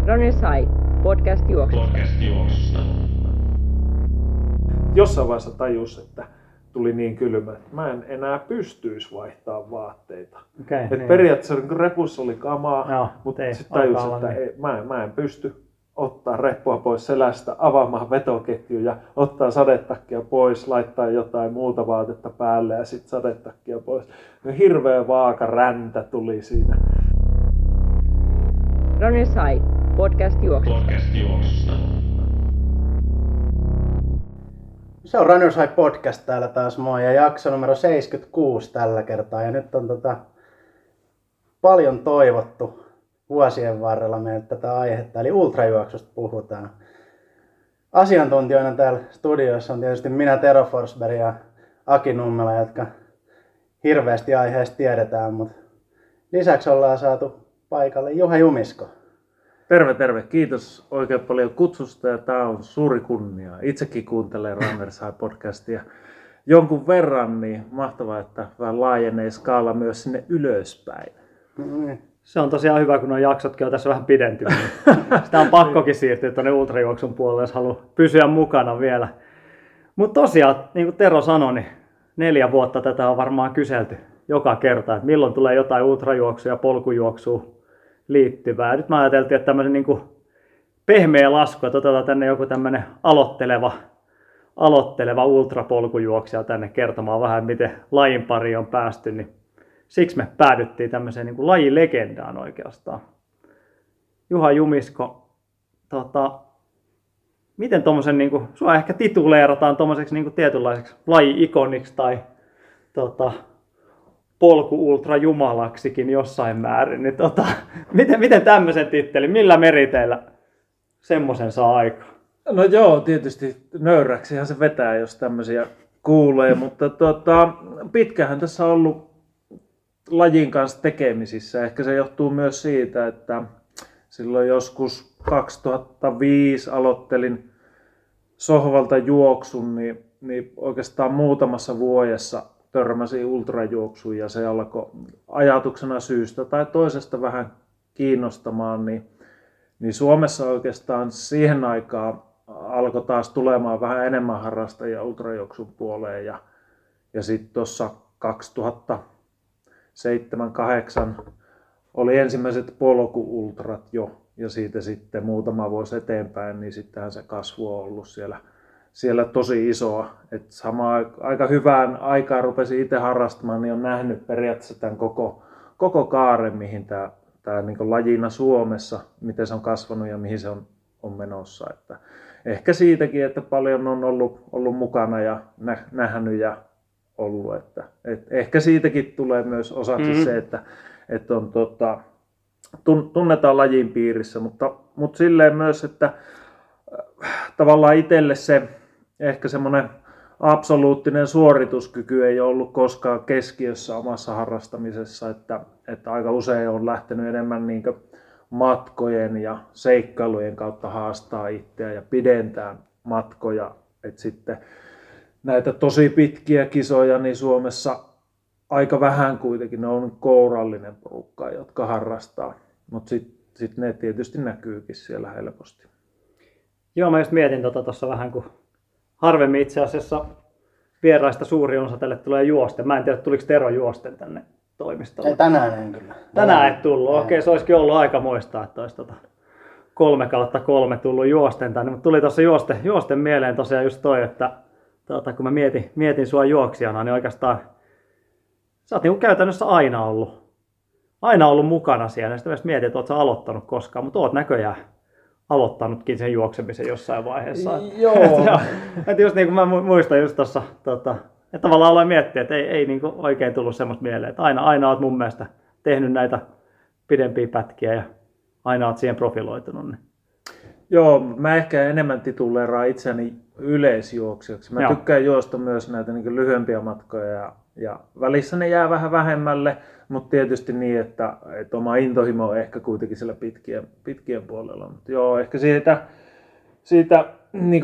Runners High, podcast juoksusta. Jossain vaiheessa tajus, että tuli niin kylmä, että mä en enää pystyisi vaihtamaan vaatteita. Niin. Periaatteessa niin repussa oli kamaa, Joo, mutta sitten tajus, että mä en pysty ottaa reppua pois selästä, avaamaan vetoketjun ja ottaa sadetakkia pois, laittaa jotain muuta vaatetta päälle ja sitten sadetakkia pois. Hirveä vaaka räntä tuli siinä. Runners High, podcast juoksusta. Se on Runners High podcast täällä taas moi ja jakso numero 76 tällä kertaa. Ja nyt on paljon toivottu vuosien varrella meiltä tätä aihetta, eli ultrajuoksusta puhutaan. Asiantuntijoina täällä studiossa on tietysti minä, Tero Forsberg ja Aki Nummela, jotka hirveästi aiheesta tiedetään, mutta lisäksi ollaan saatu paikalle Juha Jumisko. Terve. Kiitos oikein paljon kutsusta ja tämä on suuri kunnia. Itsekin kuuntelen Runners High podcastia jonkun verran, niin mahtavaa, että vähän laajenee skaala myös sinne ylöspäin. Se on tosiaan hyvä, kun nuo jaksotkin on tässä vähän pidentynyt. Sitä on pakkokin siirtyä tuonne ultrajuoksun puolelle, jos haluaa pysyä mukana vielä. Mutta tosiaan, niin kuin Tero sanoi, niin 4 vuotta tätä on varmaan kyselty joka kerta, että milloin tulee jotain ultrajuoksua ja polkujuoksua liittyvää. Ja nyt mä ajateltiin, että tämmöinen niin kuin pehmeä lasku, että otetaan tänne joku tämmöinen aloitteleva ultrapolkujuoksija tänne kertomaan vähän, miten lajin pari on päästy, niin siksi me päädyttiin tämmöiseen niin kuin lajilegendaan oikeastaan. Juha Jumisko, miten tommosen, niin kuin, sua ehkä tituleerataan tommoseksi niin kuin tietynlaiseksi laji-ikoniksi tai polku-ultrajumalaksikin jossain määrin, niin miten tämmöisen tittelin, millä meriteillä semmoisen saa aikaan? No joo, tietysti nöyräksihän se vetää, jos tämmöisiä kuulee, mutta pitkähän tässä on ollut lajin kanssa tekemisissä. Ehkä se johtuu myös siitä, että silloin joskus 2005 aloittelin sohvalta juoksun, niin oikeastaan muutamassa vuodessa törmäsin ultrajuoksuun ja se alkoi ajatuksena syystä tai toisesta vähän kiinnostamaan, niin Suomessa oikeastaan siihen aikaan alkoi taas tulemaan vähän enemmän harrastajia ultrajuoksun puoleen ja sitten tuossa 2007-2008 oli ensimmäiset polku-ultrat jo ja siitä sitten muutama vuosi eteenpäin, niin sittenhän se kasvu on ollut siellä tosi isoa. Et samaan aika hyvään aikaan rupesin itse harrastamaan, niin on nähnyt periaatteessa tämän koko kaaren, mihin tämä niin lajina Suomessa, miten se on kasvanut ja mihin se on menossa. Että ehkä siitäkin, että paljon on ollut mukana ja nähnyt ja ollut. Että ehkä siitäkin tulee myös osaksi se, että on, tunnetaan lajin piirissä, mutta silleen myös, että tavallaan itselle se ehkä semmoinen absoluuttinen suorituskyky ei ole ollut koskaan keskiössä omassa harrastamisessa, että aika usein on lähtenyt enemmän niin matkojen ja seikkailujen kautta haastaa itseä ja pidentää matkoja. Et sitten näitä tosi pitkiä kisoja niin Suomessa aika vähän kuitenkin, ne on kourallinen porukka, jotka harrastaa, mutta sitten ne tietysti näkyykin siellä helposti. Joo, mä just mietin tuossa vähän, kun harvemmin itse asiassa vieraista suuri osa tälle tulee juosten. Mä en tiedä, tuliko Tero juosten tänne toimistolle. Ei, tänään en kyllä. Tänään et tullut. Okei, se olisikin ollut aika muistaa, että olisi 3/3 tullut juosten tänne. Mutta tuli tuossa juosten mieleen tosiaan just toi, että kun mä mietin sua juoksijana, niin oikeastaan sä oot niinku käytännössä aina ollut mukana siellä. Sitten mietin, että oot sä aloittanut koskaan, mutta oot näköjään aloittanutkin sen juoksemisen jossain vaiheessa. Joo. Että just niin kuin mä muistan just tuossa, että tavallaan aloin miettiä, että ei niin kuin oikein tullut semmoista mieleen, että aina oot mun mielestä tehnyt näitä pidempiä pätkiä ja aina oot siihen profiloitunut. Niin. Joo, mä ehkä enemmän tituleeraan itseäni yleisjuoksijaksi. Mä tykkään juosta myös näitä niin lyhyempiä matkoja ja välissä ne jää vähän vähemmälle, mutta tietysti niin, että oma intohimo on ehkä kuitenkin siellä pitkien puolella. Mutta joo, ehkä siitä niin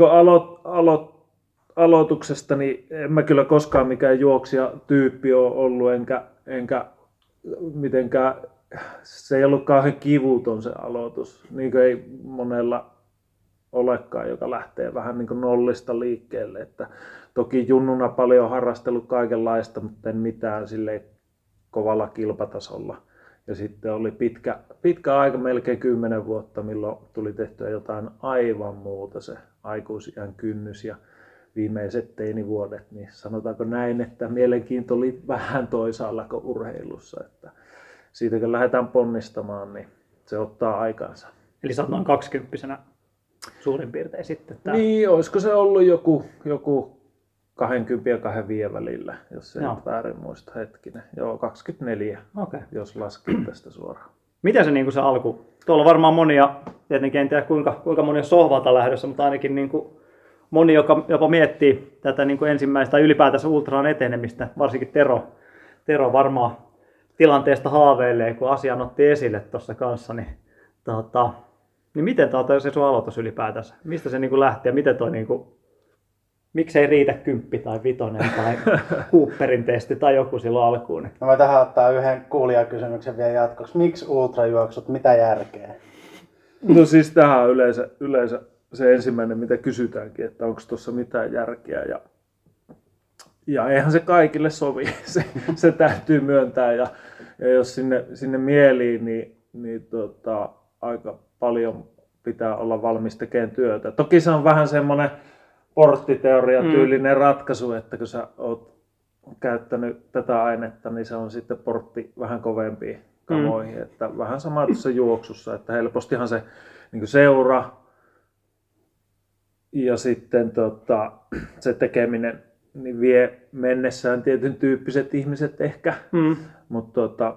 aloituksesta niin en mä kyllä koskaan mikään juoksijatyyppi ole ollut, enkä mitenkään se ei ollut kauhean kivuton se aloitus, niin kuin ei monella olekaan, joka lähtee vähän niin kuin nollista liikkeelle. Että toki junnuna paljon harrastellut kaikenlaista, mutta en mitään silleen kovalla kilpatasolla. Ja sitten oli pitkä aika, melkein 10 vuotta, milloin tuli tehtyä jotain aivan muuta, se aikuisiän kynnys ja viimeiset teinivuodet, niin sanotaanko näin, että mielenkiinto oli vähän toisaalla kuin urheilussa. Että siitä kun lähdetään ponnistamaan, niin se ottaa aikansa. Eli sä oot noin 20-vuotiaana suurin piirtein sitten. Niin, olisiko se ollut joku 20 ja 25 välillä, jos ei nyt väärin muista hetkinen. Joo, 24, jos laskin tästä suoraan. Miten se, se alku? Tuolla on varmaan monia, tietenkin en tiedä kuinka moni on sohvalta lähdössä, mutta ainakin moni, joka jopa miettii tätä ensimmäistä tai ylipäätänsä ultraan etenemistä, varsinkin Tero varmaan tilanteesta haaveilee, kun asian otti esille tuossa kanssa, niin miten se sun aloitus ylipäätänsä? Mistä se lähti ja miten toi miksei riitä 10 tai 5 tai Cooperin testi tai joku silloin alkuun? No mä tähän ottaa yhden kuulijakysymyksen vielä jatkoksi. Miksi ultrajuoksut? Mitä järkeä? No siis tähän on yleensä se ensimmäinen, mitä kysytäänkin, että onko tuossa mitään järkeä. Ja eihän se kaikille sovi, se täytyy myöntää. Ja jos sinne mieliin, niin aika paljon pitää olla valmis tekemään työtä. Toki se on vähän semmoinen porttiteorian tyylinen ratkaisu, että kun sä oot käyttänyt tätä ainetta, niin se on sitten portti vähän kovempiin kamoihin. Että vähän sama tuossa juoksussa, että helpostihan se seura ja sitten se tekeminen niin vie mennessään tietyn tyyppiset ihmiset ehkä. Mutta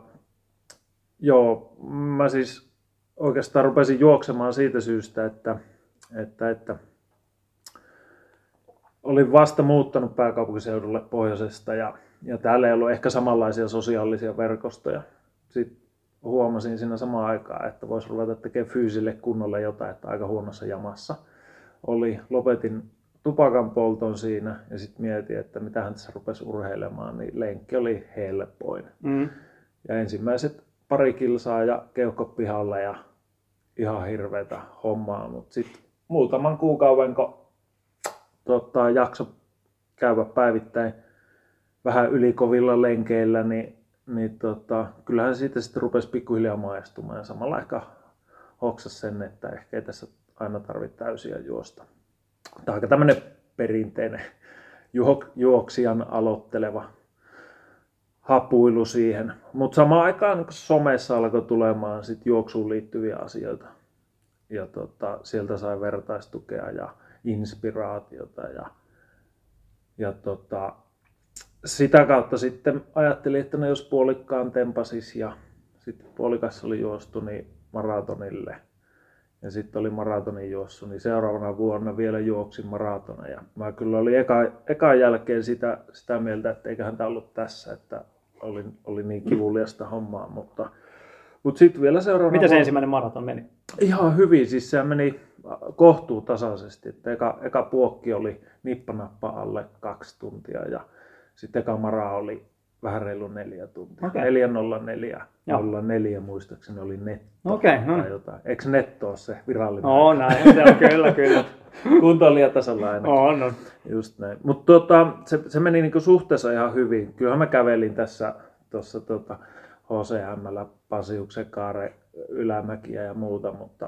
mä siis oikeastaan rupesin juoksemaan siitä syystä, että olin vasta muuttanut pääkaupunkiseudulle pohjoisesta ja täällä ei ollut ehkä samanlaisia sosiaalisia verkostoja. Sitten huomasin siinä samaan aikaan, että voisi ruveta tekemään fyysille kunnolle jotain, että aika huonossa jamassa lopetin tupakan polton siinä ja sitten mietin, että mitähän tässä rupesi urheilemaan, niin lenkki oli helpoin. Ja ensimmäiset 2 kilsaa ja keuhkot pihalle ja ihan hirveätä hommaa, mutta sitten muutaman kuukauden, kun jakso käydä päivittäin vähän ylikovilla lenkeillä, niin kyllähän siitä sitten rupesi pikkuhiljaa maistumaan ja samalla ehkä hoksasi sen, että ehkä ei tässä aina tarvitse täysiä juosta. Tämä on aika tämmöinen perinteinen juoksijan aloitteleva hapuilu siihen. Mutta samaan aikaan niin somessa alkoi tulemaan sit juoksuun liittyviä asioita. Ja sieltä sai vertaistukea ja inspiraatiota. Ja sitä kautta sitten ajattelin, että no jos puolikkaan tempasis ja sitten puolikas oli juostu niin maratonille. Ja sitten oli maratonin juossu, niin seuraavana vuonna vielä juoksin maratona. Ja mä kyllä olin ekan jälkeen sitä mieltä, että eiköhän tämä ollut tässä, että oli niin kivuliasta hommaa. Mutta sitten vielä seuraavana Miten se ensimmäinen maraton meni? Ihan hyvin, siis se meni kohtuu tasaisesti. Että eka puokki oli nippanappa alle 2 tuntia ja sitten eka mara oli vähän reilu 4 tuntia. Okay. 4.04 muistaakseni oli netto. Okei, no. Tai jotain. Eikö netto ole se virallinen? No näin, se on kyllä. Kuntoilijatasolla ainakin. On. Just näin. Mutta se meni niinku suhteessa ihan hyvin. Kyllähän mä kävelin tuossa HCM:llä Pasiuksen kaare ylämäkiä ja muuta, mutta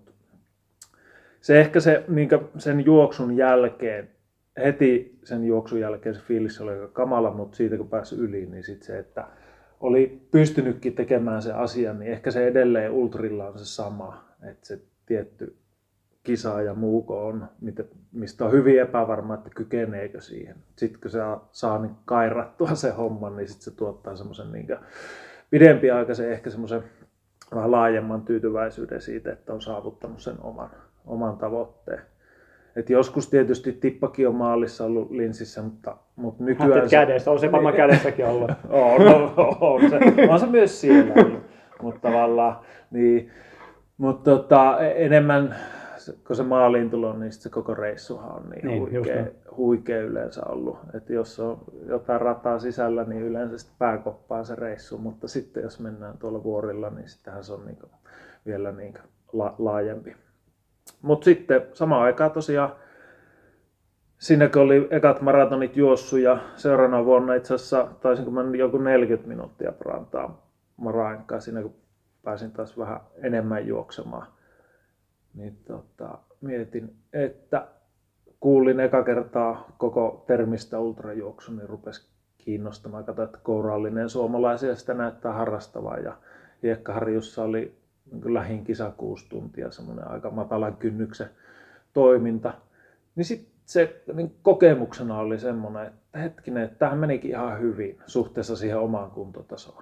se ehkä sen juoksun jälkeen, heti sen juoksun jälkeen se fiilis oli aika kamala, mutta siitä kun pääsi yli, niin sitten se, että oli pystynytkin tekemään se asia, niin ehkä se edelleen ultrilla on se sama, että se tietty kisa ja muuko on, mistä on hyvin epävarma, että kykeneekö siihen. Sitten kun se saa niin kairattua se homma, niin sitten se tuottaa semmoisen niin pidempiaikaisen, ehkä semmoisen vähän laajemman tyytyväisyyden siitä, että on saavuttanut sen oman tavoitteen. Et joskus tietysti tippakin on maalissa ollut linssissä, mutta nykyään... Kädessä, on se varmaan kädessäkin ollut. on se myös siellä ollut, mutta tavallaan niin. Mutta enemmän kun se maaliin tulo, niin se koko reissuhan on niin huikea yleensä ollut. Että jos on jotain rataa sisällä, niin yleensä sitten pääkoppaa se reissu, mutta sitten jos mennään tuolla vuorilla, niin sittenhän se on niin vielä niin laajempi. Mutta sitten samaan aikaan tosiaan, siinä kun oli ekat maratonit juossut ja seuraavana vuonna itse asiassa taisinko mä joku 40 minuuttia parantaa marainkaan siinä kun pääsin taas vähän enemmän juoksemaan. Niin mietin, että kuulin eka kertaa koko termistä ultrajuoksu, niin rupesi kiinnostamaan. Katsoin, että kourallinen suomalaisia sitä näyttää harrastavaa ja Hiekkaharjussa oli lähin kisa 6 tuntia, semmoinen aika matalan kynnyksen toiminta. Niin sitten se niin kokemuksena oli semmoinen, että hetkinen, että tämähän menikin ihan hyvin suhteessa siihen omaan kuntotasoon.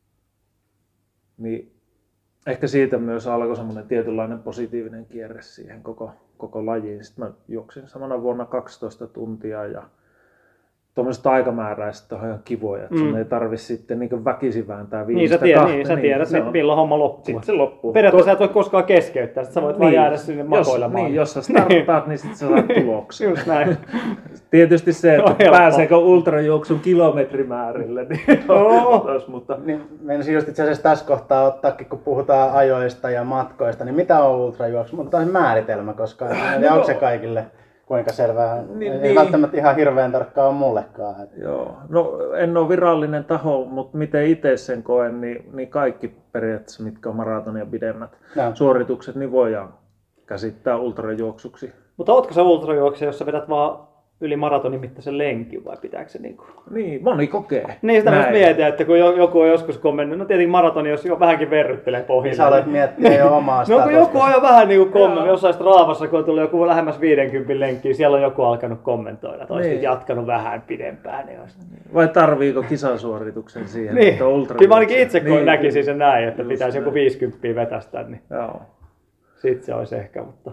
Niin ehkä siitä myös alkoi semmoinen tietynlainen positiivinen kierre siihen koko lajiin. Sitten mä juoksin samana vuonna 12 tuntia ja tuommoiset aikamääräiset on ihan kivoja, että sun ei tarvitse sitten niin väkisin vääntää viimeistä kahta. Sä tiedät, milloin homma loppuu. Sitten se loppuu. Periaatteessa sä et voi koskaan keskeyttää, sä voit vaan jäädä sinne makoilemaan. Jos sä startaat, niin sitten sä saat tuloksia. Just näin. Tietysti se, että pääseekö ultrajuoksun kilometrimäärille, niin mutta... Niin, menisin just itse asiassa tässä kohtaa ottaakin, kun puhutaan ajoista ja matkoista, niin mitä on ultrajuoksu? Mutta on määritelmä, koska onko se kaikille kuinka selvää? Ei välttämättä ihan hirveän tarkkaa ole mullekaan. Joo, no en ole virallinen taho, mutta miten itse sen koen, niin kaikki periaatteessa, mitkä on maratonia pidemmät suoritukset, niin voidaan käsittää ultrajuoksuksi. Mutta ootko sä ultrajuoksija, jos sä vedät vaan yli maratonin mittaisen lenkin vai pitääkö se niinku? Niin, moni kokee. Niin sitä myös mietin, että kun joku on joskus kommentoinut, no tietenkin maratoni, jos jo vähänkin verryttelee pohjille. Niin sä olet miettiä jo omaa sitä. No kun joku on jo vähän niinku kommentoinut, jossain Straavassa, kun on tullut joku lähemmäs 50 lenkkiä, siellä on joku alkanut kommentoida, että olisit jatkanut vähän pidempään. Niin vai tarviiko kisasuorituksen siihen? Niin, kyllä mä ainakin itse näkisin sen näin, että just pitäisi joku 50 vetästä, niin sit se olisi ehkä. Mutta...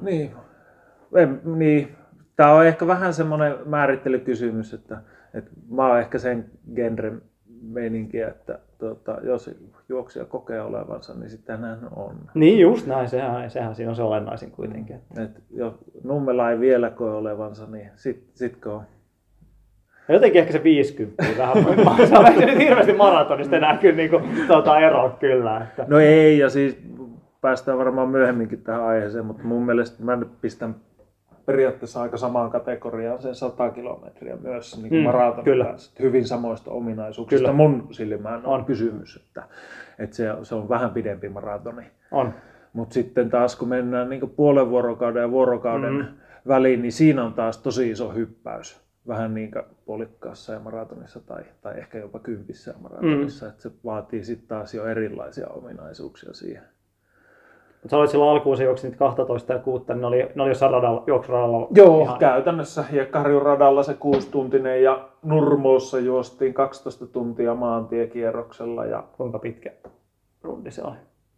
Niin. Tämä on ehkä vähän semmoinen määrittelykysymys, että mä oon ehkä sen genren meininkiä, että jos juoksija kokee olevansa, niin sitten hän on. Niin just näin, sehän siinä on se olennaisin kuitenkin. Et jos Nummela ei vielä koe olevansa, niin sitkö on. Jotenkin ehkä se 50 vähän. Sä olet nyt hirveästi maratonista enää kyllä niinku, eroa kyllä. Että. No ei, ja siis päästään varmaan myöhemminkin tähän aiheeseen, mutta mun mielestä mä nyt pistän periaatteessa aika samaan kategoriaan sen 100 kilometriä myös niin maratonin kanssa. Hyvin samoista ominaisuuksista kyllä. Mun silmään on kysymys, että se on vähän pidempi maratoni. Mutta sitten taas kun mennään niin puolen vuorokauden ja vuorokauden väliin, niin siinä on taas tosi iso hyppäys. Vähän niin kuin puolikkaassa ja maratonissa tai ehkä jopa 10 ja maratonissa. Että se vaatii sitten taas jo erilaisia ominaisuuksia siihen. Mutta sä olit silloin alkuun, se juoksi niitä 12 ja 6, niin ne oli jossain juoksuradalla. Joo, ihan... käytännössä Hiekkaharjun radalla se 6-tuntinen ja Nurmoossa juostiin 12 tuntia maantiekierroksella. Ja... Kuinka pitkä rundi se oli?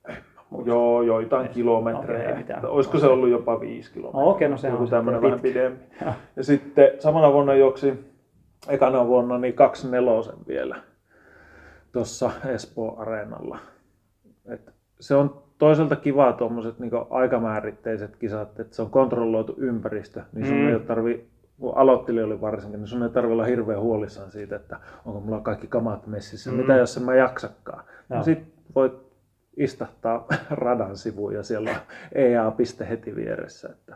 Joo, joitain kilometrejä. Olisiko se ollut jopa 5 kilometriä? Okei, no se on tämmöinen vähän pidempi. Ja sitten samana vuonna juoksi, ekana vuonna, niin 24 vielä tuossa Espoon areenalla. Et se on toisaalta kiva tuommoiset niin aikamääritteiset kisat, että se on kontrolloitu ympäristö, niin sun ei tarvitse, kun aloittelijoille varsinkin, niin sun ei tarvitse olla hirveän huolissaan siitä, että onko mulla kaikki kamat messissä, mitä jos en mä jaksakaan. No sit voit istahtaa radan sivuun ja siellä on EA-piste heti vieressä, että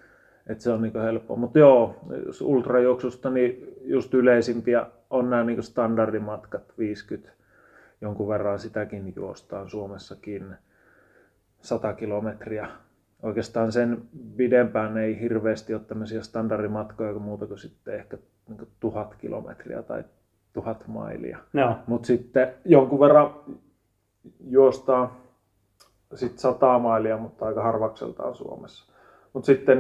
se on niin helppoa. Mutta joo, jos ultrajuoksusta, niin just yleisimpiä on nämä niin standardimatkat 50, jonkun verran sitäkin juostaan Suomessakin. 100 kilometriä. Oikeastaan sen pidempään ei hirveästi ole tämmöisiä standardimatkoja muuta kuin sitten ehkä 1000 kilometriä tai 1000 mailia. Mutta sitten jonkun verran juostaan sit 100 mailia, mutta aika harvakseltaan Suomessa. Mutta sitten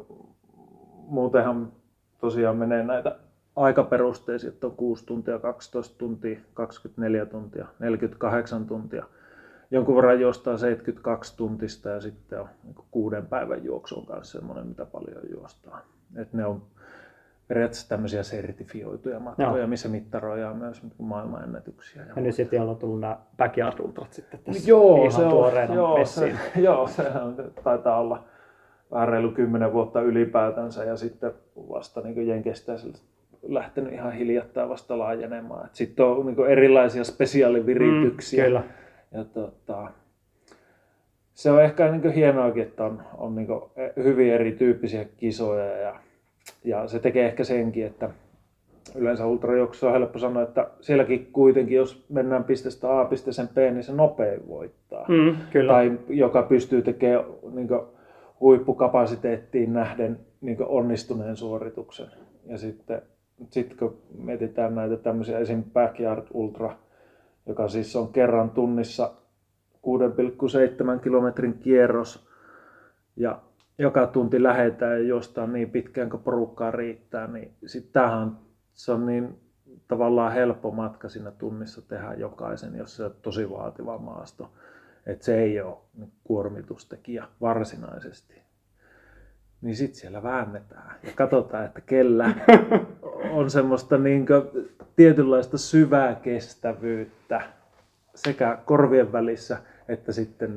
muutenhan tosiaan menee näitä aikaperusteisia, että on 6 tuntia, 12 tuntia, 24 tuntia, 48 tuntia. Jonkun verran juostaa 72 tuntista ja sitten on 6 päivän juoksun kanssa semmoinen, mitä paljon juostaan. Et ne on periaatteessa tämmöisiä sertifioituja matkoja, missä mittaroidaan myös maailmanennätyksiä. Ja nyt sitten on tullut nämä backyard ultrat sitten tässä ihan tuoreena messiin. Joo, sehän taitaa olla vähän reilu 10 vuotta ylipäätänsä ja sitten vasta niin Jenkeistä lähtenyt ihan hiljattain vasta laajenemaan. Sitten on niin erilaisia spesiaalivirityksiä. Kyllä. Ja se on ehkä niin hienoakin, että on niin hyvin erityyppisiä kisoja ja se tekee ehkä senkin, että yleensä ultrajuoksussa on helppo sanoa, että sielläkin kuitenkin, jos mennään pisteestä A pisteeseen B, niin se nopein voittaa. Kyllä. Tai joka pystyy tekemään niin huippukapasiteettiin nähden niin onnistuneen suorituksen. Ja sitten kun mietitään näitä tämmöisiä esim. Backyard Ultra, joka siis on kerran tunnissa 6,7 kilometrin kierros ja joka tunti lähdetään ja juostaan niin pitkään kuin porukkaa riittää, niin sitten tämähän se on niin tavallaan helppo matka siinä tunnissa tehdä jokaisen, jos se on tosi vaativa maasto. Että se ei ole kuormitustekijä varsinaisesti. Niin sitten siellä väännetään ja katsotaan, että kellä on semmoista tietynlaista syvää kestävyyttä sekä korvien välissä että sitten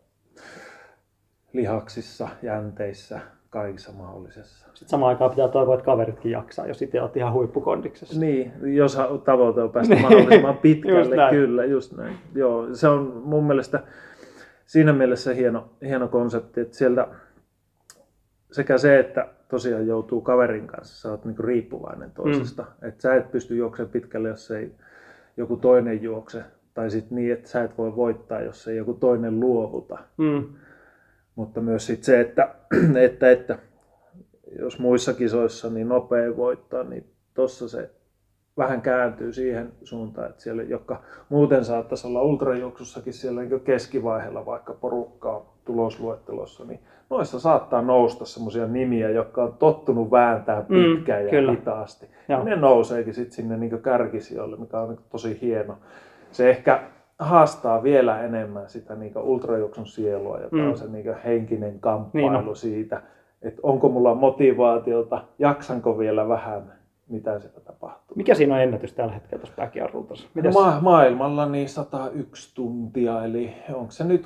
lihaksissa, jänteissä, kaikissa mahdollisessa. Sitten samaan aikaan pitää toivoa, että kaveritkin jaksaa, jos itse olet ihan huippukondiksessa. Niin, jos tavoite on päästä mahdollisimman pitkälle, kyllä, just näin. Joo, se on mun mielestä siinä mielessä hieno konsepti, että sieltä sekä se, että tosiaan joutuu kaverin kanssa, sä oot riippuvainen toisesta. Että sä et pysty juoksemaan pitkälle, jos ei joku toinen juokse. Tai sitten niin, että sä et voi voittaa, jos ei joku toinen luovuta. Mutta myös sit se, että jos muissa kisoissa niin nopein voittaa, niin tossa se vähän kääntyy siihen suuntaan, että siellä, jotka muuten saattaisi olla ultrajuoksussakin siellä keskivaiheella vaikka porukkaa tulosluettelossa, niin noissa saattaa nousta semmoisia nimiä, jotka on tottunut vääntää pitkään ja hitaasti. Ja ne nouseekin sitten sinne kärkisijoille, mikä on tosi hieno. Se ehkä haastaa vielä enemmän sitä ultrajuoksun sielua, joka on se henkinen kamppailu siitä, että onko mulla motivaatiota, jaksanko vielä vähän, mitä siellä tapahtuu. Mikä siinä on ennätys tällä hetkellä tuossa Backyard Ultrassa? Maailmalla niin 101 tuntia, eli onko se nyt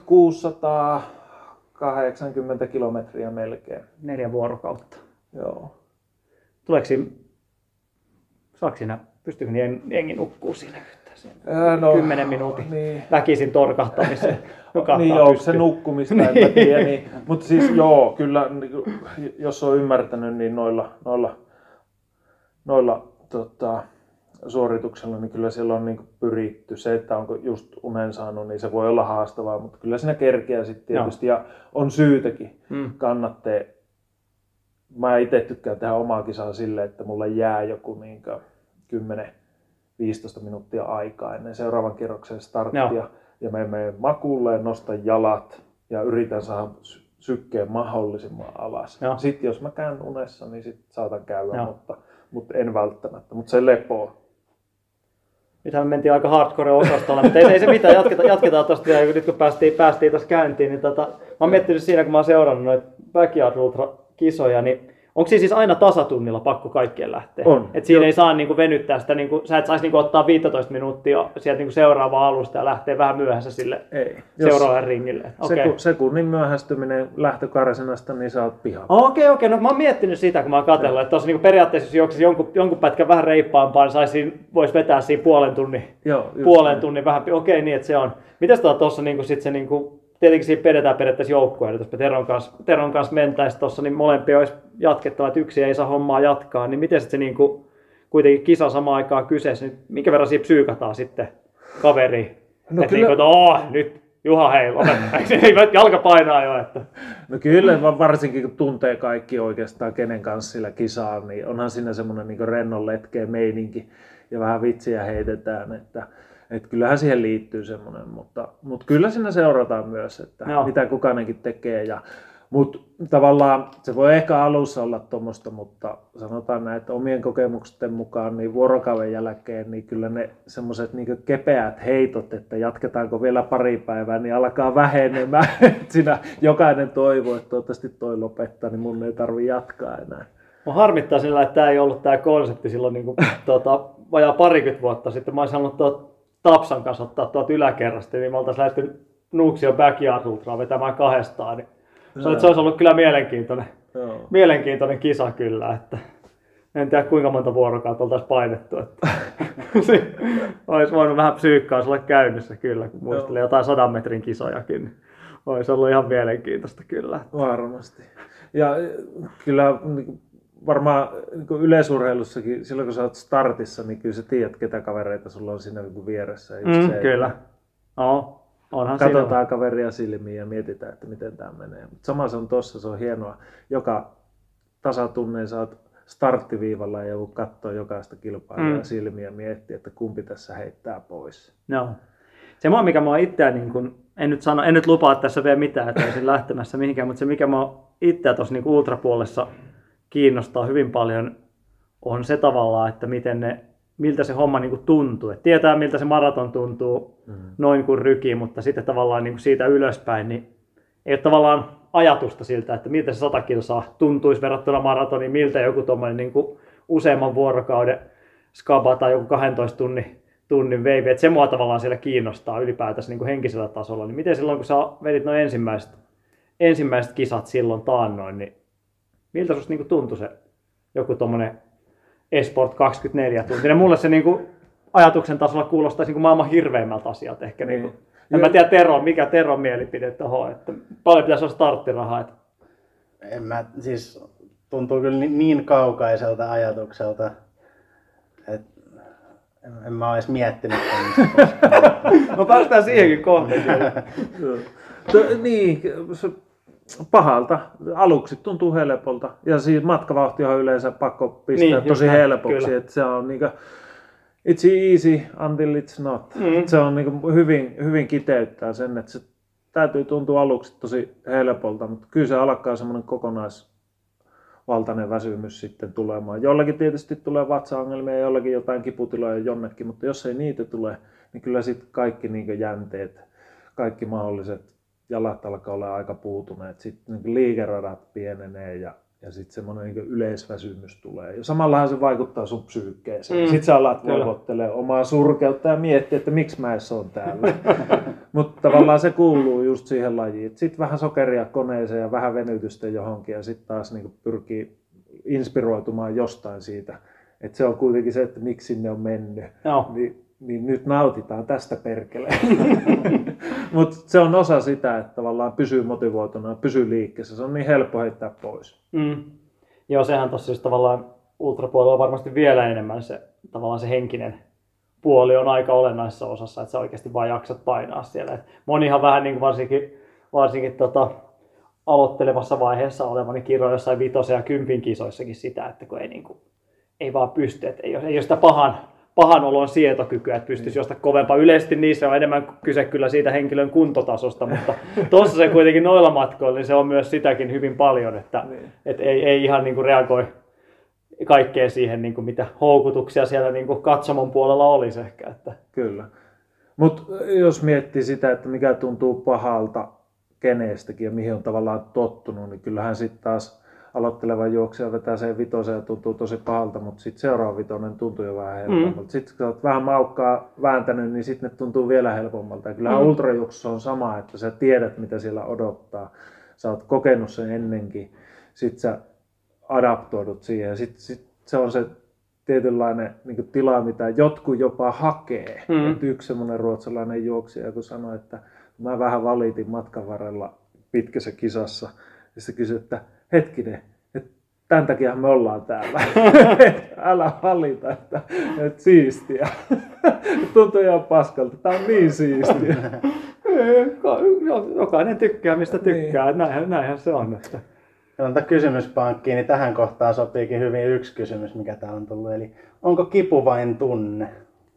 680 kilometriä melkein. 4 vuorokautta. Joo. Pystyykö jengi nukkuu siinä yhtään? 10 minuutin väkisin torkahtamiseen. Niin joo, se nukkumista en mä tiedä. Niin. Mutta siis joo, kyllä jos on ymmärtänyt, niin noilla suorituksella, niin kyllä siellä on pyritty. Se, että onko just unen saanut, niin se voi olla haastavaa, mutta kyllä siinä kerkeää sitten tietysti. Ja on syytäkin kannattaa. Mä itse tykkään tehdä omaa kisaa silleen, että mulla jää joku 10-15 minuuttia aikaa ennen seuraavan kierroksen starttia. Ja mä menen makuulle, nostan jalat ja yritän saada sykkeen mahdollisimman alas. Sitten jos mä käyn unessa, niin sit saatan käydä, mutta en välttämättä. Mutta se lepoo. Nythän me mentiin aika hardcore-osastolla, mutta ei se mitään, jatketaan tuosta vielä, nyt kun päästiin tuossa käyntiin. Niin mä oon miettinyt siinä, kun mä oon seurannut noita Backyard Ultra-kisoja, niin onko siis aina tasatunnilla pakko kaikkien lähteä? On. Et siinä ei saa venyttää sitä, sä et saisi ottaa 15 minuuttia sieltä seuraavaa alusta ja lähteä vähän myöhässä sille seuraavalle ringille. Okay. Sekunnin myöhästyminen lähtökarsinasta, niin sä oot pihalla. Okei. No mä oon miettinyt sitä, kun mä oon katsellut, että tuossa periaatteessa jos juoksisi jonkun pätkän vähän reippaampaan, voisi vetää siinä puolen tunnin vähän. Okei, niin että se on. Mitäs tuossa sitten se tietenkin siinä pidetään periaatteessa joukkueen, jos me Teron kanssa mentäisiin tuossa, niin molempia olisi jatkettava, että yksi ei saa hommaa jatkaa, niin miten se kuitenkin kisa samaan aikaan kyseessä, niin minkä verran siinä psyykataan sitten kaveriin? No että kyllä... nyt Juha hei, jalka painaa jo. Että. No kyllä, varsinkin kun tuntee kaikki oikeastaan, kenen kanssa sillä kisaa, niin onhan siinä semmoinen rennon letkeä meininki ja vähän vitsiä heitetään, että kyllähän siihen liittyy semmoinen, mutta kyllä siinä seurataan myös, että mitä kukainenkin tekee. Mutta tavallaan se voi ehkä alussa olla tuommoista, mutta sanotaan näin, että omien kokemusten mukaan niin vuorokauden jälkeen niin kyllä ne semmoiset niin kepeät heitot, että jatketaanko vielä pari päivää, niin alkaa vähenemään. Siinä jokainen toivoo, että toivottavasti toi lopettaa, niin mun ei tarvitse jatkaa enää. Mä harmittaa sillä, että tämä ei ollut tämä konsepti silloin vajaa parikymmentä vuotta sitten. Mä olisin halunnut Tapsan kanssa ottaa tuolta yläkerrasta, niin me oltaisiin lähdetty Nuuksion Backyard Ultraa vetämään 200, niin Se olisi ollut kyllä Joo. mielenkiintoinen kisa kyllä, että en tiedä kuinka monta vuorokautta oltaisiin painettu. Että olisi voinut vähän psyykkaus olla käynnissä kyllä, kun muistelee jotain 100 metrin kisojakin. Niin olisi ollut ihan mielenkiintoista kyllä. Varmasti. Ja kyllä varmaan niin yleisurheilussakin, silloin kun sä oot startissa, niin kyllä sä tiedät, ketä kavereita sulla on siinä vieressä. Kyllä. No, onhan katsotaan siinä. kaveria silmiin ja mietitään, että miten tämä menee. Mutta sama se on tossa, se on hienoa. Joka tasatunneen sä oot starttiviivalla ja joku katsoo jokaista kilpailijaa silmiä ja miettii, että kumpi tässä heittää pois. No. Se mikä mua itseä, niin kun, en nyt lupaa tässä vielä mitään, että olisin lähtemässä mihinkään, mutta se mikä mua itseä tuossa niin ultrapuolessa kiinnostaa hyvin paljon, on se tavallaan, että miltä se homma niin kuin tuntuu. Et tietää, miltä se maraton tuntuu noin kuin ryki, mutta sitten tavallaan niin kuin siitä ylöspäin, niin ei ole tavallaan ajatusta siltä, että miltä se 100 kilsaa tuntuisi verrattuna maratoniin, miltä joku tuommoinen niin kuin useamman vuorokauden skaba tai joku 12 tunnin veivi. Että se mua tavallaan siellä kiinnostaa ylipäätänsä niin kuin henkisellä tasolla. Niin miten silloin, kun sä vedit noin ensimmäiset kisat silloin taannoin, niin miltä susta niin kuin tuntui se joku tuommoinen Esport 24-tuntinen? Mulle se niin kuin ajatuksen tasolla kuulostaisi niin kuin maailman hirveimmältä asialta ehkä. Niin kuin. En mä tiedä mikä Teron mielipide tuohon, että paljon pitäisi olla starttirahaa. Että... Siis tuntuu kyllä niin kaukaiselta ajatukselta, että en mä ois miettinyt tämmöistä koskaan. No päästään siihenkin kohtaan. Niin, pahalta. Aluksi tuntuu helpolta. Ja siinä matkavauhti on yleensä pakko pistää tosi helpoksi. Että se on niinku, it's easy until it's not. Se on niinku hyvin kiteyttää sen, että se täytyy tuntua aluksi tosi helpolta, mutta kyllä se alkaa semmoinen kokonaisvaltainen väsymys sitten tulemaan. Jollakin tietysti tulee vatsaongelmia ja jollakin jotain kiputiloja jonnekin, mutta jos ei niitä tule, niin kyllä sitten kaikki niinku jänteet, kaikki mahdolliset jalat alkaa olla aika puutuneet. Sitten niinku liikeradat pienenee ja sitten semmoinen niinku yleisväsymys tulee. Ja samallahan se vaikuttaa sun psyykkeeseen. Sitten sä alat velvoittelemaan omaa surkeutta ja miettiä, että miksi mä edes on täällä. Mutta tavallaan se kuuluu just siihen lajiin. Sitten vähän sokeria koneeseen ja vähän venytystä johonkin ja sitten taas niinku pyrkii inspiroitumaan jostain siitä. Että se on kuitenkin se, että miksi sinne on mennyt. No. Niin nyt nautitaan tästä perkeleen. Mutta se on osa sitä, että tavallaan pysyy motivoituna, pysyy liikkeessä. Se on niin helppo heittää pois. Joo, sehän tossa siis tavallaan ultrapuolella on varmasti vielä enemmän tavallaan se henkinen puoli on aika olennaisessa osassa, että sä oikeasti vaan jaksat painaa siellä. Et monihan vähän niin kuin varsinkin aloittelevassa vaiheessa oleva, niin kirjoja jossain 5 ja 10 kisoissakin sitä, että kun ei vaan pysty, että ei ole sitä pahan olon sietokykyä, että pystyisi jostain kovempaa. Yleisesti niissä on enemmän kyse kyllä siitä henkilön kuntotasosta, mutta tuossa se kuitenkin noilla matkoilla, niin se on myös sitäkin hyvin paljon, että ei ihan niin kuin reagoi kaikkeen siihen, niin kuin mitä houkutuksia siellä niin kuin katsomon puolella olisi ehkä. Että. Kyllä. Mutta jos miettii sitä, että mikä tuntuu pahalta kenestäkin ja mihin on tavallaan tottunut, niin kyllähän sitten taas aloitteleva juoksija vetää sen 5 ja tuntuu tosi pahalta, mutta sitten seuraava 5 tuntuu jo vähän helpommalta. Sitten kun olet vähän maukkaa vääntänyt, niin sitten ne tuntuu vielä helpommalta. Ja kyllähän ultrajuoksussa on sama, että sä tiedät, mitä siellä odottaa. Sä oot kokenut sen ennenkin. Sitten sä adaptoidut siihen. Sitten se on se tietynlainen niin tila, mitä jotkut jopa hakee. Et yksi semmoinen ruotsalainen juoksija, kun sanoi, että mä vähän valitin matkan varrella pitkässä kisassa. Ja se kysyi, että hetkinen, että tämän takia me ollaan täällä. Älä valita, että siistiä. Tuntuu ihan paskalta. Tämä on niin siistiä. Jokainen tykkää, mistä tykkää. Niin. Näinhän se on. Että. Kysymyspankkiin, niin tähän kohtaan sopiikin hyvin yksi kysymys, mikä täällä on tullut. Eli onko kipu vain tunne?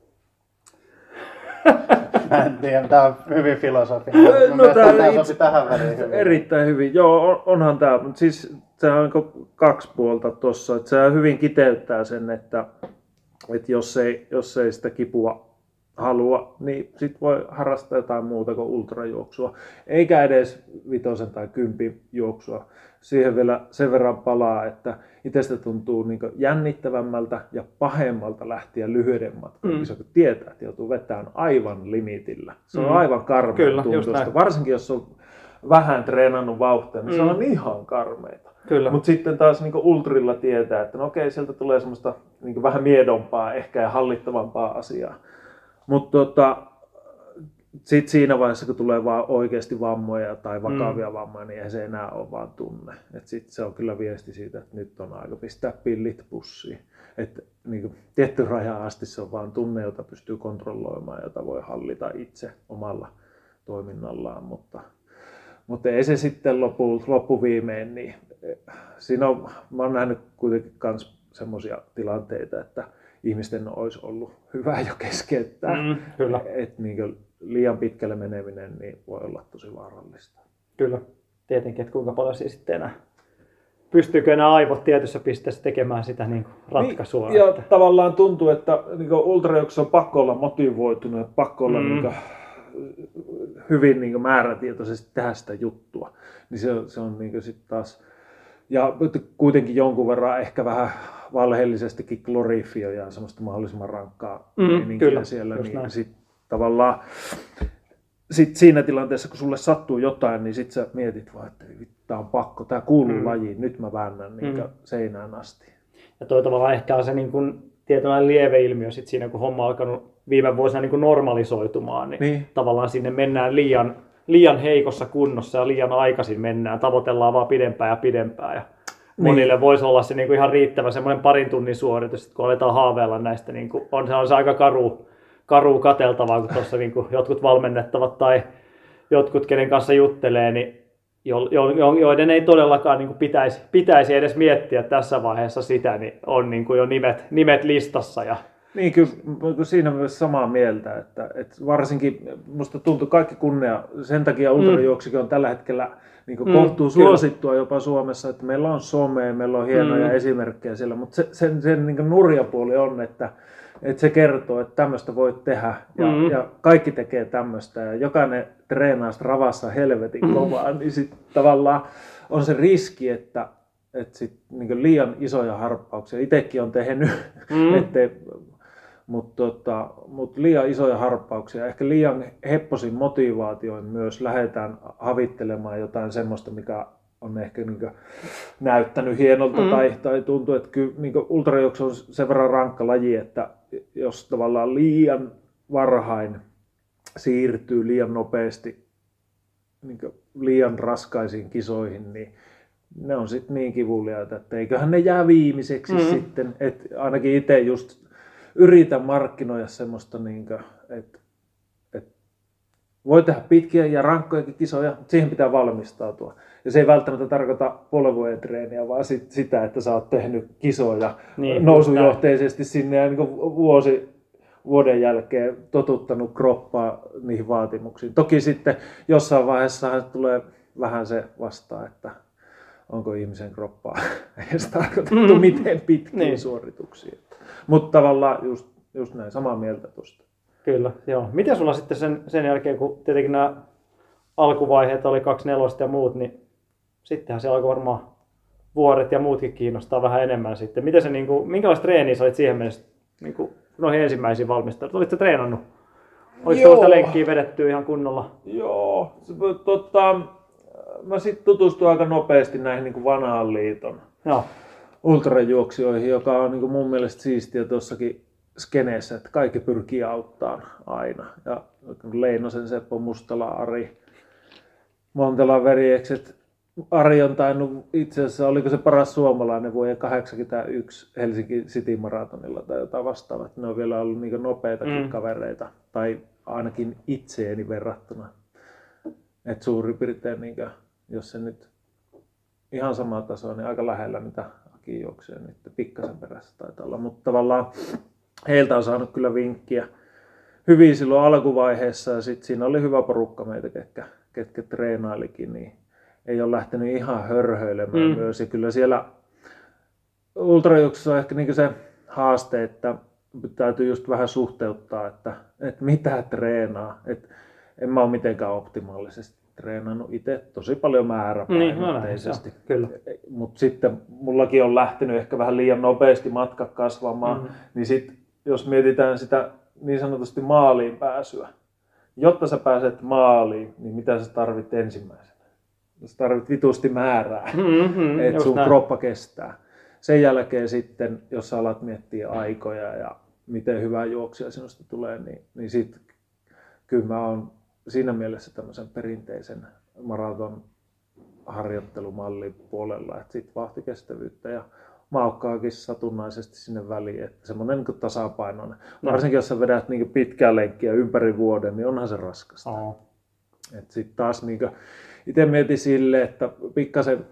En tiedä, tämä on hyvin filosofinen. Tämä sopii tähän väliin hyvin. Erittäin hyvin. Joo, onhan tämä. Mutta siis se on 2 puolta tuossa. Se hyvin kiteyttää sen, että jos ei sitä kipua halua, niin sit voi harrastaa jotain muuta kuin ultrajuoksua. Eikä edes 5 tai 10 juoksua. Siihen vielä sen verran palaa, että itsestä tuntuu niin jännittävämmältä ja pahemmalta lähteä lyhyiden matkojen, kun tietää, että joutuu vetämään aivan limitillä. Se on aivan karmea tuntusta. Varsinkin jos on vähän treenannut vauhtia, niin se on ihan karmeita. Mutta sitten taas niin ultrilla tietää, että no okei, sieltä tulee semmoista niin vähän miedompaa ehkä ja hallittavampaa asiaa. Mutta sitten siinä vaiheessa, kun tulee vaan oikeasti vammoja tai vakavia vammoja, niin eihän se enää ole vaan tunne. Sitten se on kyllä viesti siitä, että nyt on aika pistää pillit pussiin. Että niin tietty raja asti se on vaan tunne, jota pystyy kontrolloimaan, jota voi hallita itse omalla toiminnallaan. Mutta ei se sitten loppuviimein, niin siinä mä oon nähnyt kuitenkin myös semmoisia tilanteita, että ihmisten olisi ollut hyvä jo keskeyttää. Kyllä. Että niin liian pitkälle meneminen niin voi olla tosi vaarallista. Kyllä, tietenkin, että kuinka paljon siis sitten enää, pystyykö enää aivot tietyssä pisteessä tekemään sitä niin ratkaisua. Niin, ja tavallaan tuntuu, että niin ultrajuoksussa on pakko olla motivoitunut, pakko olla hyvin niin määrätietoisesti tehdä sitä juttua. Niin se on niin sitten taas, ja kuitenkin jonkun verran ehkä vähän valheellisestikin glorifioidaan semmoista mahdollisimman rankkaa meininkiä siellä, niin sitten tavallaan siinä tilanteessa, kun sulle sattuu jotain, niin sitten sä mietit vaan, että tää on pakko, tää kuuluu lajiin, nyt mä väännän niin seinään asti. Ja toi tavallaan ehkä on se niin kuin tietynlainen lieveilmiö sit siinä, kun homma on alkanut viime vuosina niin kuin normalisoitumaan, niin tavallaan sinne mennään liian heikossa kunnossa ja liian aikaisin mennään, tavoitellaan vaan pidempään ja pidempään. Ja monille voisi olla se niin kuin ihan riittävä semmoinen parin tunnin suoritus, kun aletaan haaveilla näistä, niin kuin on se aika karu kateltavaa, kun tuossa niin jotkut valmennettavat tai jotkut, kenen kanssa juttelee, niin joiden ei todellakaan niin pitäisi edes miettiä tässä vaiheessa sitä, niin on niin jo nimet listassa. Ja niin, kyllä siinä on myös samaa mieltä, että varsinkin musta tuntuu kaikki kunnia, sen takia ultrajuoksukin on tällä hetkellä niin kohtuu suosittua jopa Suomessa, että meillä on somea, meillä on hienoja esimerkkejä siellä, mutta sen niin nurjapuoli on, että se kertoo, että tämmöistä voit tehdä ja kaikki tekee tämmöistä ja jokainen treenaa ravassa helvetin kovaa, niin sitten tavallaan on se riski, että sit niin liian isoja harppauksia, itsekin on tehnyt, mutta liian isoja harppauksia, ehkä liian hepposin motivaatioin myös lähdetään havittelemaan jotain semmoista, mikä on ehkä niin näyttänyt hienolta tai tuntuu, että kyllä niin ultrajuoksu on sen verran rankka laji, että jos tavallaan liian varhain siirtyy liian nopeasti niin liian raskaisiin kisoihin, niin ne on sitten niin kivuliaita, että eiköhän ne jää viimeiseksi sitten. Että ainakin itse just yritän markkinoida semmoista, niin kuin, että voi tehdä pitkiä ja rankkojakin kisoja, mutta siihen pitää valmistautua. Ja se ei välttämättä tarkoita polvujen treeniä, vaan sitä, että sä oot tehnyt kisoja nousujohteisesti sinne ja niin vuoden jälkeen totuttanut kroppaa niihin vaatimuksiin. Toki sitten jossain vaiheessa tulee vähän se vastaan, että onko ihmisen kroppaa edes tarkoitettu miten pitkiin suorituksiin. Mutta tavallaan just näin, samaa mieltä tuosta. Kyllä, joo. Miten sulla sitten sen jälkeen, kun tietenkin nämä alkuvaiheet oli 2.4 ja muut, niin sittenhän se alkoi varmaan vuoret ja muutkin kiinnostaa vähän enemmän sitten. Miten se, minkälaista treeniä sä olit siihen mennessä noihin ensimmäisiin valmisteluun? Olitko treenannut? Oliko tuosta lenkkiä vedettyä ihan kunnolla? Joo, mä sitten tutustuin aika nopeasti näihin vanhan liiton ultrajuoksijoihin, joka on mun mielestä siistiä tuossakin skeneessä, että kaikki pyrkii auttamaan aina. Ja Leinosen Seppo, Mustala, Ari, Montelan veljekset. Ari on tainnut itse asiassa, oliko se paras suomalainen vuoden 81 Helsinki City Marathonilla tai jotain vastaavaa. Ne on vielä ollut nopeitakin kavereita, tai ainakin itseeni verrattuna. Et suurin piirtein, jos se nyt ihan sama taso, niin aika lähellä mitä Aki juoksee nyt, pikkasen perässä taitaa olla. Mutta tavallaan heiltä on saanut kyllä vinkkiä hyvin silloin alkuvaiheessa ja sitten siinä oli hyvä porukka meitä, ketkä treenailikin, niin ei ole lähtenyt ihan hörhöilemään myös. Ja kyllä siellä ultrajuoksussa on ehkä se haaste, että täytyy just vähän suhteuttaa, että mitä treenaa. En mä ole mitenkään optimaalisesti treenannut itse, tosi paljon määräpainotteisesti. Mutta sitten mullakin on lähtenyt ehkä vähän liian nopeasti matka kasvamaan, niin sitten jos mietitään sitä niin sanotusti maaliin pääsyä, jotta sä pääset maaliin, niin mitä sä tarvit ensimmäisenä? Sä tarvit vitusti määrää, että just sun näin. kroppa kestää. Sen jälkeen sitten, jos sä alat miettiä aikoja ja miten hyvä juoksija sinusta tulee, niin sitten kyllä mä oon siinä mielessä tämmöisen perinteisen maraton harjoittelumallin puolella, että sitten vahtikestävyyttä ja maukkaakin satunnaisesti sinne väliin, että semmoinen niin tasapainoinen. Varsinkin jos sä vedät niin pitkää lenkkiä ympäri vuoden, niin onhan se raskasta. Sitten taas niin itse mietin silleen, että pikkasen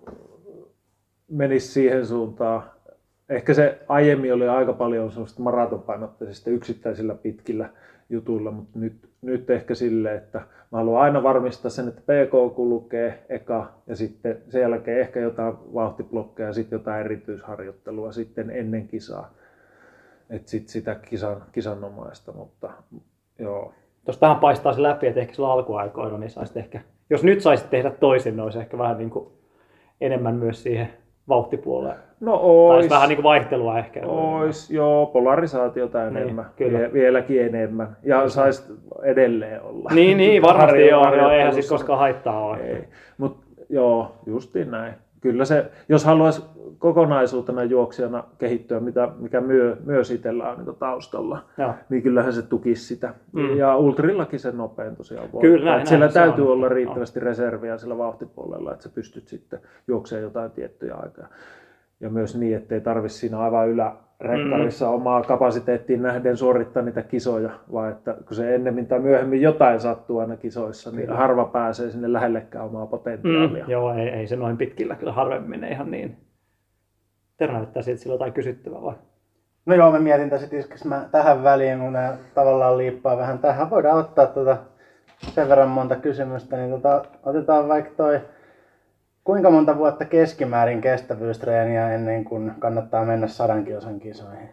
menisi siihen suuntaan. Ehkä se aiemmin oli aika paljon semmoista maratonpainotteisista yksittäisillä pitkillä jutuilla, mutta nyt ehkä silleen, että mä haluan aina varmistaa sen, että PK kulkee eka ja sitten sen jälkeen ehkä jotain vauhtiblokkeja ja sitten jotain erityisharjoittelua sitten ennen kisaa. Että sitten sitä kisanomaista, mutta joo. Tuostahan paistaa se läpi, että ehkä silloin alkuaikoina niin saisit ehkä, jos nyt saisit tehdä toisin, niin olisi ehkä vähän niin kuin enemmän myös siihen vauhtipuoleen. No ois. Tai vähän niin kuin vaihtelua ehkä. Ois, joo, polarisaatiota enemmän, niin, vieläkin enemmän. Ja saisi edelleen olla. Niin varmasti joo, eihän siis koskaan haittaa ole. Mutta joo, justiin näin. Kyllä se, jos haluaisi kokonaisuutena juoksijana kehittyä, mikä myös itsellä on niin taustalla, niin kyllähän se tukisi sitä. Ja ultrillakin se nopein tosiaan voi. Kyllä, siellä täytyy olla riittävästi reserviä sillä vauhtipuolella, että sä pystyt sitten juoksemaan jotain tiettyjä aikaa. Ja myös niin, ettei tarvitse siinä aivan ylärekkarissa omaa kapasiteettiin nähden suorittaa niitä kisoja, vaan että kun se ennemmin tai myöhemmin jotain sattuu aina kisoissa, niin harva pääsee sinne lähellekään omaa potentiaalia. Joo, ei se noin pitkillä kyllä harvemmin mene ihan niin. Tero näyttää siitä sillä jotain kysyttävää vai? No joo, mä mietin tässä, iskis mä tähän väliin, kun nämä tavallaan liippaa vähän tähän. Voidaan ottaa sen verran monta kysymystä, niin otetaan vaikka toi. Kuinka monta vuotta keskimäärin kestävyystreeniä ennen kuin kannattaa mennä 100 kilsan kisoihin?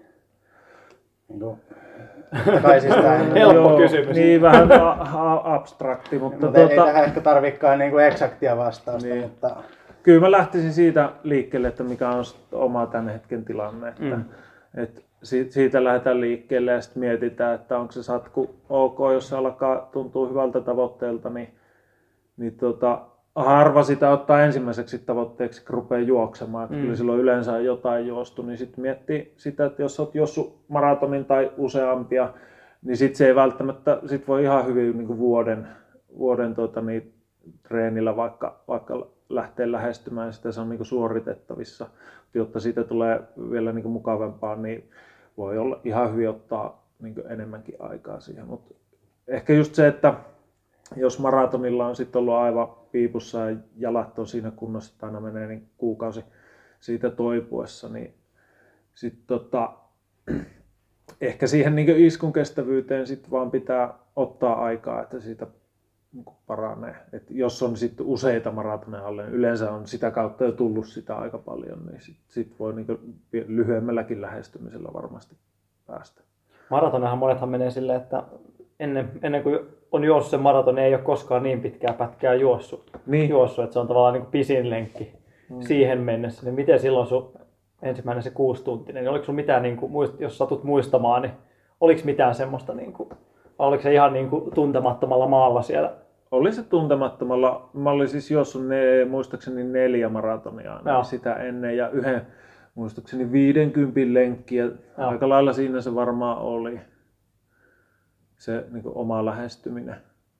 Helppo kysymys. Niin vähän abstrakti, mutta ei tähän ehkä tarvikaan eksaktia vastausta. Niin. Mutta kyllä mä lähtisin siitä liikkeelle, että mikä on oma tämän hetken tilanne. Että siitä lähdetään liikkeelle ja sitten mietitään, että onko se satku ok, jos se alkaa tuntua hyvältä tavoitteelta, niin harva sitä ottaa ensimmäiseksi tavoitteeksi, kun rupeaa juoksemaan. Kyllä silloin yleensä on jotain juostu, niin sitten miettii sitä, että jos olet juossut maratonin tai useampia, niin sitten se ei välttämättä, sit voi ihan hyvin niin kuin vuoden treenillä vaikka lähteä lähestymään, sitä se on niin kuin suoritettavissa. Jotta siitä tulee vielä niin kuin mukavampaa, niin voi olla ihan hyvin ottaa niin kuin enemmänkin aikaa siihen. Mut ehkä just se, että jos maratonilla on sitten ollut aivan piipussa ja jalat on siinä kunnossa, että aina menee niin kuukausi siitä toipuessa, niin sitten ehkä siihen niin iskun kestävyyteen sitten vaan pitää ottaa aikaa, että siitä paranee. Et jos on sitten useita maratoneja alle, niin yleensä on sitä kautta jo tullut sitä aika paljon, niin sitten voi niin lyhyemmälläkin lähestymisellä varmasti päästä. Maratonehan monethan menee silleen, että ennen kuin on juossut sen maraton, niin ei ole koskaan niin pitkää pätkää juossut, että se on tavallaan niin kuin pisin lenkki siihen mennessä. Niin miten silloin sun ensimmäinen se 6-tuntinen, niin oliko sun mitään, niin kuin, jos satut muistamaan, niin oliko mitään semmoista, niin kuin, oliko se ihan niin kuin tuntemattomalla maalla siellä? Oli se tuntemattomalla. Mä olin siis juossut muistaakseni 4 maratonia sitä ennen ja yhden muistaakseni 50 lenkkiä. Aika lailla siinä se varmaan oli. Se niin kuin oma lähestyminen.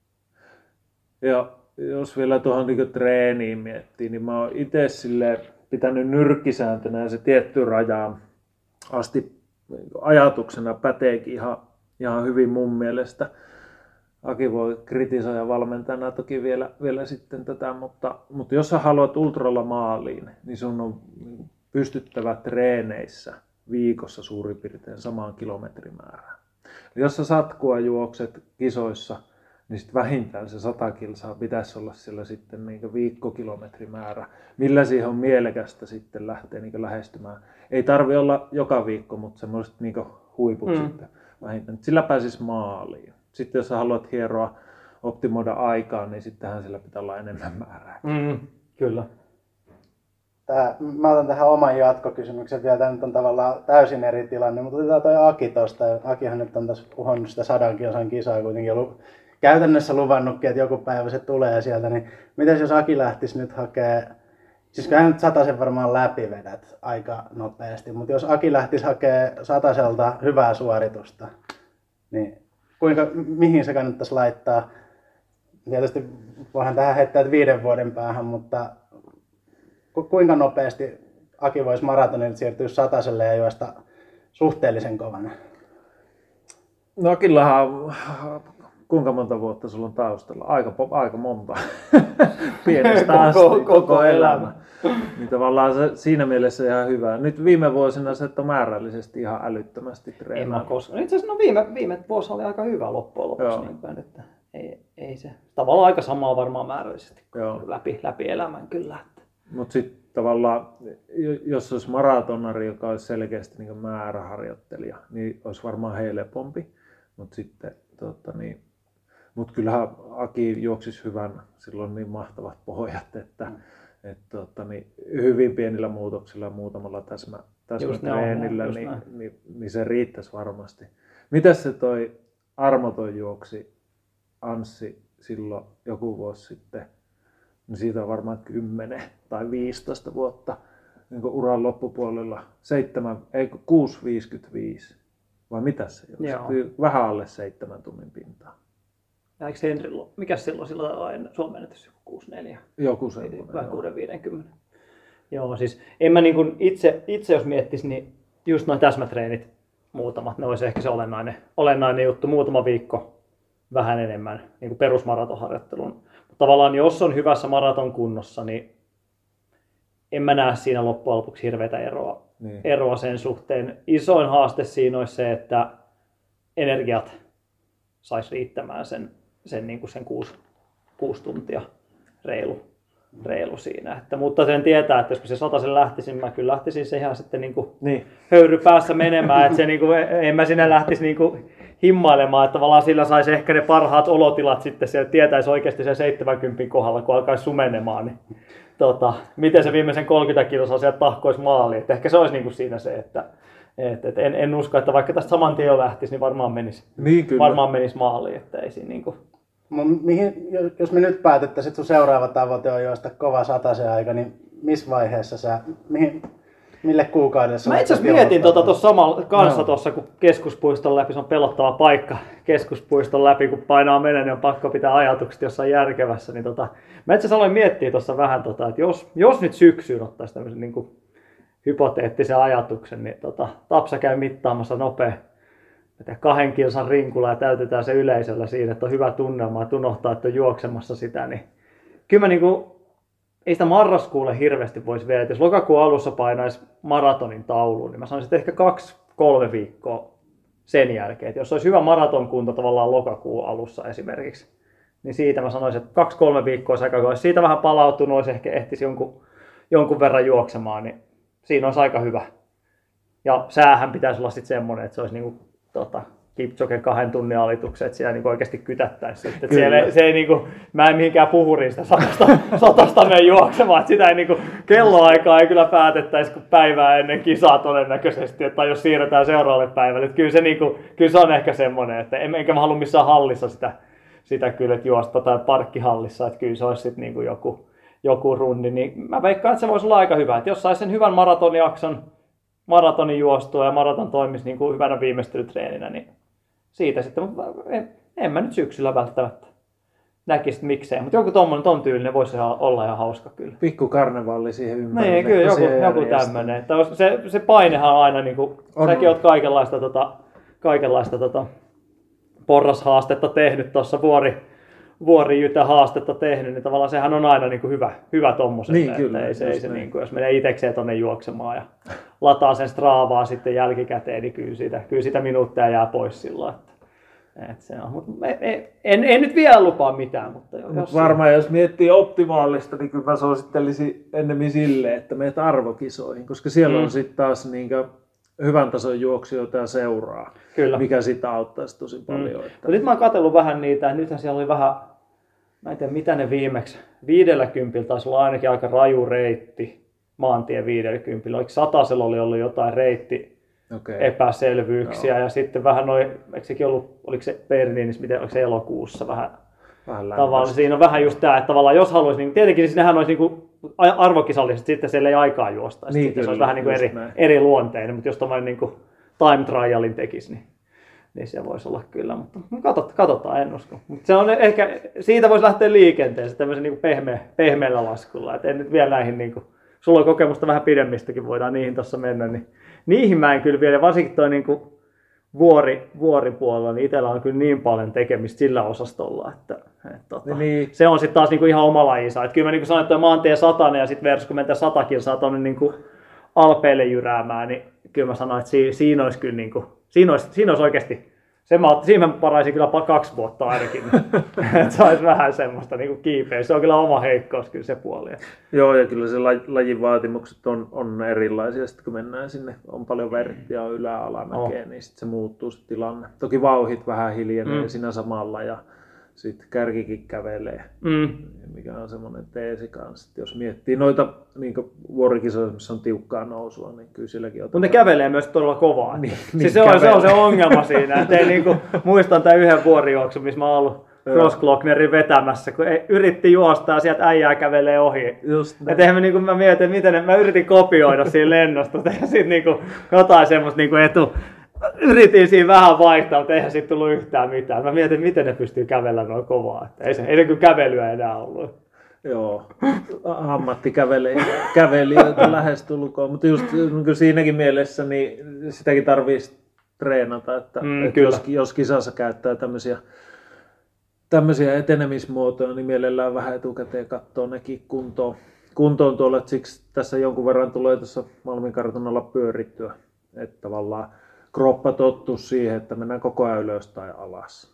Ja jos vielä tuohon niin treeniin miettii, niin mä oon itse pitänyt nyrkkisääntönä ja se tietty rajaan asti ajatuksena päteekin ihan hyvin mun mielestä. Aki voi kritisoida valmentajana toki vielä sitten tätä, mutta jos sä haluat ultralla maaliin, niin sun on pystyttävä treeneissä viikossa suurin piirtein samaan kilometrimäärään. Jos sä satkua juokset kisoissa, niin sit vähintään se 100 kilsaa pitäisi olla siellä sitten niin viikkokilometrimäärä, millä siihen on mielekästä sitten lähteä niin lähestymään. Ei tarvi olla joka viikko, mutta semmoiset niin huiput sitten vähintään. Sillä pääsisi maaliin. Sitten jos sä haluat hieroa, optimoida aikaa, niin sittenhän sillä pitää olla enemmän määrää. Kyllä. Mä otan tähän oman jatkokysymyksen vielä. Tämä nyt on tavallaan täysin eri tilanne, mutta otetaan toi Aki tuosta. Akihan nyt on tässä uhonnut sitä 100 kilsan kisaa kuitenkin ollut käytännössä luvannutkin, että joku päivä se tulee sieltä, niin mitäs jos Aki lähtisi nyt hakee, siis kyllähän nyt Satasen varmaan läpivedät aika nopeasti, mutta jos Aki lähtisi hakee Sataselta hyvää suoritusta, niin mihin se kannattaisi laittaa? Tietysti voihan tähän heittää 5 vuoden päähän, mutta kuinka nopeasti Aki voisi maratonilta siirtyä Sataselle ja juosta suhteellisen kovana? No Akillahan, kuinka monta vuotta sulla on taustalla? Aika monta. Pienestä asti, koko elämä. Niin tavallaan se, siinä mielessä ihan hyvä. Nyt viime vuosina se on määrällisesti ihan älyttömästi treenaa. Itse asiassa viime vuosi oli aika hyvä loppujen lopuksi. Niin päin, että ei se. Tavallaan aika samaa varmaan määrällisesti läpi elämän kyllä. Mutta sitten tavallaan, jos olisi maratonari, joka olisi selkeästi niin määräharjoittelija, niin olisi varmaan helpompi. Mutta sitten, mut kyllähän Aki juoksisi hyvän, silloin niin mahtavat pohjat, että hyvin pienillä muutoksilla ja muutamalla täsmätreenillä, niin se riittäisi varmasti. Mitäs se toi armoton juoksi Anssi silloin joku vuosi sitten? No siitä on varmaan 10 tai 15 vuotta niin uran loppupuolella. 6.55. Vai mitä se juoksi? Vähän alle 7 tunnin pintaa. Ja eikö Henrillä, mikäs silloin Suomen ennätys? 6.4? Joku sellainen. Vähän 6.50. Joo, siis en mä niin kuin itse jos miettis, niin just noin täsmätreenit muutamat, ne olisi ehkä se olennainen juttu. Muutama viikko vähän enemmän niin kuin perusmaratonharjoittelun. Mutta tavallaan jos on hyvässä maratonkunnossa, niin en mä näe siinä loppujen lopuksi hirveätä eroa sen suhteen. Isoin haaste siinä olisi se, että energiat saisi riittämään sen 6 tuntia reilu siinä. Mutta sen tietää, että jos se Satasen lähtisin, mä kyllä lähtisin se ihan sitten höyry päässä menemään. Että se, en mä sinne lähtisi himmailemaan, että tavallaan sillä saisi ehkä ne parhaat olotilat sitten siellä, tietäisi oikeasti sen 70 kohdalla, kun alkaisi sumenemaan. Niin, miten se viimeisen 30 kilsaa sieltä tahkoisi maaliin. Että ehkä se olisi siinä se, että en usko, että vaikka tästä saman tien jo lähtisi, niin varmaan menisi maaliin. Että ei siinä jos me nyt päätettäisiin, että sun seuraava tavoite on juosta kova Satasen aika, niin missä vaiheessa mille kuukaudessa? Mä itse asiassa mietin tuossa samalla kanssa tuossa, kun keskuspuiston läpi, se on pelottava paikka keskuspuiston läpi, kun painaa menee, niin on pakko pitää ajatukset jossain järkevässä. Niin mä itse asiassa aloin miettiä tuossa vähän, että jos nyt syksyyn ottaisi tämmöisen hypoteettisen ajatuksen, niin Tapsa käy mittaamassa nopea 2 kilsan rinkulla ja täytetään se yleisöllä siinä, että on hyvä tunnelma, että unohtaa, että on juoksemassa sitä, niin kyllä mä ei sitä marraskuulle hirveästi voisi vielä, että jos lokakuun alussa painaisi maratonin tauluun, niin mä sanoisin, että ehkä 2-3 viikkoa sen jälkeen, että jos olisi hyvä maratonkunto tavallaan lokakuun alussa esimerkiksi, niin siitä mä sanoisin, että 2-3 viikkoa olisi aika, kun olisi siitä vähän palautunut, olisi ehkä ehtisi jonkun verran juoksemaan, niin siinä olisi aika hyvä. Ja säähän pitäisi olla sitten semmoinen, että se olisi Kipchogen 2 tunnin alitukset, että siellä oikeasti kytättäisiin. Se ei mä en mihinkään puhuriin sitä satasta mene juoksemaan, että sitä ei kelloaikaa ei kyllä päätettäisi kuin päivää ennen kisaa todennäköisesti, tai jos siirretään seuraavalle päivälle. Että kyllä se on ehkä semmoinen, että enkä mä halua missään hallissa sitä kyllä, että juosta tai parkkihallissa, että kyllä se olisi sitten joku rundi. Niin mä veikkaan, että se voisi olla aika hyvä, että jos saisi sen hyvän maratonin juostua ja maraton toimisi hyvänä viimeistelytreeninä, niin siitä sitten, mutta en mä nyt syksyllä välttämättä näkisi miksei, mutta joku ton tyylinen voisi olla ihan hauska kyllä. Pikku karnevalli siihen ympärille. Niin, kyllä joku tämmöinen. Se painehan on aina, säkin oot kaikenlaista porrashaastetta tehnyt tuossa vuorijytä haastetta tehnyt, niin tavallaan sehän on aina hyvä tommoselle, niin, kyllä, että ei se jos menee itsekseen tonne juoksemaan ja lataa sen Stravaa sitten jälkikäteen, niin kyllä sitä minuutteja jää pois silloin. Että se on, mutta en nyt vielä lupaa mitään, mutta varmaan jos miettii optimaalista, niin kyllä mä suosittelisin ennemmin silleen, että menet arvokisoihin, koska siellä on sitten taas hyvän tason juoksijoita ja seuraa, kyllä, mikä sitä auttaisi tosi paljon. Nyt mä oon katsellut vähän niitä, nythän siellä oli vähän, mä en tiedä mitä ne viimeksi, 50 taisi olla ainakin aika raju reitti, maantie 50. Oliko Satasella oli ollut jotain epäselvyyksiä. Ja sitten vähän eikö sekin ollut, oliko se Berliinissä, oliko se elokuussa vähän tavallaan. Siinä on vähän just tämä, että tavallaan jos haluaisi, niin tietenkin siis nehän olisi niin arvokisallisesti, sitten siellä ei aikaa juosta. Niin, sitten se olisi vähän niin eri luonteinen, mutta jos tommoinen niin time trialin tekisi, niin se voisi olla kyllä, mutta katsotaan, en usko. Mutta se on ehkä, siitä voisi lähteä liikenteeseen tämmöisen niin pehmeällä laskulla. Et en nyt vielä näihin, niin kuin, sulla on kokemusta vähän pidemmistäkin, voidaan niihin tuossa mennä, niin niihin mä en kyllä vielä, varsinkin toi niin kuin vuoripuolella, niin itsellä on kyllä niin paljon tekemistä sillä osastolla, että niin. Se on sitten taas niin kuin ihan oma lajinsa. Että kyllä mä niin kuin sanoin, että maantie 100 ja sitten versus kun mentä 100 kilsaa tuonne niin kuin Alpeille jyräämään, niin kyllä mä sanoin, että siinä olisi kyllä niin kuin, siinä olisi oikeasti, siinä mä paraisin kyllä 2 vuotta ainakin, että se olisi vähän semmoista niin kuin kiipeä. Se on kyllä oma heikkous kyllä se puoli. Joo, ja kyllä se lajin vaatimukset on erilaisia, sitten kun mennään sinne, on paljon verttiä ylä-alamäkeä, niin sitten se muuttuu se tilanne. Toki vauhit vähän hiljenee siinä samalla ja sitten kärkikin kävelee, mikä on semmoinen teesi kanssa. Jos miettii noita niin vuorikisoja, missä on tiukkaa nousua, niin kyllä silläkin otetaan. Mutta ne kävelee myös todella kovaa. Niin, se on se ongelma siinä. Että muistan tämän yhden vuorijuoksun, missä mä oon ollut cross-glocknerin vetämässä, kun yritti juosta ja sieltä äijää kävelee ohi. Et eihän mä mietin, miten mä yritin kopioida siinä lennosta. Ja sitten jotain semmoista yritin siinä vähän vaihtaa, mutta eihän siitä tullut yhtään mitään. Mä mietin, miten ne pystyy kävellä noin kovaa. Että ei se kyllä kävelyä enää ollut. Joo, ammattikävelijöitä lähestulkoon. Mutta just siinäkin mielessä niin sitäkin tarvitsisi treenata. Että jos kisassa käyttää tämmöisiä etenemismuotoja, niin mielellään vähän etukäteen katsoo nekin kuntoon tuolla. Että siksi tässä jonkun verran tulee tuossa Malmin kartanolla pyörittyä. Että tavallaan kroppa tottuu siihen, että mennään koko ajan ylös tai alas.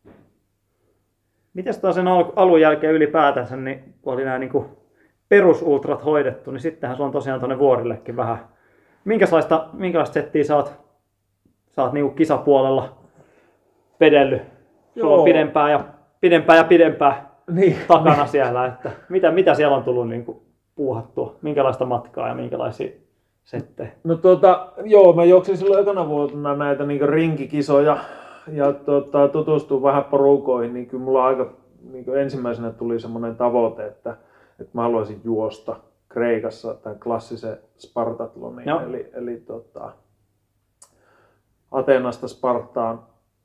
Mites taas sen alun jälkeen ylipäätänsä, niin kun oli nämä niin perusultrat hoidettu, niin sittenhän sulla on tosiaan tuonne vuorillekin vähän. Minkälaista settiä sä oot niin kisapuolella vedellyt? Sulla on pidempää niin, takana siellä. Että mitä siellä on tullut niin puuhattua? Minkälaista matkaa ja minkälaisia settejä? No mä juoksin silloin ekana vuotena näitä niin rinkikisoja ja tutustuin vähän porukoihin, niin kyllä mulla aika niin ensimmäisenä tuli semmoinen tavoite, että mä haluaisin juosta Kreikassa tämän klassisen Spartatlonin, eli Ateenasta Spartaan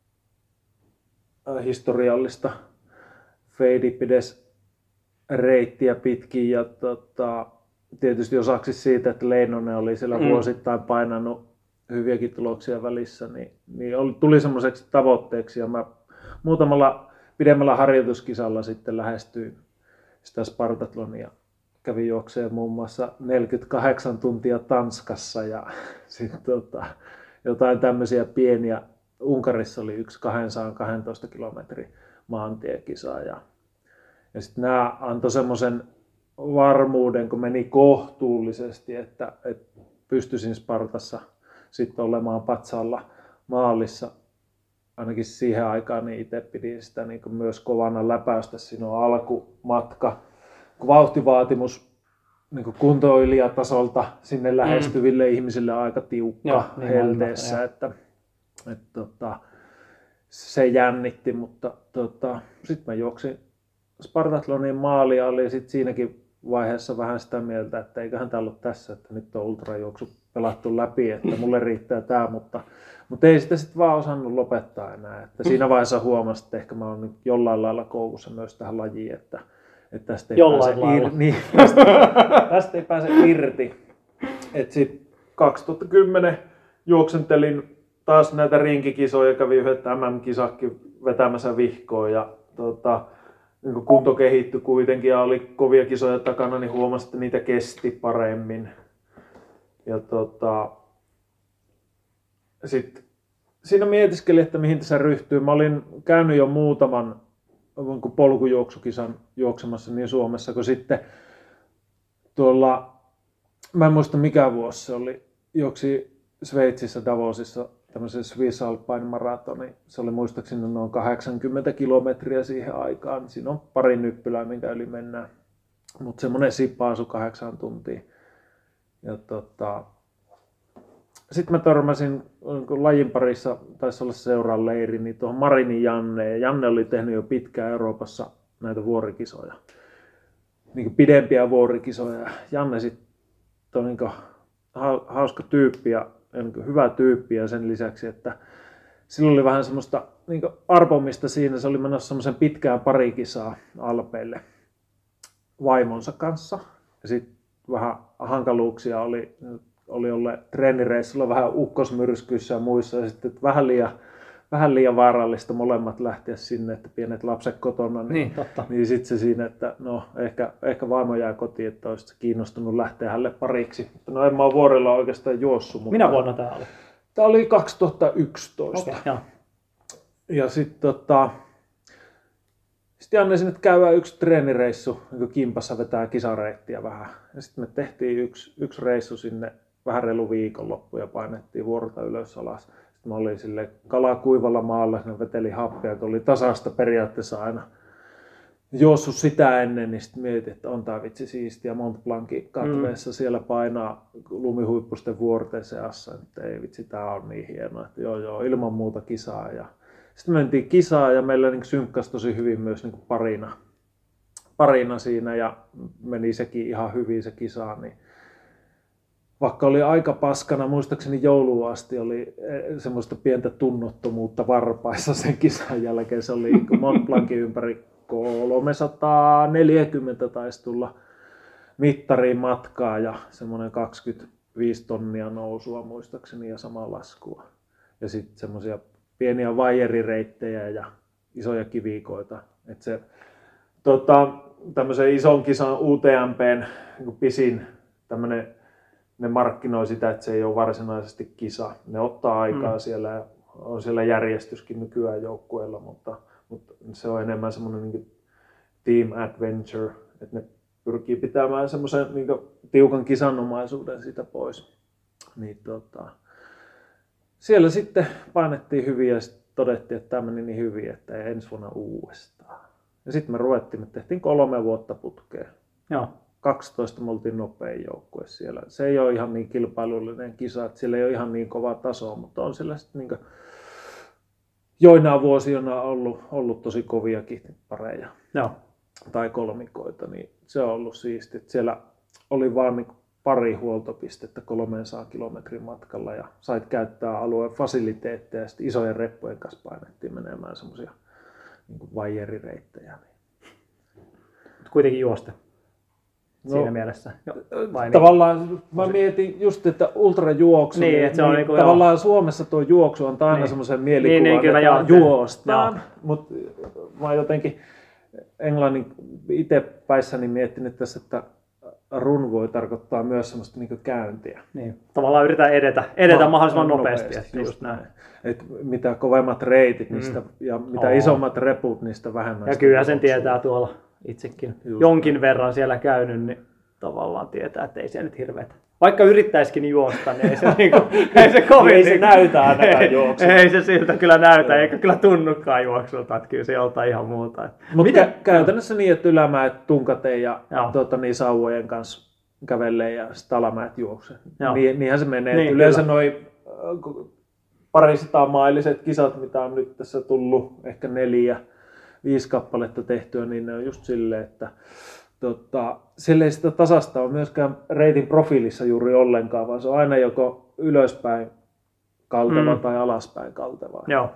historiallista Feidipides reittiä pitkin ja tietysti osaksi siitä, että Leinonen oli siellä vuosittain painanut hyviäkin tuloksia välissä, niin tuli semmoiseksi tavoitteeksi ja mä muutamalla pidemmällä harjoituskisalla sitten lähestyin sitä Spartatlonia. Kävin juokseen muun muassa 48 tuntia Tanskassa ja sitten jotain tämmöisiä pieniä. Unkarissa oli yksi 212 kilometrin maantiekisa ja sitten nämä antoi semmoisen varmuuden, kun meni kohtuullisesti, että pystyisin Spartassa sitten olemaan patsalla maalissa. Ainakin siihen aikaan niin itse pidin sitä niin myös kovana läpäystä. Siinä on alkumatka, vauhtivaatimus niin kuntoilijatasolta sinne lähestyville ihmisille aika tiukka helteessä, että se jännitti, mutta sitten mä juoksin Spartatlonin maalia, oli sitten siinäkin vaiheessa vähän sitä mieltä, että eiköhän tämä ollut tässä, että nyt on ultrajuoksu pelattu läpi, että mulle riittää tämä, mutta ei sitä sitten vaan osannut lopettaa enää. Että siinä vaiheessa huomasin, että ehkä mä oon nyt jollain lailla koukussa myös tähän lajiin, että tästä ei pääse irti. Et sitten 2010 juoksentelin taas näitä rinkikisoja, kävin yhdet MM-kisakkin vetämässä vihkoon ja niin kunto kehittyi kuitenkin ja oli kovia kisoja takana, niin huomasin, että niitä kesti paremmin. Ja sitten siinä mietiskelin, että mihin tässä ryhtyy. Mä olin käynyt jo muutaman polkujuoksukisan juoksemassa niin Suomessa kuin sitten tuolla, mä en muista mikä vuosi se oli, juoksi Sveitsissä Davosissa tämmöisen Swiss Alpine maratoni. Se oli muistaakseni noin 80 kilometriä siihen aikaan. Siinä on pari nyppylää, minkä yli mennään. Mutta semmoinen sipaasu 8 tuntia. Ja sitten mä törmäsin, kun lajin parissa taisi olla seuran leiri, niin tuohon Marinin Janne. Ja Janne oli tehnyt jo pitkään Euroopassa näitä vuorikisoja. Niin pidempiä vuorikisoja. Janne sitten on niin hauska tyyppi ja niin hyvä tyyppi ja sen lisäksi, että sillä oli vähän semmoista niin arpomista siinä. Se oli menossa semmoisen pitkään parikisaa Alpeille vaimonsa kanssa. Ja sitten vähän hankaluuksia oli olleet treenireissulla vähän ukkosmyrskyissä ja muissa. Ja sitten vähän liian vaarallista molemmat lähteä sinne, että pienet lapset kotona. Niin, totta. Niin sitten se siinä, että no ehkä vaimo jää kotiin, että olisi kiinnostunut lähteä hänelle pariksi. No en mä ole vuorilla oikeastaan juossut. Mutta minä vuonna tää oli? Tää oli 2011. Okay, ja sitten Janne sinne käydään yksi treenireissu, niin kimpassa vetää kisareittiä vähän. Ja sitten me tehtiin yksi reissu sinne vähän reilu viikonloppu ja painettiin vuorta ylös alas. Sitten mä olin sille kalakuivalla maalla, sinne veteli happea, kun oli tasasta periaatteessa aina juossut sitä ennen, niin sitten mietin, että on tää vitsi siistiä. Mont Blancin katveessa siellä painaa lumihuippusten vuorten seassa, että ei vitsi, tää on niin hienoa, että joo, ilman muuta kisaa. Ja sitten mentiin kisaan ja meillä niin synkkasi tosi hyvin myös niin parina siinä ja meni sekin ihan hyvin se kisa. Niin vaikka oli aika paskana, muistaakseni jouluun asti oli semmoista pientä tunnottomuutta varpaissa sen kisan jälkeen. Se oli Mont Blancin ympäri 340 taisi tulla mittariin matkaa ja semmoinen 25 tonnia nousua muistaakseni ja sama laskua. Ja sitten semmoisia pieniä vaijerireittejä ja isoja kivikoita. Et se, tämmöisen ison kisan UTMPn niin pisin tämmöinen, ne markkinoi sitä, että se ei ole varsinaisesti kisa. Ne ottaa aikaa siellä ja on siellä järjestyskin nykyään joukkueella, mutta se on enemmän semmoinen niin team adventure, että ne pyrkii pitämään semmoisen niin tiukan kisanomaisuuden siitä pois. Niin, siellä sitten painettiin hyvin ja todettiin, että tämä meni niin hyvin, että ei ensi vuonna uudestaan. Ja sitten me tehtiin 3 vuotta putkeen. Joo. 12 me oltiin nopein joukkue siellä. Se ei ole ihan niin kilpailullinen kisa, että siellä ei ole ihan niin kova taso, mutta on siellä sitten niin joinain vuosina ollut tosi koviakin pareja. Joo. Tai kolmikoita, niin se on ollut siistiä. Siellä oli vaan niin pari huoltopistettä 300 kilometrin matkalla ja sait käyttää alueen fasiliteetteja ja sitten isojen reppujen kanssa painettiin menemään semmoisia niin vaijerireittejä. Kuitenkin juosta siinä mielessä. Tavallaan mä mietin just, että ultrajuoksu, niin tavallaan Suomessa tuo juoksu on aina semmoisen mielikuvan, että juostaan, mutta mä jotenkin englannin itse päissäni miettinyt tässä, että run voi tarkoittaa myös semmoista niin käyntiä. Niin. Tavallaan yritetään edetä mahdollisimman nopeasti. Just näin. Et mitä kovemmat reitit niistä, ja mitä isommat reput, niistä vähemmän. Ja kyllä sen tietää tuolla itsekin. Just jonkin verran siellä käynyt, niin tavallaan tietää, että ei se nyt hirveätä. Vaikka yrittäisikin juosta, niin ei se, ei se kovin... ei se näytä ainakaan juoksulta. Ei se siltä kyllä näytä, eikä kyllä tunnukaan juoksulta, että kyllä se joltain ihan muuta. Mutta käytännössä niin, että ylämäet tunkateen ja sauvojen kanssa kävelee ja sitten alamäet juoksee. Niinhän se menee. Niin, yleensä noin 200-mailiset kisat, mitä on nyt tässä tullut, ehkä 4-5 kappaletta tehtyä, niin ne on just silleen, että siellä ei sitä tasasta ole myöskään reitin profiilissa juuri ollenkaan, vaan se on aina joko ylöspäin kalteva tai alaspäin kalteva. Joo.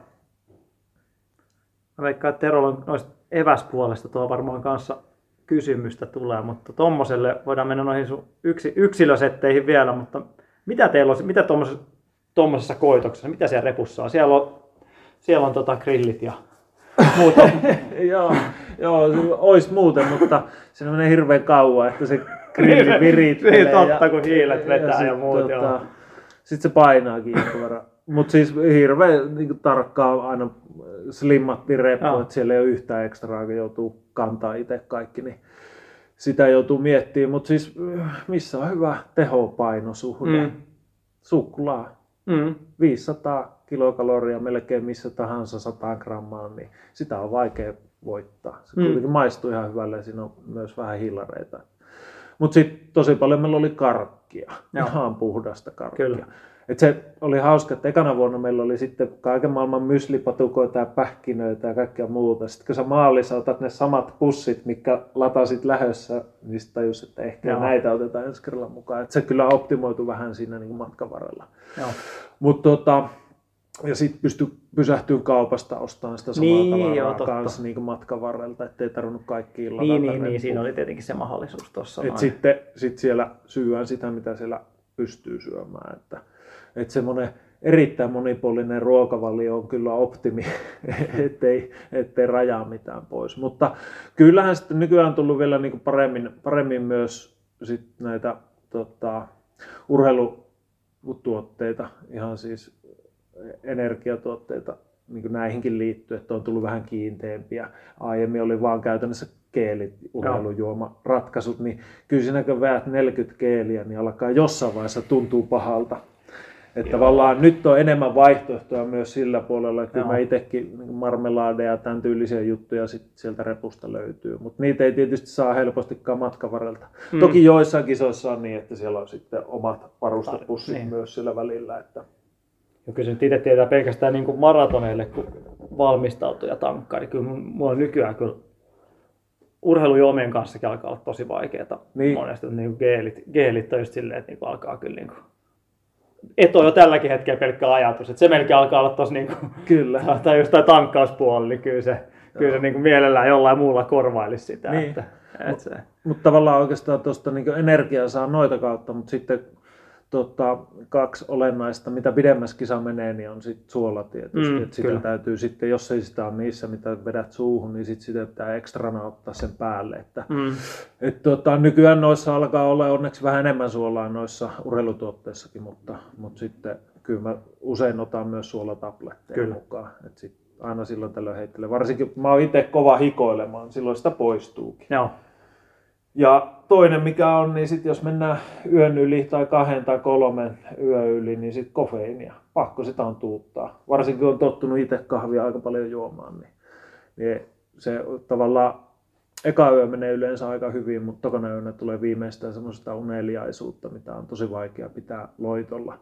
Mä veikkaan, että Terolla on noista eväspuolesta tuo varmaan kanssa kysymystä tulee, mutta tommoselle voidaan mennä noihin sun yksilösetteihin vielä, mutta mitä teillä on, mitä tommosessa koitoksessa, mitä siellä repussa on? Siellä on grillit ja muuta. Joo, ois muuten, mutta se menee hirveän kauan, että se grilli virittelee. Niin totta, kun hiilet vetää ja muut. Sitten se painaakin jonkun verran. Mutta siis hirveän niin tarkkaan aina slimmattiin reppu, että siellä ei ole yhtään ekstraa, kun joutuu kantaa itse kaikki, niin sitä joutuu miettimään. Mutta siis missä on hyvä tehopainosuhde? Suklaa. 500 kilokaloria melkein missä tahansa 100 grammaa, niin sitä on vaikea voittaa. Se kuitenkin maistuu ihan hyvälle ja siinä on myös vähän hillareita. Mutta sitten tosi paljon meillä oli karkkia. karkkia, ihan puhdasta karkkia. Kyllä. Et se oli hauska, että ekana vuonna meillä oli sitten kaiken maailman myslipatukoita ja pähkinöitä ja kaikkea muuta. Sitten kun sä maalissa otat ne samat pussit, mitkä latasit lähössä, niin sitten tajus, että ehkä näitä otetaan ensi kerralla mukaan. Et se kyllä optimoitu vähän siinä niin kuin matkan varrella. Ja sitten pystyi pysähtyä kaupasta ostamaan sitä samaa tavaraa kanssa niin matkan varrelta, ettei tarvinnut kaikkiin ladata. Niin, siinä oli tietenkin se mahdollisuus tuossa. Sitten siellä syödään sitä, mitä siellä pystyy syömään. Että semmoinen erittäin monipuolinen ruokavalio on kyllä optimi, ettei rajaa mitään pois. Mutta kyllähän sitten nykyään on tullut vielä niin kuin paremmin myös sit näitä urheilutuotteita, ihan siis energiatuotteita niin kuin näihinkin liittyen, että on tullut vähän kiinteämpiä. Aiemmin oli vaan käytännössä keelit, urheilujuomaratkaisut, niin kyllä siinä kun väät 40 keeliä, niin alkaa jossain vaiheessa tuntuu pahalta. Että tavallaan nyt on enemmän vaihtoehtoja myös sillä puolella, että mä itsekin niin marmelaadeja ja tämän tyylisiä juttuja sieltä repusta löytyy, mutta niitä ei tietysti saa helpostikaan matkan varrelta. Toki joissain kisoissa on niin, että siellä on sitten omat varustepussit myös sillä välillä. Että... Ja kyllä se itse tietää pelkästään niin kuin maratoneille, kun valmistautuu ja tankkaa, niin kyllä mulla nykyään kyllä urheilujuomien kanssakin alkaa olla tosi vaikeaa. Monesti niin geelit on just silleen, että niin alkaa kyllä niin kuin... Et on jo tälläkin hetkellä pelkkä ajatus, että se melkein alkaa olla tossa niinku, tai just tämä tankkauspuoli, niin kyllä se niinku mielellään jollain muulla korvailisi sitä. Niin. Mutta tavallaan oikeastaan tuosta niinku energiaa saa noita kautta, mutta sitten kaksi olennaista, mitä pidemmäs kisa menee, niin on sitten suola tietysti. Että sitä täytyy sitten, jos ei sitä ole niissä, mitä vedät suuhun, niin sitten sitä pitää ekstrana ottaa sen päälle. Että, nykyään noissa alkaa olla onneksi vähän enemmän suolaa noissa urheilutuotteissakin, mutta sitten kyllä mä usein otan myös suolatabletteja mukaan. Et sit aina silloin tällöin heittelen. Varsinkin mä oon itse kova hikoilemaan, silloin sitä poistuukin. Joo. Ja toinen mikä on, niin sit jos mennään yön yli tai 2 tai 3 yön yli, niin sit kofeiinia. Pakko sitä on tuuttaa. Varsinkin kun on tottunut itse kahvia aika paljon juomaan, niin se tavallaan eka yö menee yleensä aika hyvin, mutta tokana yönä tulee viimeistään semmoista uneliaisuutta, mitä on tosi vaikea pitää loitolla,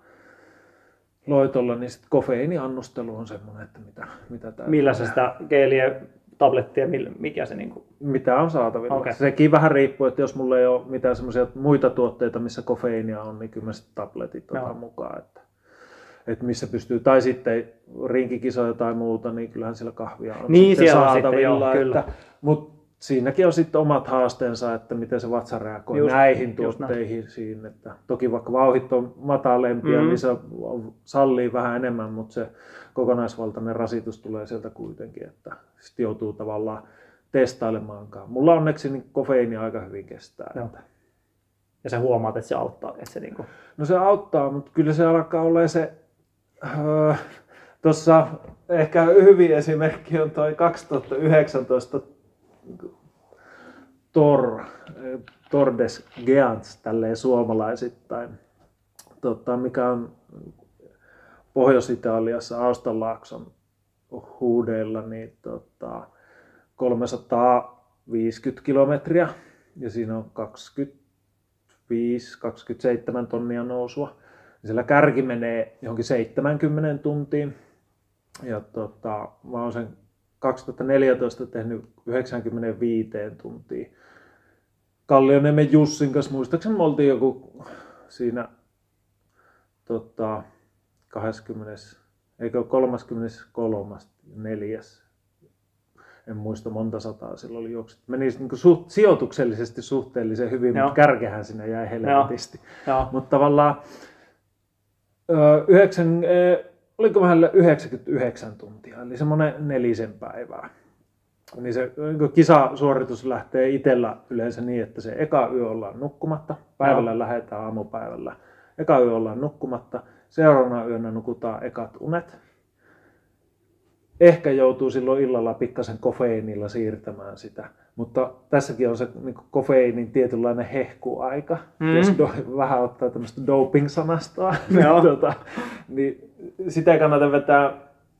niin sit kofeiiniannostelu on semmoinen, että mitä täytyy. Millä se sitä geeliä, tablettia, mikä se niinku? Mitä on saatavilla. Okay. Sekin vähän riippuu, että jos mulla ei ole mitään semmoisia muita tuotteita, missä kofeiinia on, niin kyllä mä sitten tabletit otan mukaan. Että missä pystyy, tai sitten rinkikisoja tai muuta, niin kyllähän siellä kahvia on niin, sitten saatavilla. Mutta siinäkin on sitten omat haasteensa, että miten se vatsa reagoi näihin tuotteisiin. Että toki vaikka vauhdit on matalempia, niin se sallii vähän enemmän, mutta se kokonaisvaltainen rasitus tulee sieltä kuitenkin, että sitten joutuu tavallaan testailemaankaan. Mulla onneksi niin kofeiini aika hyvin kestää. Että. Ja sä huomaat, että se auttaa? Että se niinku... No se auttaa, mutta kyllä se alkaa olla se... Tuossa ehkä hyvin esimerkki on toi 2019 Tour des Géants tälleen suomalaisittain, mikä on Pohjois-Italiassa Austanlaakson huudeilla niin 350 kilometriä ja siinä on 25-27 tonnia nousua. Siellä kärki menee johonkin 70 tuntiin ja mä oon sen 2014 tehnyt 95 tuntia. Kallioniemen Jussin kanssa muistaakseni me oltiin joku siinä 33.4. En muista monta sataa silloin oli juokset. Meni niin sijoituksellisesti suhteellisen hyvin, mutta kärkehän sinne jäi helvetisti. Mutta tavallaan oliko vähän 99 tuntia, eli semmoinen 4 päivää. Niin se kisasuoritus lähtee itsellä yleensä niin, että se eka yö ollaan nukkumatta, päivällä lähdetään aamupäivällä. Eka yö ollaan nukkumatta, seuraavana yönä nukutaan ekat unet. Ehkä joutuu silloin illalla pikkasen kofeiinilla siirtämään sitä, mutta tässäkin on se niin kofeiinin tietynlainen hehkuaika, jos vähän ottaa tämmöistä doping-sanastoa, niin sitä ei kannata vetää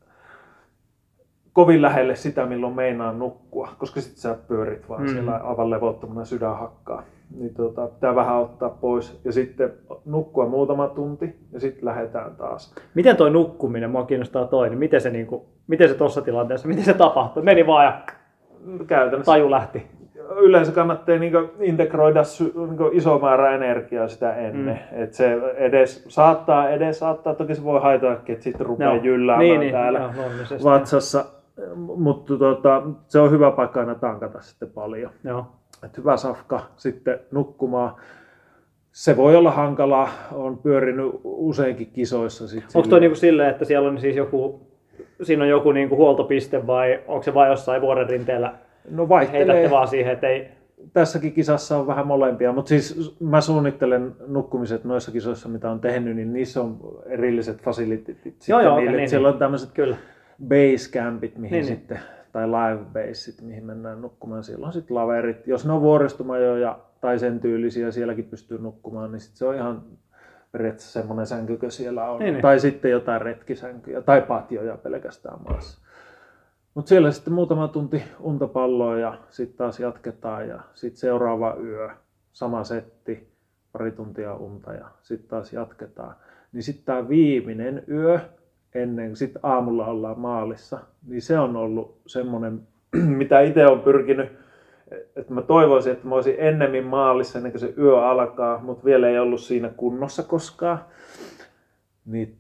kovin lähelle sitä, milloin meinaa nukkua, koska sitten sä pyörit vaan siellä aivan levottomana, sydän hakkaa. niin pitää vähän ottaa pois ja sitten nukkua muutama tunti ja sitten lähdetään taas. Miten toi nukkuminen, mua kiinnostaa toi, niin miten se tuossa tilanteessa, miten se tapahtui? Meni vaan ja Käytännössä taju lähti. yleensä kannattaa integroida iso määrä energiaa sitä ennen. Et se saattaa, toki se voi haitaakin, että sitten rupeaa jylläämään täällä vatsassa. Mutta se on hyvä paikka aina tankata sitten paljon. Joo. Et hyvä safka sitten nukkumaan. Se voi olla hankalaa, on pyörinyt useinkin kisoissa. Onko toi niinku silleen, että siellä on siis siinä on joku niinku huoltopiste vai onko se vain jossain vuoren rinteellä? No vaihtelee. Heitätte vaan siihen, että ei... Tässäkin kisassa on vähän molempia, mutta siis mä suunnittelen nukkumiset noissa kisoissa, mitä on tehnyt, niin niissä on erilliset facilityt. Siellä on tämmöiset base campit, mihin sitten, tai live baseit, mihin mennään nukkumaan. Siellä on sitten laverit. Jos ne on vuoristomajoja tai sen tyylisiä, sielläkin pystyy nukkumaan, niin sitten se on ihan periaatteessa semmoinen sänkykö siellä on. Tai sitten jotain retkisänkyjä tai patjoja pelkästään maassa. Mutta siellä sitten muutama tunti untapalloa ja sitten taas jatketaan ja sitten seuraava yö, sama setti, pari tuntia unta ja sitten taas jatketaan. Niin sitten tämä viimeinen yö, ennen kuin sitten aamulla ollaan maalissa, niin se on ollut semmoinen, mitä itse olen pyrkinyt, että mä toivoisin, että mä olisin ennemmin maalissa ennen kuin se yö alkaa, mutta vielä ei ollut siinä kunnossa koskaan. Niin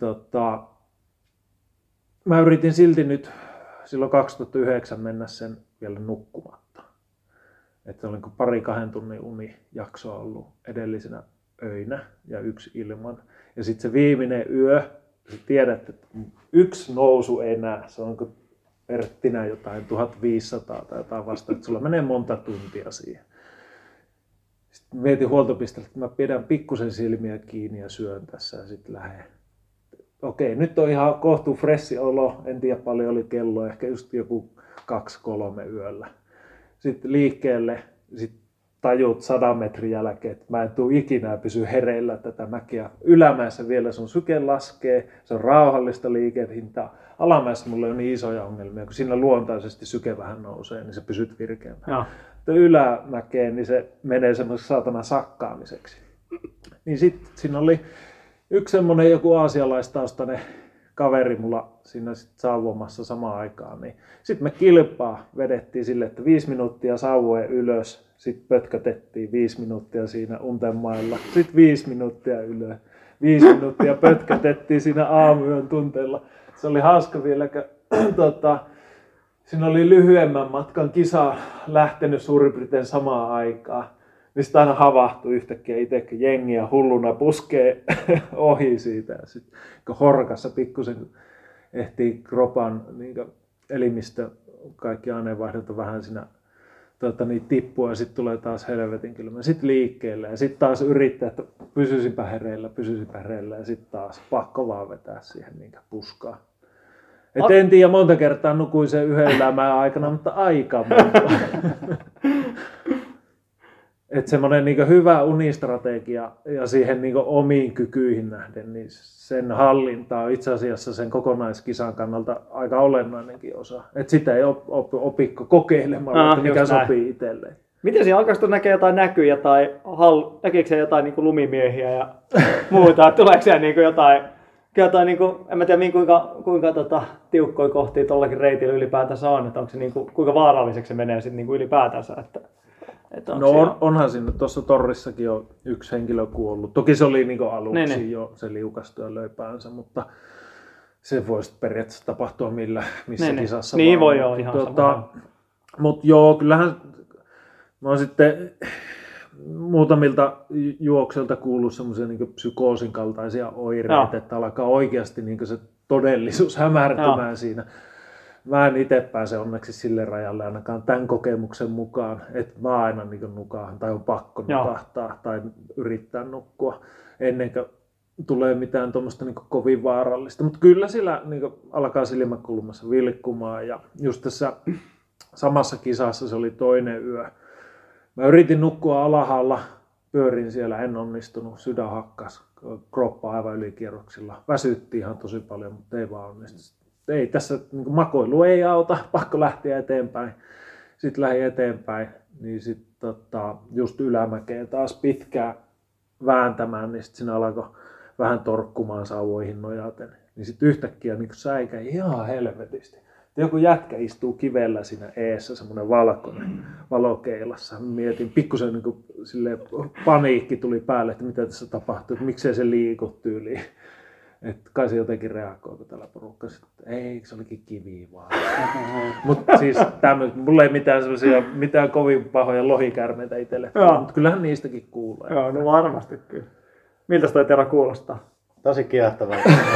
mä yritin silti nyt silloin 2009 mennä sen vielä nukkumatta. Että oli 2 tunnin unijaksoa ollut edellisenä öinä ja 1 ilman. Ja sitten se viimeinen yö, tiedät, että 1 nousu enää, se on perttinä jotain 1500 tai jotain vasta, että sulla menee monta tuntia siihen. Sitten mietin huoltopisteelle, että mä pidän pikkusen silmiä kiinni ja syön tässä ja sitten lähden. Okei, nyt on ihan kohtuu freshi olo, en tiedä paljon oli kello, ehkä just joku 2-3 yöllä. Sitten liikkeelle, sitten tajut 100 metrin jälkeen, että mä en tule ikinä pysy hereillä tätä mäkeä. Ylämäessä vielä sun syke laskee, se on rauhallista liikehdintää. Alamäessä mulla on niin isoja ongelmia, kun siinä luontaisesti syke vähän nousee, niin sä pysyt virkeämpää. Ylämäkeen, niin se menee semmoiseksi saatana sakkaamiseksi. Niin sitten siinä oli yksi semmoinen joku aasialaistaustainen kaveri mulla siinä sit sauvomassa samaan aikaan. Niin sitten me kilpaa vedettiin sille, että 5 minuuttia sauvoen ylös, sitten pötkötettiin 5 minuuttia siinä untemailla, sitten 5 minuuttia ylös, 5 minuuttia pötkötettiin siinä aamuyön tunteella. Se oli hauska vielä, siinä oli lyhyemmän matkan kisa lähtenyt suurin piirtein samaan aikaan. Niin sitten aina havahtui yhtäkkiä itsekin jengiä hulluna puskee ohi siitä. Ja sitten kun horkassa pikkusen ehtii kropan elimistö, kaikki aineenvaihdunta vähän siinä tippua ja sitten tulee taas helvetin kylmä. Sitten liikkeelle ja sitten taas yrittää, että pysyisipä hereillä ja sitten taas pakko vaan vetää siihen puskaa. Et en tiedä, monta kertaa nukuin sen yhden elämän aikana, mutta aika monta. Että semmoinen hyvä unistrategia ja siihen omiin kykyihin nähden, niin sen hallinta on itse asiassa sen kokonaiskisan kannalta aika olennainenkin osa. Että sitä ei opi kokeilemalla, mikä sopii itselleen. Miten siinä alkaisi näkee jotain näkyjä tai näkeekö se jotain lumimiehiä ja muuta? Tuleeko siellä jotain en mä tiedä kuinka tiukkoja kohtia tuollakin reitillä ylipäätänsä on, että onko se kuinka vaaralliseksi se menee sitten ylipäätänsä, että onhan siinä tuossa torrissakin on 1 henkilö kuollut. Toki se oli aluksi jo, se liukastui ja löi päänsä, mutta se voisi periaatteessa tapahtua missä kisassa niin vaan. Voi joo, ihan mutta joo, kyllähän mä oon sitten muutamilta juokselta kuullut semmoisia psykoosin kaltaisia oireita, että alkaa oikeasti se todellisuus hämärtymään siinä. Mä en itse pääse onneksi sille rajalle ainakaan tämän kokemuksen mukaan, että mä aina nukahan tai on pakko nukahtaa tai yrittää nukkua ennen kuin tulee mitään tuommoista kovin vaarallista. Mutta kyllä sillä alkaa silmäkulmassa vilkkumaan ja just tässä samassa kisassa se oli toinen yö. Mä yritin nukkua alhaalla, pyörin siellä, en onnistunut, sydän hakkas, kroppa aivan ylikierroksilla. Väsytti ihan tosi paljon, mutta ei vaan onnistu. Ei tässä makoilu ei auta, pakko lähteä eteenpäin. Sitten lähdin eteenpäin, niin sitten just ylämäkeen taas pitkään vääntämään, niin sitten siinä alkoi vähän torkkumaan sauvoihin nojaten. Niin sitten yhtäkkiä niin säikäi ihan helvetisti. Joku jätkä istuu kivellä siinä eessä, semmoinen valkoinen valokeilassa. Mietin, pikkusen niin paniikki tuli päälle, että mitä tässä tapahtuu, että miksei se liiku tyyliin. Että kai se jotenkin reagoi, kun tällä porukassa, että ei, se olikin kivi vaan. Mutta siis mulla ei mitään kovin pahoja lohikärmeitä itselle, mutta kyllähän niistäkin kuulee. Joo, no varmasti kyllä. Miltä toi Tero kuulostaa? Tosi kiehtovaa.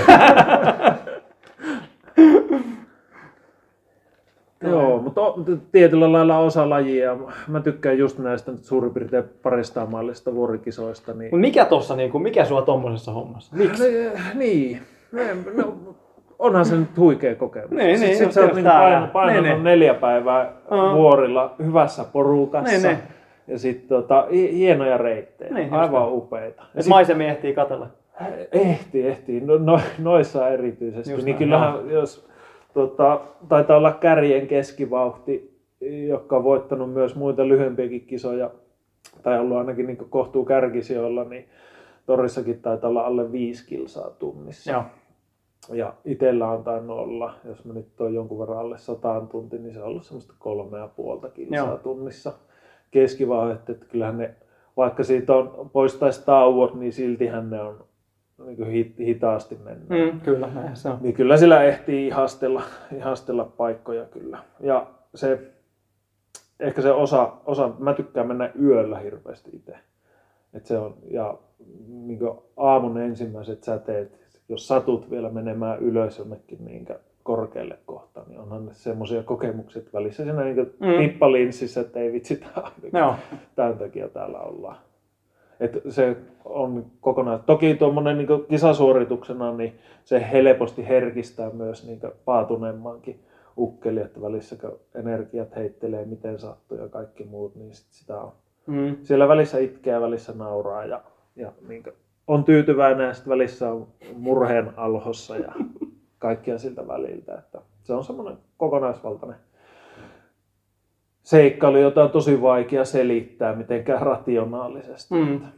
Joo, mutta tietyllä lailla osa lajia. Mä tykkään just näistä suurin piirtein parista maallisista vuorikisoista. Niin... Mut mikä sua tommosessa hommassa? Miksi? Niin. Onhan se nyt huikea kokemus. Sitten sä oot painanut 4 päivää vuorilla hyvässä porukassa. Ja sitten hienoja reittejä. Aivan upeita. Et maisemia ehtii katsella? Ehtii. Noissa erityisesti. Just niin kyllähän jos... taitaa olla kärjen keskivauhti, joka on voittanut myös muita lyhyempiäkin kisoja, tai ollut ainakin niin kohtuu kärkisijoilla, niin torissakin taitaa olla alle 5 kilsaa tunnissa. Joo. Ja itsellä on tainnut olla, jos mä nyt oon jonkun verran alle 100 tuntia, niin se on ollut semmoista 3,5 kilsaa tunnissa keskivauhti. Että kyllähän ne, vaikka siitä on poistaisi tauot, niin siltihän ne on niin hitaasti mennään. Kyllä, se on. Niin kyllä sillä ehtii ihastella paikkoja kyllä. Ja ehkä se osa, mä tykkään mennä yöllä hirveästi itse. Et se on, ja niin aamun ensimmäiset säteet, jos satut vielä menemään ylös jonnekin niinkä korkealle kohtaan, niin onhan semmoisia kokemuksia välissä siinä niin tippalinssissä, että ei vitsi, tämän takia täällä ollaan. Että se on kokonaan. Toki tuommoinen niin kisasuorituksena, niin se helposti herkistää myös niin paatuneemmankin ukkeli, että välissä kun energiat heittelee miten sattuu ja kaikki muut, niin sitä on. Siellä välissä itkee ja välissä nauraa ja niin on tyytyväinen ja sitten välissä on murheen alhossa ja kaikkia siltä väliltä. Että se on semmoinen kokonaisvaltainen seikkailu, jota on tosi vaikea selittää mitenkään rationaalisesti.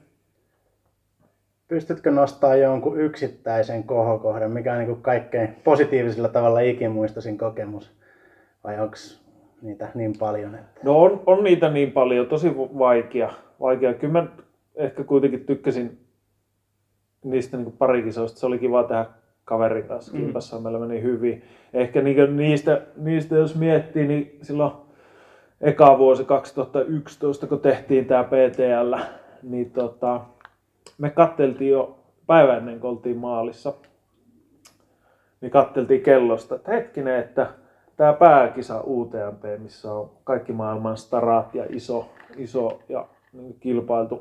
Pystytkö nostamaan jonkun yksittäisen kohokohdan, mikä on niin kaikkein positiivisella tavalla ikimuistoisin kokemus? Vai onko niitä niin paljon? Että... No on niitä niin paljon, tosi vaikea. Kyllä mä ehkä kuitenkin tykkäsin niistä niin pari kisoista. Se oli kiva tehdä kaverin kanssa kimpassa, meillä meni hyvin. Ehkä niistä jos miettii, niin silloin eka vuosi 2011, kun tehtiin tämä PTL, niin me katteltiin jo päivän ennen kuin oltiin maalissa. Niin katteltiin kellosta, että hetkinen, että tämä pääkisa UTMP, missä on kaikki maailman starat ja iso ja niin kilpailtu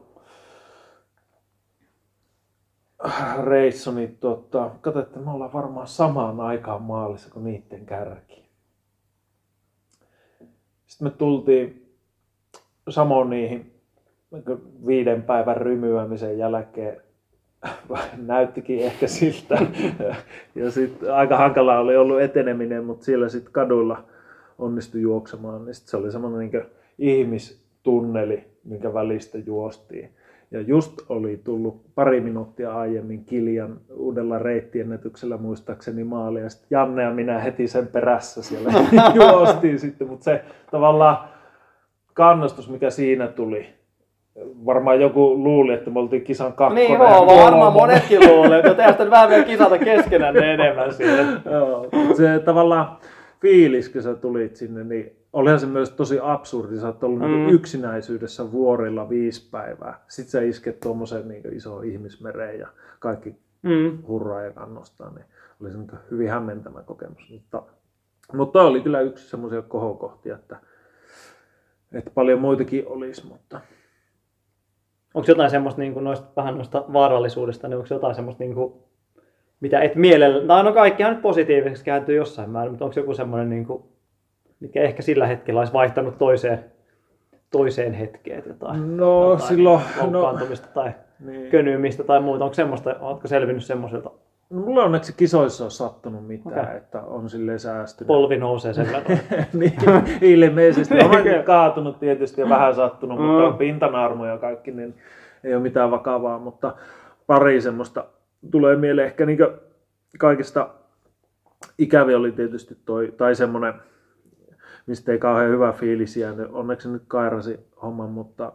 reissu, niin katsotaan, että me ollaan varmaan samaan aikaan maalissa kuin niiden kärki. Sitten me tultiin samoin niihin 5 päivän rymyämisen jälkeen. Näyttikin ehkä siltä. Ja sitten aika hankala oli ollut eteneminen, mutta siellä sitten kaduilla onnistui juoksemaan. Niin se oli semmoinen niin ihmistunneli, minkä välistä juostiin. Ja just oli tullut pari minuuttia aiemmin Kiljan uudella reittiennätyksellä muistaakseni maali. Ja sitten Janne ja minä heti sen perässä siellä juostiin sitten. Mutta se tavallaan kannostus, mikä siinä tuli. Varmaan joku luuli, että me oltiin kisan kakkonen. Niin varmaan monetkin luulee, että tehdään sitten vähän vielä kisata keskenään enemmän siellä. Joo, se tavallaan fiilis, kun sä tulit sinne, niin olihan se myös tosi absurdi. Sä oot ollut yksinäisyydessä vuorilla 5 päivää. Sitten sä isket tuommoisen niin iso ihmismereen ja kaikki hurraa ja kannustaa. Niin oli se hyvin hämmentävä kokemus. Mutta oli kyllä yksi semmoisia kohokohtia, että paljon muitakin olisi, mutta... Onko jotain semmoista niin vähän noista vaarallisuudesta, niin onko jotain semmoista, niin kuin, mitä et mielellä... No kaikkihan nyt positiiviseksi kääntyy jossain määrin, mutta onko joku semmoinen, niin kuin, mikä ehkä sillä hetkellä olisi vaihtanut toiseen hetkeen jotain? No silloin... Loukkaantumista tai könyymistä tai muuta. Onko semmoista, oletko selvinnyt semmoiselta No, mulla onneksi kisoissa on sattunut mitään, Okei. että on silleen säästynyt. Polvi nousee sen verran. Niin, ilmeisesti. On kaatunut tietysti ja vähän sattunut, mutta on pintanaarmuja ja kaikki, niin ei ole mitään vakavaa. Mutta pari semmoista tulee mieleen ehkä niin kaikista ikävi oli tietysti toi, tai semmoinen, mistä ei kauhean hyvä fiilis jäänyt. Onneksi nyt kairasi homman, mutta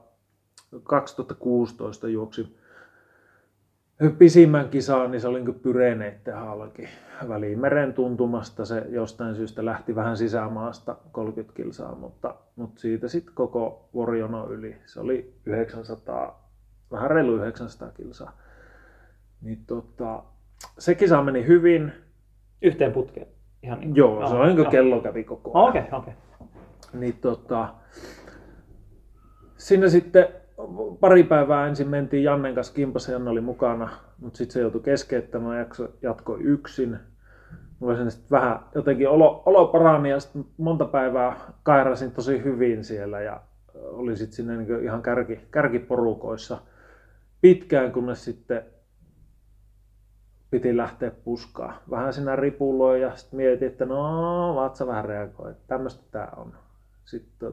2016 juoksi pisimmän kisaan, niin se oli niin Pyreneitten halki Välimeren tuntumasta. Se jostain syystä lähti vähän sisämaasta 30 kilsaa, mutta siitä sitten koko Vorjono yli. Se oli 900, vähän reilu 900 kilsaa. Niin se kisa meni hyvin. Yhteen putkeen. Ihan niin. Joo, se on niin kuin kello kävi koko ajan. Okei. Niin siinä sitten pari päivää ensin mentiin Jannen kanssa kimpassa, Janne oli mukana, mutta sitten se joutui keskeyttämään ja jatkoi yksin. Mulla sen sitten vähän jotenkin olo parani ja sitten monta päivää kairasin tosi hyvin siellä ja oli sitten sinne niin ihan kärkiporukoissa pitkään, kunnes sitten piti lähteä puskaan. Vähän siinä ripuloin ja sitten mietin, että no vatsa vähän reagoi, että tämmöistä tää on. Sitten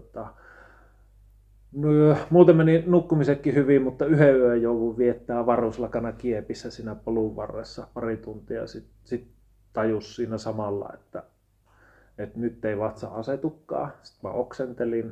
no, muuten meni nukkumisekin hyvin, mutta yhden yön joudun viettää avaruuslakana kiepissä siinä polun varressa pari tuntia. Sitten tajus siinä samalla, että nyt ei vatsa asetukaan. Sitten mä oksentelin,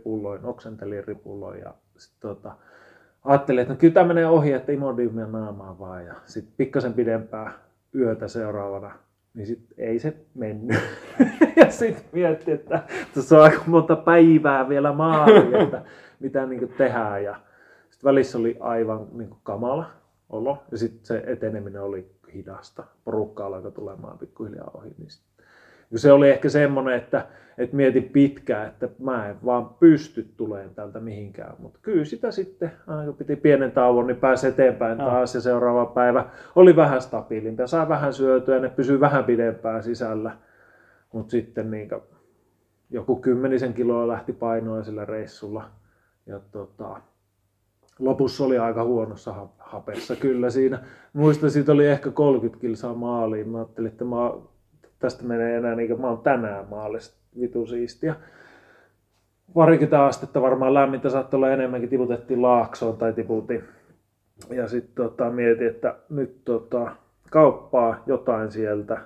ripuloin ja sitten ajattelin, että no kyllä tämä menee ohi, että imodiumia naamaan vaan. Ja sitten pikkasen pidempää yötä seuraavana, niin sitten ei se mennyt. Ja sitten mietti, että tässä on aika monta päivää vielä maaliin, että mitä niin tehdään. Ja sitten välissä oli aivan niin kamala olo ja sitten se eteneminen oli hidasta. Porukka alkoi tulemaan pikkuhiljaa ohi. Niin se oli ehkä semmoinen, että mietin pitkään, että mä en vaan pysty tulemaan täältä mihinkään. Mutta kyllä sitä sitten, aina kun piti pienen tauon, niin pääsi eteenpäin taas ja seuraava päivä oli vähän stabiilimpi ja sai vähän syötyä ja ne pysyi vähän pidempään sisällä. Mutta sitten niin joku 10 kiloa lähti painoa sillä reissulla. Ja lopussa oli aika huonossa hapessa kyllä siinä. Muistan, siitä oli ehkä 30 kilsaa maaliin. Mä ajattelin, että tästä menee enää niin kuin mä oon tänään maalissa vitu siistiä. Parikymmentä astetta varmaan lämmintä, saattoi olla enemmänkin, tiputettiin Laaksoon tai tiputin. Ja sitten mietin, että nyt kauppaa jotain sieltä.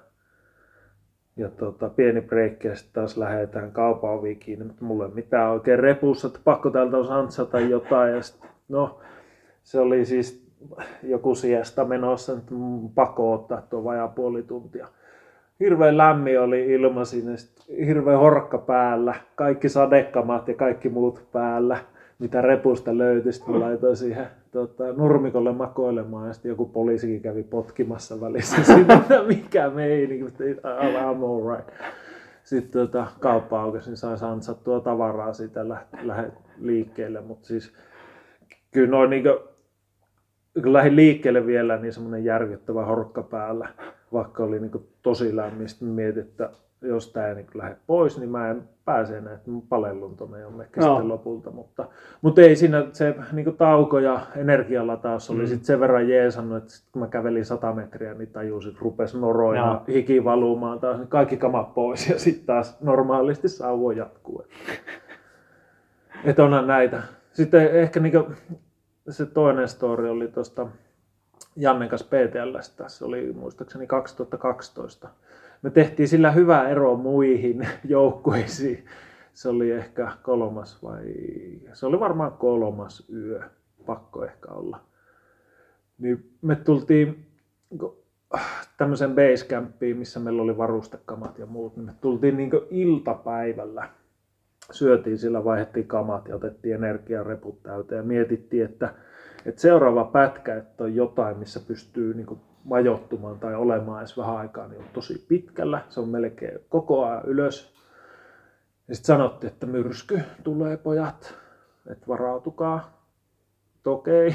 Ja pieni breikki ja sitten taas lähdetään kaupan ovi kiinni, mutta mulla ei mitään oikein repussa, että pakko täältä on antsata jotain. Ja sit, no, se oli siis joku siesta menossa, että pakko ottaa tuo vajaa puoli tuntia. Hirveän lämmin oli ilma siinä, hirveän horkka päällä, kaikki sadekamat ja kaikki muut päällä, mitä repusta löytyi. Sitten mä laitoin siihen nurmikolle makoilemaan ja sitten joku poliisikin kävi potkimassa välissä sitä, mikä meininki, mutta I'm all right. Sitten kauppa aukesi, niin sain ansattua tavaraa siitä lähde liikkeelle, mutta siis kyllä noin kun lähdin liikkeelle vielä, niin semmoinen järkyttävä horkka päällä, vaikka oli tosi lämmin. Sitten mietin, että jos tämä ei lähde pois, niin mä en pääse enää, että mä palellun tuonne jonnekin sitten lopulta. Mutta ei siinä se tauko ja energialataus oli sitten sen verran jeesannut, että kun mä kävelin 100 metriä, niin tajusin, että rupesi noroin ja hiki valumaan taas, niin kaikki kamat pois ja sitten taas normaalisti sauvo jatkuu. Että onhan näitä. Sitten ehkä se toinen story oli tuosta Jannen kanssa PTL:stä. Se oli muistaakseni 2012. Me tehtiin sillä hyvä ero muihin joukkueisiin. Se oli ehkä se oli varmaan 3. yö. Pakko ehkä olla. Niin me tultiin tämmöisen basecampiin, missä meillä oli varustekamat ja muut. Niin me tultiin iltapäivällä. Syötiin sillä, vaihdettiin kamat ja otettiin energiareput täyteen ja mietittiin, että seuraava pätkä, että on jotain, missä pystyy majoittumaan tai olemaan edes vähän aikaa, niin on tosi pitkällä. Se on melkein koko ajan ylös. Ja sitten sanottiin, että myrsky tulee pojat, että varautukaa. Okei.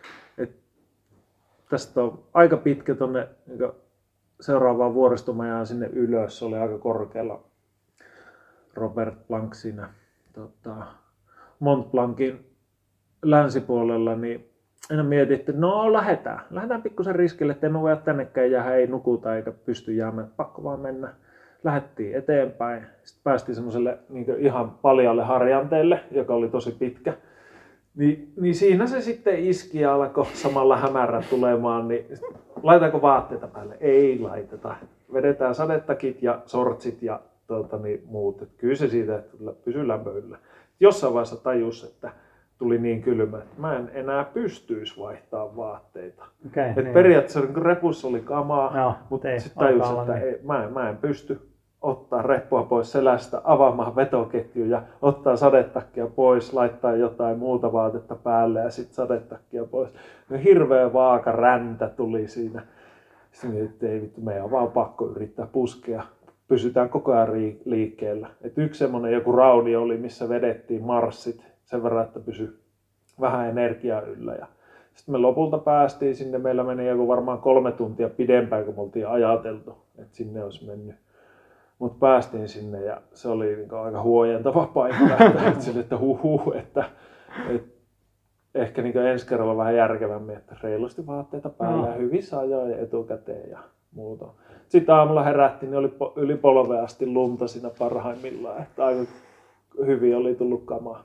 Tästä on aika pitkä tuonne seuraavaan vuoristomajaan sinne ylös. Se oli aika korkealla. Robert Blanc siinä Mont Blancin länsipuolella, niin aina mietin, että no lähdetään pikkusen riskille, että emme voi tännekään jäädä, ei nukuta eikä pysty jäämään, pakko vaan mennä. Lähdettiin eteenpäin, sitten päästiin semmoiselle niin ihan paljalle harjanteelle, joka oli tosi pitkä. Niin siinä se sitten iski ja alkoi samalla hämärä tulemaan, niin laitetaanko vaatteita päälle? Ei laiteta. Vedetään sadetakit ja sortsit ja muut. Että kyllä se siitä, että pysyy lämpö yllä. Jossain vaiheessa tajus, että tuli niin kylmä, että mä en enää pystyisi vaihtamaan vaatteita. Okay, niin. Periaatteessa niin repussa oli kamaa, no, mutta sitten tajus, että mä en pysty ottaa reppua pois selästä, avaamaan vetoketjua ja ottaa sadetakkia pois, laittaa jotain muuta vaatetta päälle ja sitten sadetakkia pois. No, hirveä vaaka räntä tuli siinä. Sitten mietin, että ei vittu, meidän on vaan pakko yrittää puskea. Pysytään koko ajan liikkeellä. Et yksi semmoinen joku rauni oli, missä vedettiin marssit sen verran, että pysyi vähän energiaa yllä. Ja sitten me lopulta päästiin sinne. Meillä meni joku varmaan 3 tuntia pidempään, kun me oltiin ajateltu, että sinne olisi mennyt. Mutta päästiin sinne ja se oli niin aika huojentava paikka. että ehkä niin ensi kerralla vähän järkevämmin, että reilusti vaatteita päällä ja hyvissä ajoin etukäteen ja muuta. Sitten aamulla herättiin, niin oli yli polveen asti lunta siinä parhaimmillaan. Että aika hyvin oli tullut kamaa.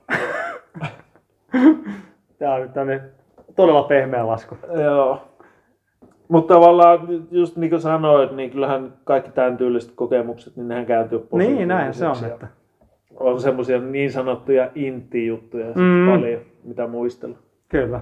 Tämä on tämmöinen todella pehmeä lasku. Joo. Mutta tavallaan, just niin kuin sanoit, niin kyllähän kaikki tämän tyyliset kokemukset, niin nehän kääntyy positiivisiksi. Niin, näin se on. Että on semmoisia niin sanottuja intti-juttuja paljon, mitä muistella. Kyllä.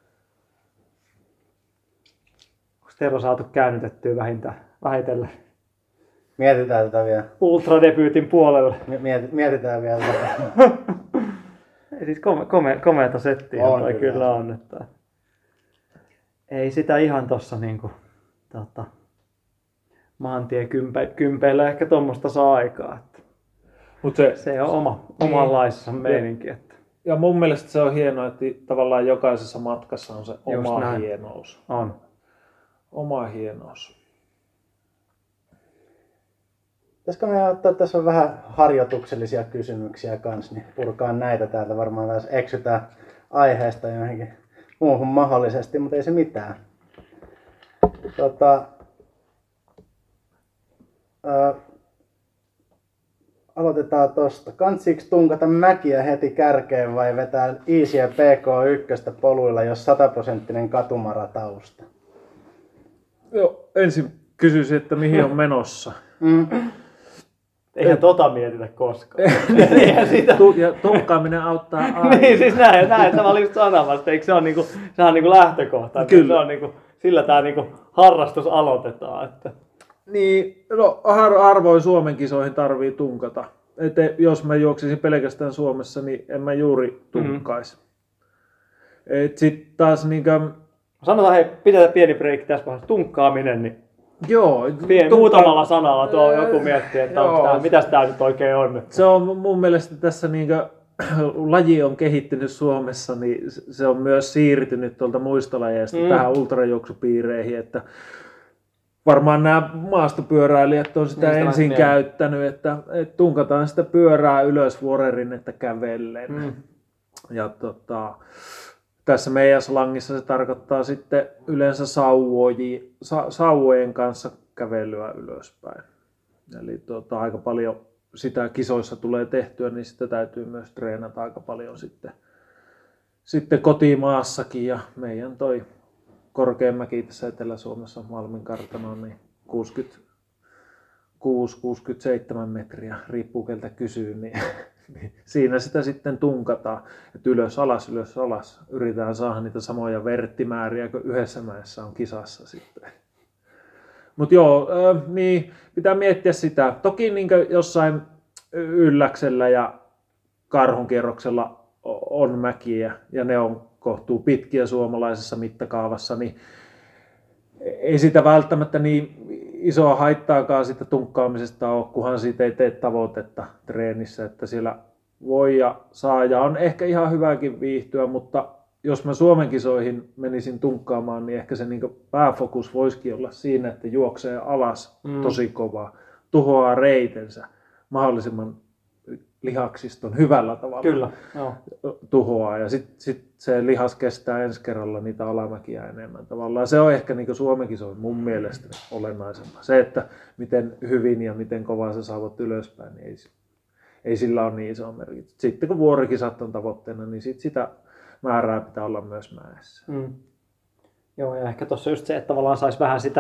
Onko Tero saatu käännytettyä vähitellen? Mietitään tätä vielä. Ultradebyytin puolelle. Mietitään vielä tätä. Siis komeata settiä toi kyllä on. Että ei sitä ihan tossa niinku maantiekympeillä ehkä tuommoista saa aikaa. Että Mut se on omanlaisessa meininki. Että ja mun mielestä se on hienoa, että tavallaan jokaisessa matkassa on se oma hienous. On. Oma hienous. Pitäisikö me ottaa, tässä on vähän harjoituksellisia kysymyksiä kanssa, niin purkaa näitä täältä. Varmaan taas eksytään aiheesta johonkin muuhun mahdollisesti, mutta ei se mitään. Aloitetaan tosta. Kantsiiko tunkata mäkiä heti kärkeen vai vetää easyä PK1 poluilla, jos 100% katumaratausta? Joo, ensin kysyisin, että mihin on menossa. Eihän mietitä koskaan. Eihän sitä. Ja tunkkaaminen auttaa aina. Niin, siis näin. Tämä oli just sanomasta. Eikö se on niinku lähtökohta? Kyllä. Se on niinku, sillä tämä niinku harrastus aloitetaan. Että. Niin, no harvoin Suomen kisoihin tarvii tunkata. Et jos mä juoksisin pelkästään Suomessa, niin en mä juuri tunkkaisi. Sitten taas niinkö... Sanotaan, hei, pidetään pieni breikki tässä vaiheessa. Tunkkaaminen, niin joo, muutamalla sanalla tuo joku miettii, että mitäs tää nyt oikein on. Se on mun mielestä tässä niinkö laji on kehittynyt Suomessa, niin se on myös siirtynyt tuolta muista lajeista tähän ultrajuoksupiireihin, että varmaan nämä maastopyöräilijät on sitä ensin käyttänyt, että tunkataan sitä pyörää ylös vuorerinnettä kävellen. Ja tässä meidän slangissa se tarkoittaa sitten yleensä sauvojen kanssa kävelyä ylöspäin. Eli aika paljon sitä kisoissa tulee tehtyä, niin sitä täytyy myös treenata aika paljon sitten kotimaassakin. Ja meidän toi Korkeamäki tässä Etelä-Suomessa Malmin kartano, niin 66-67 metriä, riippuu keltä kysyy, niin siinä sitä sitten tunkataan. Et ylös alas. Yritetään saada niitä samoja verttimääriä kuin yhdessä mäessä on kisassa sitten. Mutta joo, niin pitää miettiä sitä. Toki niin jossain Ylläksellä ja Karhunkierroksella on mäkiä ja ne on kohtuu pitkiä suomalaisessa mittakaavassa, niin ei sitä välttämättä niin isoa haittaakaan sitä tunkkaamisesta ole, kunhan siitä ei tee tavoitetta treenissä, että siellä voi ja saa ja on ehkä ihan hyväkin viihtyä, mutta jos mä Suomen kisoihin menisin tunkkaamaan, niin ehkä se niin pääfokus voisikin olla siinä, että juoksee alas tosi kovaa, tuhoaa reitensä mahdollisimman lihaksiston hyvällä tavalla Kyllä, joo. tuhoaa. Ja sitten se lihas kestää ensi kerralla niitä alamäkiä enemmän tavallaan. Se on ehkä niin kuin Suomenkin se on mun mielestä olennaisempaa. Se, että miten hyvin ja miten kovaa sä saavut ylöspäin, niin ei sillä ole niin iso merkitys. Sitten kun vuorikisat on tavoitteena, niin sitä määrää pitää olla myös mäessä. Joo, ja ehkä tuossa just se, että tavallaan saisi vähän sitä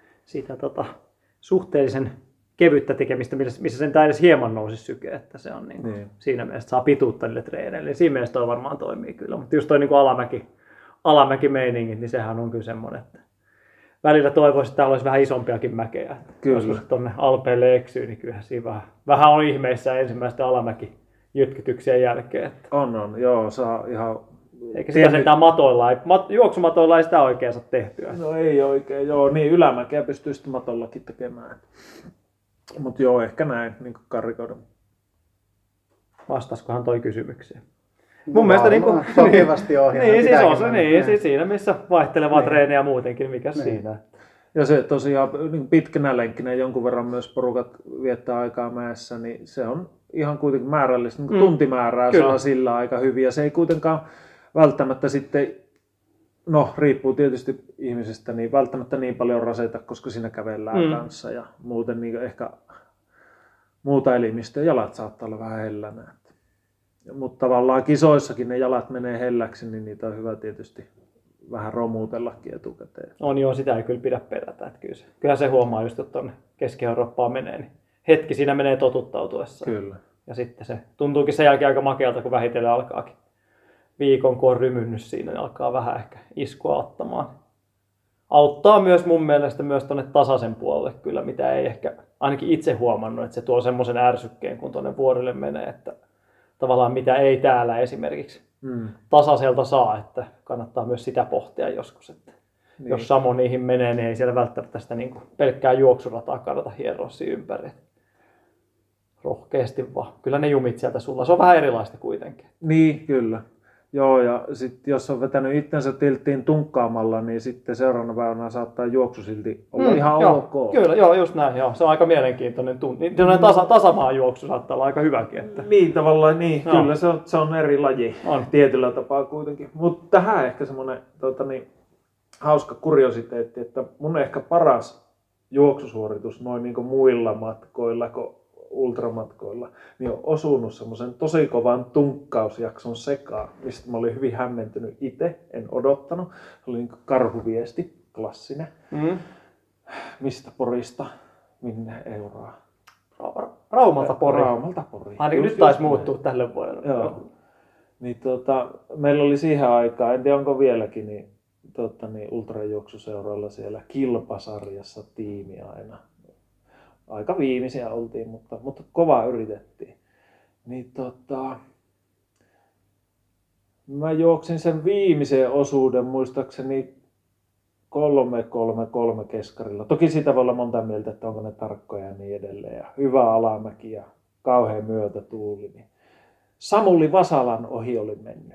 suhteellisen kevyttä tekemistä, missä sen edes hieman nousisi syke, että se on niin. Siinä mielessä saa pituutta niille treeneille. Siinä mielessä toi varmaan toimii kyllä, mutta just toi niin alamäki-meiningit, niin sehän on kyllä semmoinen, että välillä toivoisin, että täällä olisi vähän isompiakin mäkejä. Kyllä. Jos tuonne Alpeille eksyy, niin kyllähän siinä vähän on ihmeissä ensimmäisten alamäki-jytkytyksien jälkeen. Että. On, joo, saa ihan... Eikä sitä sentään juoksumatoilla ei sitä oikein saa tehtyä. No ei oikein, joo, niin ylämäkeä pystyy sitten matollakin tekemään. Mutta joo, ehkä näin, niin kuin karrikoida. Vastaskohan toi kysymykseen? Mun mielestä sopivasti ohjelma. Niin, siis on se siis siinä missä vaihtelevaa treeniä muutenkin, mikä siinä. Ja se tosiaan niin pitkänä lenkkinä jonkun verran myös porukat viettää aikaa mäessä, niin se on ihan kuitenkin määrällistä, niin tuntimäärää saa sillä aika hyvin. Ja se ei kuitenkaan välttämättä sitten, no riippuu tietysti ihmisestä, niin välttämättä niin paljon rasita, koska siinä kävellään kanssa ja muuten niin ehkä muuta elimistöä. Jalat saattaa olla vähän hellänä. Mutta tavallaan kisoissakin ne jalat menee helläksi, niin niitä on hyvä tietysti vähän romuutellakin etukäteen. On joo, sitä ei kyllä pidä pelätä. Että kyllä se huomaa just, että tuonne Keski-Eurooppaan menee, niin hetki siinä menee totuttautuessa. Kyllä. Ja sitten se tuntuukin sen jälkeen aika makealta, kun vähitellen alkaakin viikon, kun on rymynnyt siinä, niin alkaa vähän ehkä iskua ottamaan. Auttaa myös mun mielestä myös tuonne tasaisen puolelle kyllä, mitä ei ehkä ainakin itse huomannut, että se tuo semmoisen ärsykkeen, kun tuonne vuorille menee, että tavallaan mitä ei täällä esimerkiksi tasaiselta saa, että kannattaa myös sitä pohtia joskus, että jos samo niihin menee, niin ei siellä välttämättä sitä niin kuin pelkkää juoksurataa kannata hieroa siinä ympäri. Rohkeasti vaan. Kyllä ne jumit sieltä sulla, se on vähän erilaista kuitenkin. Niin, kyllä. Joo, ja sitten jos on vetänyt itsensä tilttiin tunkkaamalla, niin sitten seuraavana päivänä saattaa juoksu silti olla ihan ok. Kyllä, joo, just näin. Joo. Se on aika mielenkiintoinen tasamaan juoksu saattaa olla aika hyväkin. Että. Niin, tavallaan niin. Joo. Kyllä se on eri laji tietyllä tapaa kuitenkin. Mutta tähän ehkä semmoinen hauska kuriositeetti, että mun ehkä paras juoksusuoritus noin niin kuin muilla matkoilla kuin ultramatkoilla, niin on osunut semmoisen tosi kovan tunkkausjakson sekaan, mistä mä olin hyvin hämmentynyt itse, en odottanut. Se oli niin kuin karhuviesti, klassinen. Mistä Porista, minne euroa? Raumalta Poriin. Raumalta Poriin. Ainakin nyt taisi muuttua tälle vuodelle. Joo. Niin meillä oli siihen aikaan, en tiedä onko vieläkin, niin ultrajuoksuseuralla siellä kilpasarjassa tiimi aina. Aika viimeisiä oltiin, mutta kovaa yritettiin. Niin mä juoksin sen viimeisen osuuden muistaakseni 3-3-3 keskarilla. Toki siitä voi olla monta mieltä, että onko ne tarkkoja ja niin edelleen. Ja hyvä alamäki ja kauhean myötätuuli. Niin Samuli Vasalan ohi oli mennyt.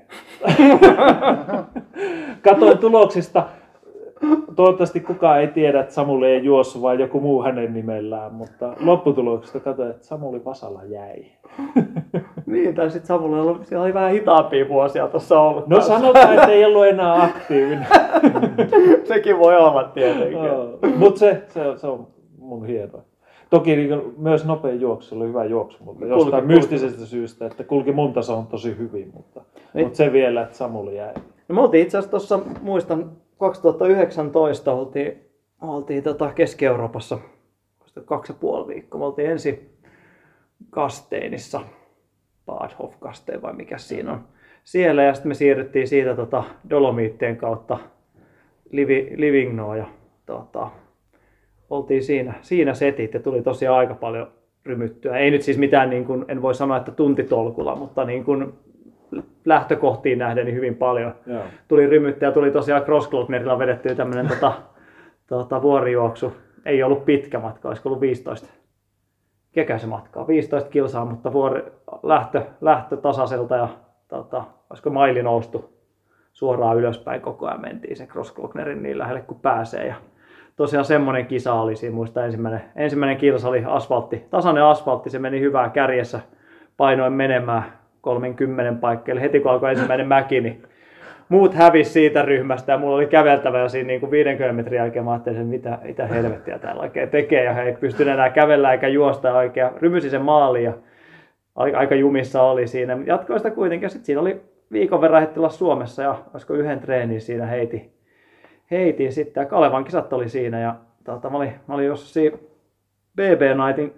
Katoin tuloksista. Toivottavasti kukaan ei tiedä, että Samuli ei juossut, vaan joku muu hänen nimellään, mutta lopputuloksesta katsoin, että Samuli Vasala jäi. Niin, tai sitten Samuli oli vähän hitaampia vuosia tuossa ollut. No sanotaan, että ei ollut enää aktiivinen. Sekin voi olla tietenkin. Mutta se on mun hienoa. Toki niin myös nopea juoksu, oli hyvä juoksu, mutta jostain mystisestä syystä, että kulki mun taso on tosi hyvin, mutta se vielä, että Samuli jäi. No me oltiin itse asiassa tuossa, muistan, 2019 oltiin Keski-Euroopassa 2,5 viikkoa. Me oltiin ensin Kasteinissa, Bad Hofkasteen vai mikä siinä on. Siellä ja sitten me siirryttiin siitä Dolomiittien kautta Livignoon ja oltiin siinä setit ja tuli tosiaan aika paljon rymyttyä. Ei nyt siis mitään, niin kuin, en voi sanoa, että tuntitolkulla, mutta niin kuin lähtökohtiin nähden niin hyvin paljon. Joo. Tuli rymyttä ja tuli tosiaan CrossGlocknerilla vedettyä tämmöinen vuorijuoksu. Ei ollut pitkä matka, olisiko ollut 15. Kekä se matkaa? 15 kilsaa, mutta lähtö tasaiselta ja olisiko maili noustu suoraan ylöspäin koko ajan mentiin se CrossGlocknerin niin lähelle kuin pääsee. Ja tosiaan semmoinen kisa oli siinä, muista ensimmäinen kilsa oli tasainen asfaltti, se meni hyvää kärjessä. painoin menemään 30 paikkeille. Heti kun alkoi ensimmäinen mäki, niin muut hävisi siitä ryhmästä ja mulla oli käveltävä jo siinä niin kuin 50 metrin jälkeen. Mä ajattelin, mitä helvettiä täällä oikein tekee ja he ei pystynyt enää kävellä eikä juosta oikein. Rymysi sen maaliin ja aika jumissa oli siinä. Jatkoin sitä kuitenkin. Sitten siinä oli viikon verran ehti olla Suomessa ja olisiko yhden treenin siinä heitin sitten. Ja Kalevan kisat oli siinä ja mä olin jossain BB Nightin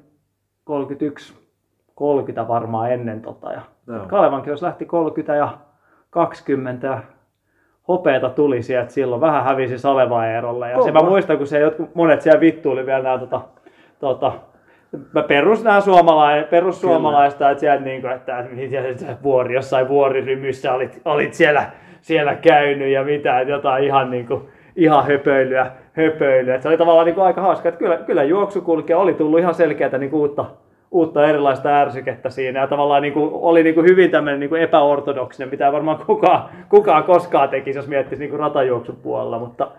30 varmaan ennen ja Kalevan kisassa lähti 30 ja 20 ja hopeeta tuli sieltä silloin. Vähän hävisi Saleva Eerolle ja se mä muistan, kun monet siellä vittuili vielä nämä perussuomalaista, että sieltä niinku, että vuori jossain vuorirymyssä olit siellä käynyt ja mitä, että jotain ihan höpöilyä. Että se oli tavallaan niinku aika hauska, että kyllä juoksukulkija oli tullut ihan selkeätä niinku uutta erilaista ärsykettä siinä ja tavallaan oli hyvin tämmöinen epäortodoksinen, mitä varmaan kukaan koskaan tekisi, jos miettisi ratajuoksun puolella, mutta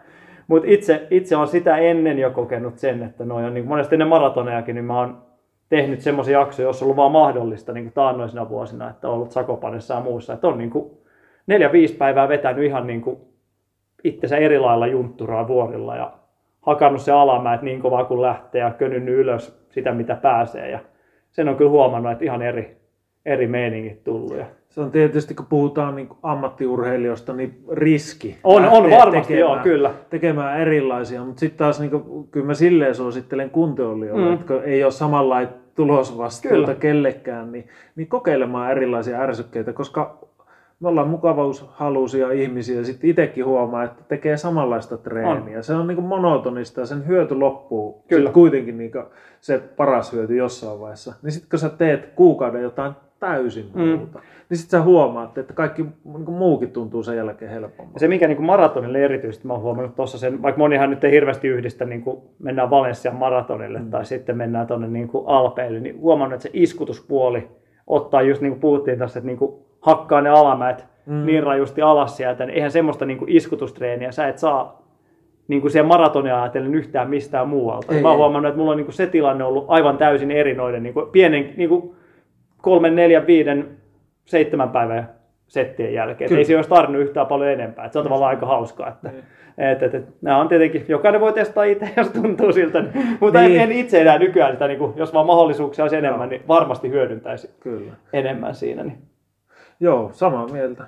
itse olen sitä ennen jo kokenut sen, että on monesti ennen maratonejakin, niin mä oon tehnyt semmoisia jaksoja, joissa on ollut vaan mahdollista taannoisina vuosina, että on ollut Sakopanessa ja muussa, että on 4-5 päivää vetänyt ihan itsensä eri lailla juntturaa vuorilla ja hakannut se alamäet niin kovaa kuin lähtee ja könynnyt ylös sitä mitä pääsee ja sen on kyllä huomannut, että ihan eri meiningit tullut. Se on tietysti, kun puhutaan ammattiurheilijoista, niin riski. On varmasti, kyllä. Tekemään erilaisia, mutta sitten taas kyllä mä silleen suosittelen kuntoilijoille, että ei ole samanlaista tulosvastuuta kellekään, niin kokeilemaan erilaisia ärsykkeitä, koska me ollaan mukavuushaluisia ihmisiä ja sitten itsekin huomaa, että tekee samanlaista treeniä. Se on monotonista ja sen hyöty loppuu. Kyllä. Kuitenkin se paras hyöty jossain vaiheessa. Niin sitten kun sä teet kuukauden jotain täysin muuta, niin sitten sä huomaat, että kaikki muukin tuntuu sen jälkeen helpommin. Ja se mikä maratonille erityisesti mä oon huomannut tuossa sen, vaikka monihan nyt ei hirveästi yhdistä, mennään Valenssian maratonille tai sitten mennään tuonne Alpeille, niin huomannut, että se iskutuspuoli ottaa just niin kuin puhuttiin tässä, että hakkaa ne alamäet niin rajusti alas sieltä, niin eihän semmoista iskutustreeniä sä et saa siihen maratonia ajatellen yhtään mistään muualta. Mä oon huomannut, että mulla on se tilanne ollut aivan täysin eri noiden pienen 3, 4, 5, 7 päivän settien jälkeen. Ei se olisi tarvinnut yhtään paljon enempää. Et se on tavallaan aika hauskaa. Että nämä on tietenkin, jokainen voi testaa itse, jos tuntuu siltä. Mutta en itse enää nykyään sitä, jos vaan mahdollisuuksia olisi enemmän, niin varmasti hyödyntäisi enemmän siinä. Niin. Joo, samaa mieltä.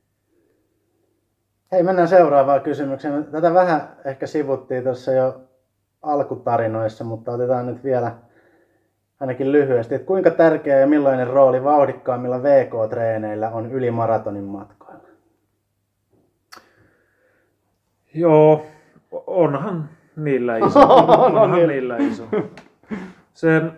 Hei, mennään seuraavaan kysymykseen. Tätä vähän ehkä sivuttiin tuossa jo alkutarinoissa, mutta otetaan nyt vielä ainakin lyhyesti. Että kuinka tärkeä ja millainen rooli vauhdikkaammilla VK-treeneillä on yli maratonin matkoilla? Joo, onhan niillä iso. Niillä iso. Sen,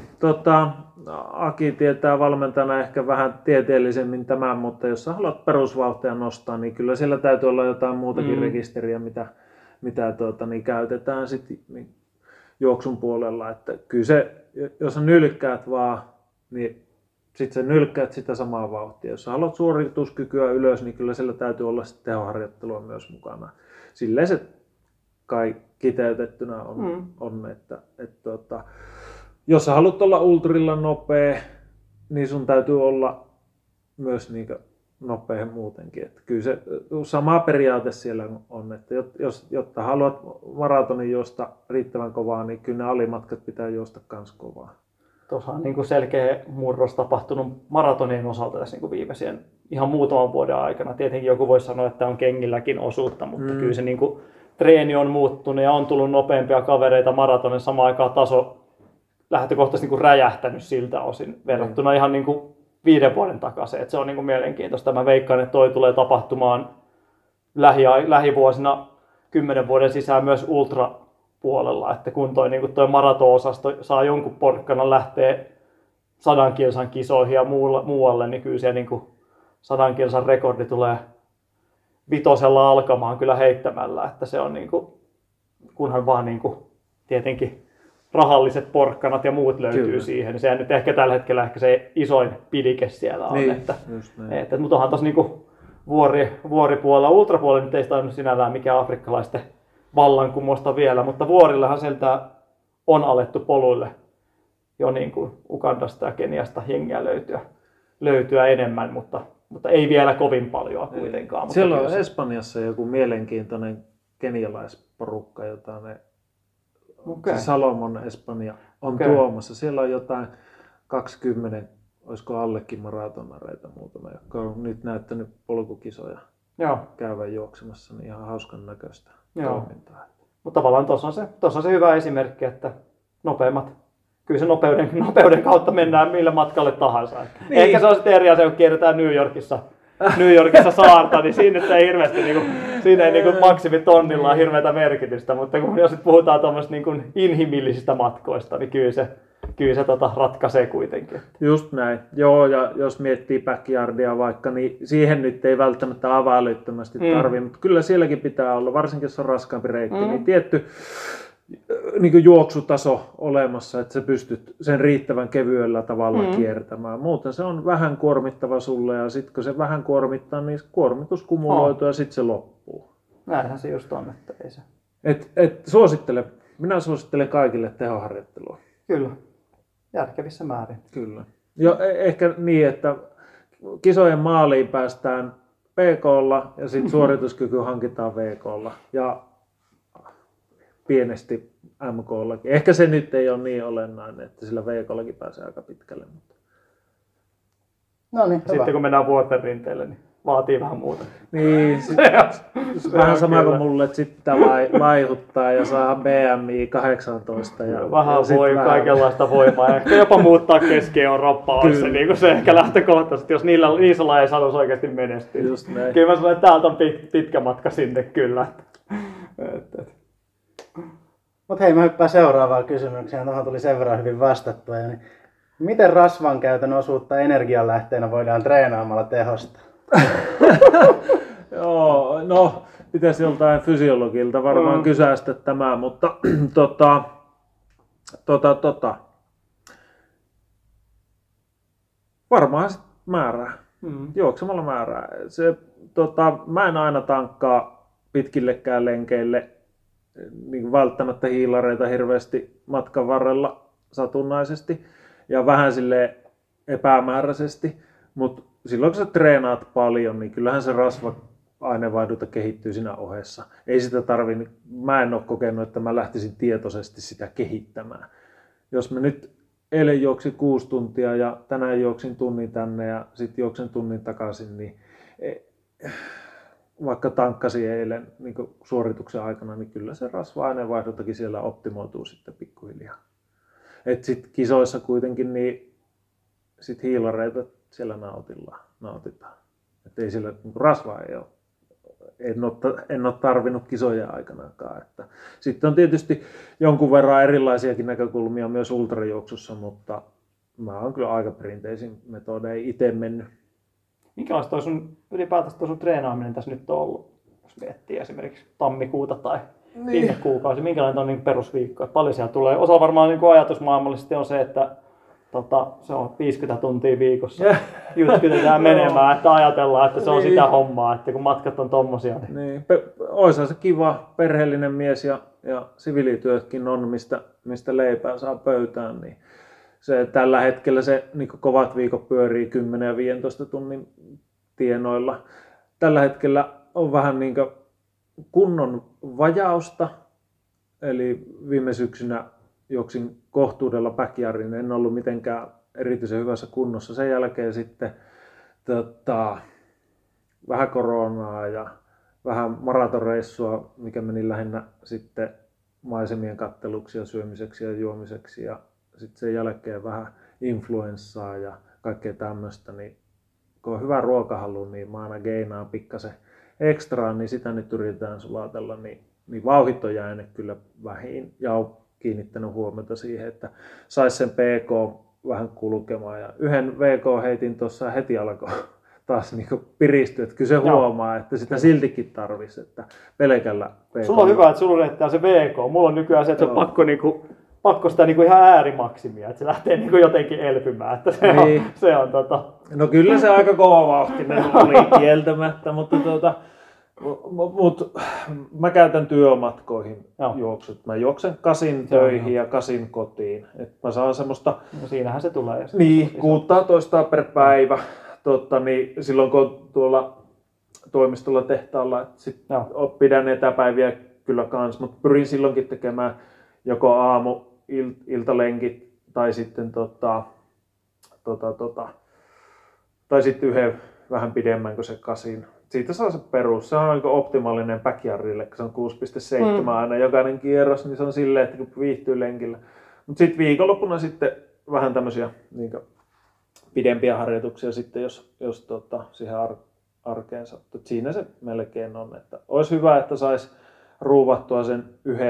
Aki tietää valmentajana ehkä vähän tieteellisemmin tämän, mutta jos sä haluat perusvauhtia nostaa, niin kyllä siellä täytyy olla jotain muutakin rekisteriä, mitä käytetään sitten juoksun puolella. Että kyllä se, jos sä nylkkäät vaan, niin sitten sä nylkkäät sitä samaa vauhtia. Jos sä haluat suorituskykyä ylös, niin kyllä siellä täytyy olla sitten tehoharjoittelua myös mukana. Silleen se kai kiteytettynä on että jos sä haluat olla ultrilla nopea, niin sun täytyy olla myös nopea muutenkin. Että kyllä se sama periaate siellä on, että jotta haluat maratonin juosta riittävän kovaa, niin kyllä ne alimatkat pitää juosta kans kovaa. Tuossa on selkeä murros tapahtunut maratonien osalta tässä viimeisen ihan muutaman vuoden aikana. Tietenkin joku voi sanoa, että on kengilläkin osuutta, mutta kyllä se treeni on muuttunut ja on tullut nopeampia kavereita maratonin samaan aikaan taso lähtökohtaisesti räjähtänyt siltä osin verrattuna ihan 5 vuoden takaisin. Et se on mielenkiintoista. Mä veikkaan, että toi tulee tapahtumaan lähivuosina 10 vuoden sisään myös ultrapuolella. Että kun toi marato-osasto saa jonkun porkkana lähtee 100 kilsan kisoihin ja muualle, niin kyllä siellä 100 kilsan rekordi tulee 5 alkamaan kyllä heittämällä. Että se on kunhan vaan tietenkin rahalliset porkkanat ja muut löytyy siihen. Se on nyt ehkä tällä hetkellä se isoin pidike siellä on. Niin, mutta onhan tuossa vuoripuolella, ultrapuolella nyt ei sitä ole sinällään mikään afrikkalaisten vallankumousta vielä, mutta vuorillahan sieltä on alettu poluille jo niin kuin Ugandasta ja Keniasta jengiä löytyä enemmän, mutta ei vielä kovin paljon kuitenkaan. Siellä on Espanjassa joku mielenkiintoinen kenialaisporukka, jota se Salomon Espanja on tuomassa. Siellä on jotain 20, olisiko allekin maratonareita muutama, jotka on nyt näyttänyt polkukisoja käyvän juoksemassa, niin ihan hauskan näköistä toimintaa. Mutta tavallaan tuossa on se hyvä esimerkki, että nopeimmat, kyllä se nopeuden kautta mennään millä matkalle tahansa. Niin. Ehkä se on sitten eri asia, kun kierretään New Yorkissa saarta, niin siinä ei hirveästi siinä ei maksimitonnilla ole hirveätä merkitystä, mutta jos nyt puhutaan tuommoista inhimillisistä matkoista, niin kyllä se ratkaisee kuitenkin. Just näin. Joo, ja jos miettii backyardia vaikka, niin siihen nyt ei välttämättä aivan älyttömästi tarvitse, mutta kyllä sielläkin pitää olla, varsinkin jos on raskaampi reitti, niin tietty niin juoksutaso olemassa, että sä pystyt sen riittävän kevyellä tavalla kiertämään. Muuten se on vähän kuormittava sulle, ja sitten kun se vähän kuormittaa, niin kuormitus kumuloituu ja sitten se loppuu. Näinhän se just on, että ei se. Minä suosittelen kaikille tehoharjoittelua. Kyllä, järkevissä määrin. Kyllä. Jo, ehkä niin, että kisojen maaliin päästään PK:lla ja sitten suorituskyky hankitaan VK:lla ja pienesti MK:llakin. Ehkä se nyt ei ole niin olennainen, että sillä VK:llakin pääsee aika pitkälle. No niin, sitten kun mennään vuorten rinteelle, niin vaatii vähän muuta. Niin, vähän sama kuin mulle, että sitten laihuttaa ja saa BMI 18. Ja vähän kaikenlaista voimaa. Ehkä jopa muuttaa keski-Eurooppaa olisi se ehkä lähtökohtaisesti, jos niissä lajeissa haluaisi oikeasti menestyä. Kyllä mä sanon, että täältä on pitkä matka sinne kyllä. Mutta hei, mä hyppään seuraavaan kysymykseen. Tuohon tuli sen verran hyvin vastattua. Niin miten rasvan käytön osuutta energianlähteenä voidaan treenaamalla tehostaa? Joo, no pitäisi joltain fysiologilta varmaan kysäistä tämä, mutta varmaan sit määrää. Juoksemalla määrää. Mä en aina tankkaa pitkillekään lenkeille niin välttämättä hiilareita hirveästi matkan varrella satunnaisesti ja vähän silleen epämääräisesti, mutta silloin kun sä treenaat paljon, niin kyllähän se rasva-aineenvaihdunta kehittyy siinä ohessa. Ei sitä mä en ole kokenut, että mä lähtisin tietoisesti sitä kehittämään. Jos mä nyt eilen juoksin 6 tuntia ja tänään juoksin tunnin tänne ja sitten juoksen tunnin takaisin, niin vaikka tankkasin eilen niin suorituksen aikana, niin kyllä se rasva-aineenvaihduntakin siellä optimoituu sitten pikkuhiljaa. Et sit kisoissa kuitenkin niin sit hiilareita siellä nautitaan. Et ei siellä rasvaa ei ole. En ole tarvinnut kisojen aikanakaan. Sitten on tietysti jonkun verran erilaisiakin näkökulmia myös ultrajuoksussa, mutta mä oon kyllä aika perinteisin metodein itse mennyt. Minkälaista ylipäätänsä sun treenaaminen tässä nyt on ollut, jos miettii esimerkiksi tammikuuta tai viime kuukausi? Minkälainen on niin perusviikko? Paljon siellä tulee. Osa varmaan niin ajatusmaailmallisesti on se, että se on 50 tuntia viikossa. Jytkytetään menemään, että ajatellaan, että se on sitä hommaa, että kun matkat on tommosia. Niin. Oishan se kiva, perheellinen mies ja siviilityötkin on, mistä leipää saa pöytään. Niin tällä hetkellä se niin kovat viikot pyörii 10 ja 15 tunnin tienoilla. Tällä hetkellä on vähän niin kunnon vajausta, eli viime syksynä juoksin kohtuudella backyardin, en ollut mitenkään erityisen hyvässä kunnossa. Sen jälkeen sitten vähän koronaa ja vähän maratonreissua, mikä meni lähinnä sitten maisemien katteluksi ja syömiseksi ja juomiseksi. Ja sitten sen jälkeen vähän influenssaa ja kaikkea tämmöistä. Niin kun on hyvä ruokahalu, niin mä aina geinaan pikkasen ekstraa, niin sitä nyt yritetään sulatella. Niin vauhit on jäänyt kyllä vähin ja on kiinnittänyt huomiota siihen, että saisi sen PK vähän kulkemaan. Ja yhden VK heitin tuossa heti alkoi taas niin piristyä, että kyllä se huomaa, että sitä siltikin tarvisi, että pelkällä VK. Sulla on hyvä, että sulla riittää se VK. Mulla on nykyään se, että se on pakko sitä ihan äärimaksimia, että se lähtee jotenkin elpymään. Että se on No kyllä se aika kova vauhtinen oli kieltämättä, mutta Mut mä käytän työmatkoihin Joo. juoksut. Mä juoksen 8 töihin ja 8 kotiin. Et mä saan semmoista No siinähän se tulee. niin, 16 per päivä. Niin silloin kun on tuolla toimistolla tehtaalla, että sit pidän etäpäiviä kyllä kans, mutta pyrin silloinkin tekemään joko iltalenkit tai sitten tai sitten yhden vähän pidemmän kuin se 8. Siitä saa se perus. Se on aika optimaalinen backyardille, kun se on 6,7 aina jokainen kierros, niin se on silleen, että kun viihtyy lenkillä. Mutta sitten viikonloppuna sitten vähän tämmöisiä niin pidempiä harjoituksia sitten, jos siihen arkeen sattuu. Siinä se melkein on. Että olisi hyvä, että saisi ruuvattua sen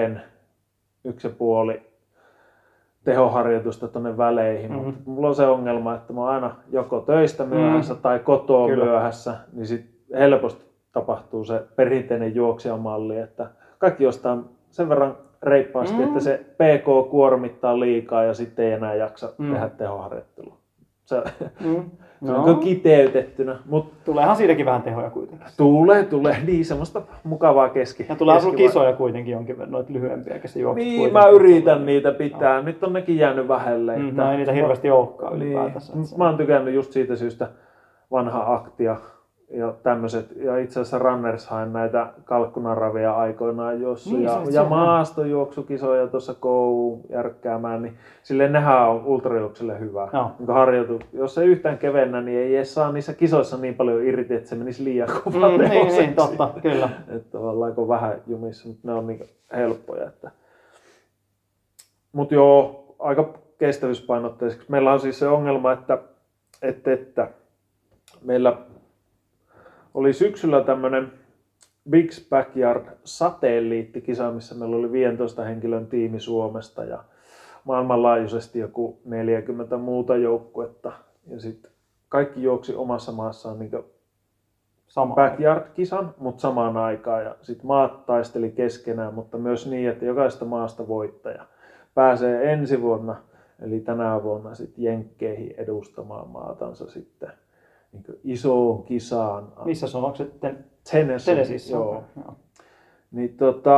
1,5 tehoharjoitusta tuonne väleihin. Mutta mulla on se ongelma, että mä oon aina joko töistä myöhässä tai kotoa myöhässä, niin sit helposti tapahtuu se perinteinen juoksijamalli, että kaikki jostain sen verran reippaasti, että se PK kuormittaa liikaa ja sitten ei enää jaksa tehdä tehoharjoittelua. Se on kiteytettynä. Tuleehan siitäkin vähän tehoja kuitenkin. Tulee niin semmoista mukavaa ja tulee sulla kisoja kuitenkin jonkin verran, noita lyhyempiä, se juokset niin, mä yritän niitä pitää. Nyt on nekin jäänyt vähelle. No ei niitä hirveästi olekaan ylipäätänsä. Mä oon tykännyt just siitä syystä vanha Aktia ja tämmöiset. Ja itse asiassa Runners hain näitä kalkkunaravia aikoinaan juossut ja maastojuoksukisoja tuossa kouluun järkkäämään. Niin silleen nehän on ultrajuoksulle hyvä. Niin jos ei yhtään kevennä, niin ei edes saa niissä kisoissa niin paljon irti, että se menisi liian kovaa tehoseksi. Niin, totta, kyllä. Että tavallaan kun vähän jumissa, mutta ne on niin helppoja. Mutta joo, aika kestävyyspainotteiseksi. Meillä on siis se ongelma, että meillä oli syksyllä tämmöinen Big Backyard satelliittikisa, missä meillä oli 15 henkilön tiimi Suomesta ja maailmanlaajuisesti joku 40 muuta joukkuetta. Ja sitten kaikki juoksi omassa maassaan niin backyard-kisan, mutta samaan aikaan. Ja sitten maat taisteli keskenään, mutta myös niin, että jokaisesta maasta voittaja pääsee ensi vuonna, eli tänä vuonna sitten Jenkkeihin edustamaan maatansa sitten niin isoon kisaan. Missä se on? Onko se Tennesseeissä? Joo. Niin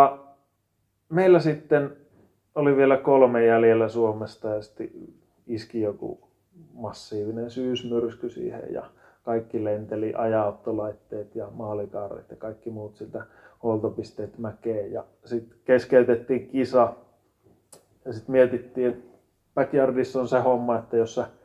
meillä sitten oli vielä 3 jäljellä Suomesta ja sitten iski joku massiivinen syysmyrsky siihen ja kaikki lenteli ajauttolaitteet ja maalikaaret ja kaikki muut siltä huoltopisteet mäkeen ja sitten keskeytettiin kisa ja sitten mietittiin, että backyardissa on se homma, että jos sä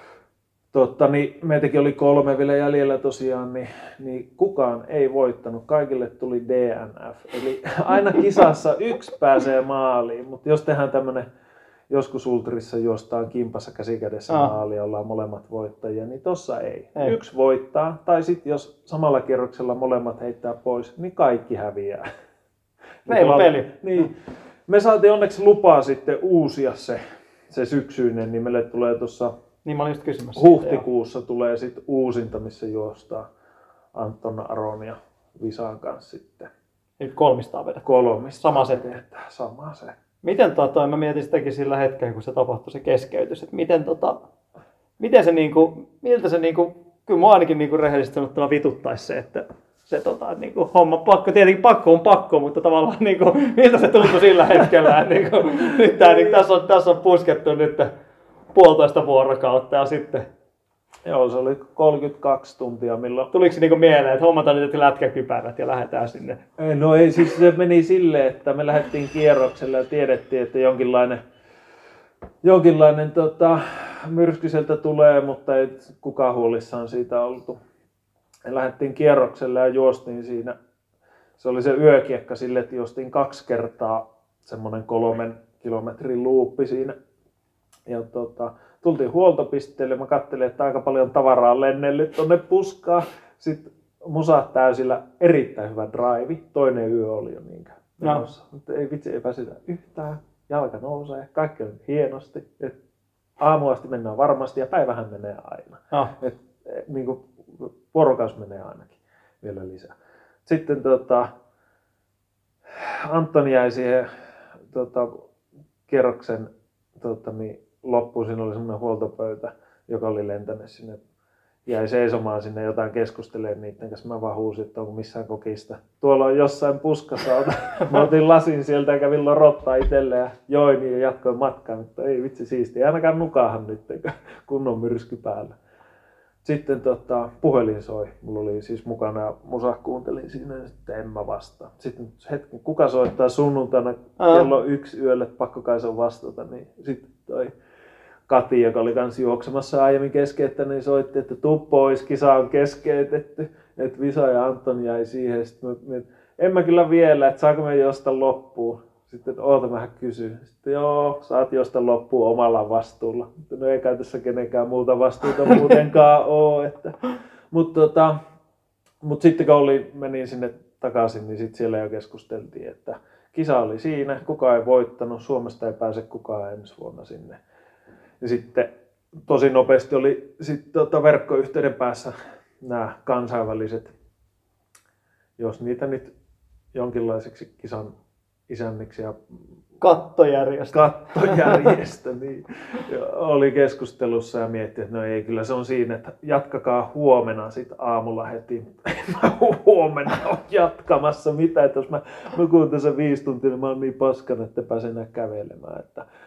niin meitäkin oli 3 vielä jäljellä tosiaan, niin kukaan ei voittanut. Kaikille tuli DNF. Eli aina kisassa yksi pääsee maaliin, mutta jos tehdään tämmöinen, joskus ultrissa juostaan kimpassa käsikädessä maaliin, ollaan molemmat voittajia, niin tossa ei. Yksi voittaa, tai sitten jos samalla kierroksella molemmat heittää pois, niin kaikki häviää. Meillä on peli. Niin. Me saatiin onneksi lupaa sitten uusia se syksyinen, niin meille tulee tuossa niin mä olin just kysymässä. Huhtikuussa tulee sitten uusinta, missä juostaan Anton Aron ja Visan kanssa sitten. Eli 300 vedä. 300. Sama se. Sama se. Miten mä mietin sitäkin sillä hetkellä, kun se tapahtui se keskeytys, että miten se miltä se kyllä mua ainakin rehellisesti sanottuna vituttaisi se, että se homma pakko, tietenkin pakko on pakko, mutta tavallaan miltä se tuntui sillä hetkellä, nyt tässä on puskettu nyt 1,5 vuorokautta ja sitten. Joo, se oli 32 tuntia milloin. Tuliko se mieleen, että hommataan nyt lätkäkypärät ja lähdetään sinne? No ei, siis se meni silleen, että me lähdettiin kierrokselle ja tiedettiin, että jonkinlainen myrsky sieltä tulee, mutta ei kukaan huolissaan siitä oltu. Me lähdettiin kierrokselle ja juostiin siinä. Se oli se yökiekka sille, että juostiin 2 kertaa semmoinen 3 kilometrin luuppi siinä. Ja tultiin huoltopisteelle, mä katselin, että aika paljon tavaraa on lennellyt tonne puskaan. Sitten musat täysillä, erittäin hyvä drive. Toinen yö oli jo niinkään menossa. Mutta ei vitsi, ei pääsitä yhtään. Jalka nousee, kaikki on hienosti. Aamuasti mennään varmasti ja päivähän menee aina. Vuorokausi menee ainakin vielä lisää. Sitten Anton jäi siihen kierroksen loppuun. Siinä oli semmoinen huoltopöytä, joka oli lentänyt sinne jäi seisomaan sinne jotain keskustelemaan niiden kanssa. Mä vaan huusin, että onko missään kokista. Tuolla on jossain puskassa. Mä otin lasin sieltä ja kävin lorottaa itselleen ja join ja jatkoin matkaa. Mutta ei vitsi siistiä. Ainakaan nukahan nyt, kunnon myrsky päällä. Sitten puhelin soi. Mulla oli siis mukana musa kuuntelin siinä ja sitten en mä vastaa. Sitten hetken, kuka soittaa sunnuntaina kello 1 yölle, pakko kai se on vastata. Niin sitten toi Kati, joka oli kans juoksemassa aiemmin keskeyttänyt, niin soitti, että tuu pois, kisa on keskeytetty. Että Visa ja Anton jäi siihen. Sitten en mä kyllä vielä, että saako me josta loppuun. Sitten, että oota, mähän kysyn. Sitten joo, saat josta loppuun omalla vastuulla. Mutta no ei kai tässä kenenkään muuta vastuuta muutenkaan ole. Mutta sitten kun menin sinne takaisin, niin sitten siellä jo keskusteltiin, että kisa oli siinä, kukaan ei voittanut, Suomesta ei pääse kukaan ensi vuonna sinne. Ja sitten tosi nopeasti oli verkkoyhteyden päässä nämä kansainväliset, jos niitä nyt jonkinlaiseksi kisan isänniksi ja kattojärjestö niin, oli keskustelussa ja mietti, että no ei, kyllä se on siinä, että jatkakaa huomenna sitten aamulla heti. En mä huomenna ole jatkamassa mitään, että jos mä nukun tässä 5 tuntia, niin mä oon niin paskana, että pääsen enää kävelemään.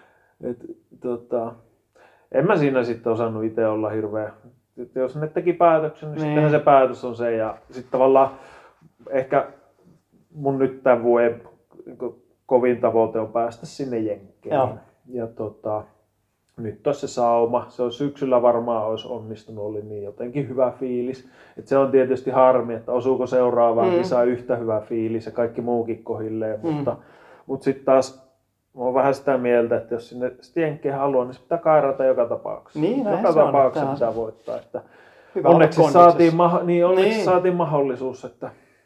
En mä siinä sitten osannut itse olla hirveä. Jos ne teki päätöksen, niin sittenhän se päätös on se. Ja sitten tavallaan ehkä mun nyt tämän vuoden kovin tavoite on päästä sinne Jenkkeihin. Ja nyt on se sauma. Se on syksyllä varmaan olisi onnistunut, oli niin jotenkin hyvä fiilis. Et se on tietysti harmi, että osuuko seuraavaan kisaan yhtä hyvä fiilis ja kaikki muukin kohilleen. Mutta sitten taas mä oon vähän sitä mieltä, että jos sinne Jenkkeihin haluaa, niin se pitää kairata joka tapauksessa. Niin, joka tapauksessa pitää voittaa. Että onneksi saatiin mahdollisuus, että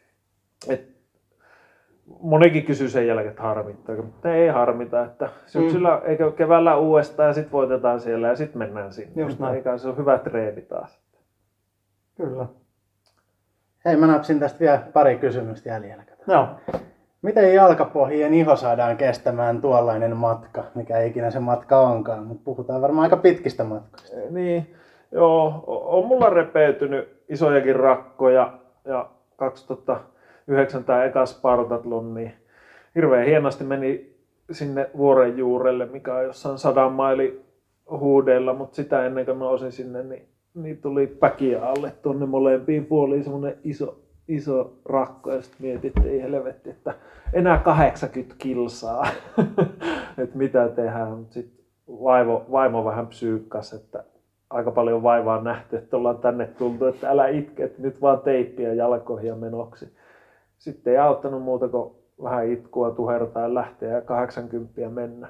monikin kysyy sen jälkeen, että harmittaa, mutta ei harmita, että syksyllä eikä keväällä uudestaan ja sitten voitetaan siellä ja sitten mennään sinne. Just näin. Eikä se on hyvä treeni taas. Kyllä. Hei, mä napsin tästä vielä pari kysymystä jäljellä. Joo. Miten jalkapohjien iho saadaan kestämään tuollainen matka, mikä ikinä se matka onkaan, mutta puhutaan varmaan aika pitkistä matkoista. Niin, joo, on mulla repeytynyt isojakin rakkoja ja 2009 tämä eka Spartathlon, niin hirveän hienosti meni sinne vuoren juurelle, mikä on jossain 100 maili huudeilla, mutta sitä ennen kuin nousin sinne, niin tuli päkiä alle tuonne molempiin puoliin semmoinen iso rakko ja sitten mietit, että ei helvetti, että enää 80 kilsaa, että mitä tehdään, mutta sitten vaimo vähän psyykkäsi, että aika paljon vaivaa nähty, että ollaan tänne tultu, että älä itke, että nyt vaan teippiä jalkoihin ja menoksi. Sitten ei auttanut muuta kuin vähän itkua, tuhertaa ja lähteä ja 80 mennä.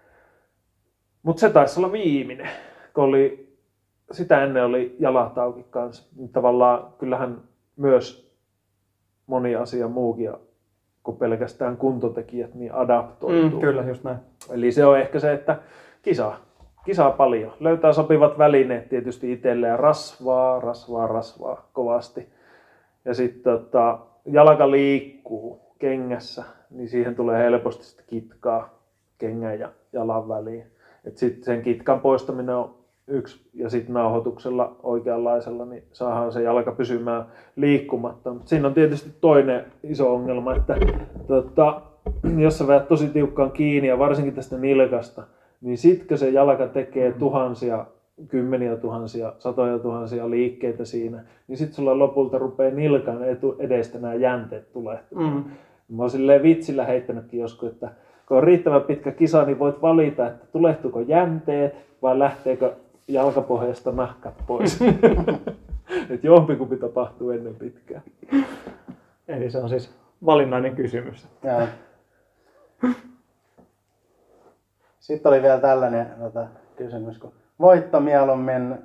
Mutta se taisi olla viimeinen, kun sitä ennen oli jalat auki kanssa. Tavallaan kyllähän myös moni asia muukin kuin pelkästään kuntotekijät niin adaptoituu. Kyllä, just näin. Eli se on ehkä se, että kisaa paljon. Löytää sopivat välineet tietysti itselleen ja rasvaa kovasti. Ja sitten jalka liikkuu kengässä, niin siihen tulee helposti sitä kitkaa kengän ja jalan väliin. Et sitten sen kitkan poistaminen on yksi, ja sitten nauhoituksella oikeanlaisella niin saadaan se jalka pysymään liikkumatta. Mut siinä on tietysti toinen iso ongelma, että jos sä vedät tosi tiukkaan kiinni ja varsinkin tästä nilkasta, niin sitkö se jalka tekee tuhansia, kymmeniä tuhansia, satoja tuhansia liikkeitä siinä, niin sitten sulla lopulta rupeaa nilkan edestä nämä jänteet tulee. Mä oon silleen vitsillä heittänytkin joskus, että kun on riittävän pitkä kisa, niin voit valita, että tulehtuuko jänteet vai lähteekö jalkapohjasta nahkat pois. Että jompikumpi tapahtuu ennen pitkään. Eli se on siis valinnainen kysymys. Joo. Sitten oli vielä tällainen kysymys, kun voitto mieluummin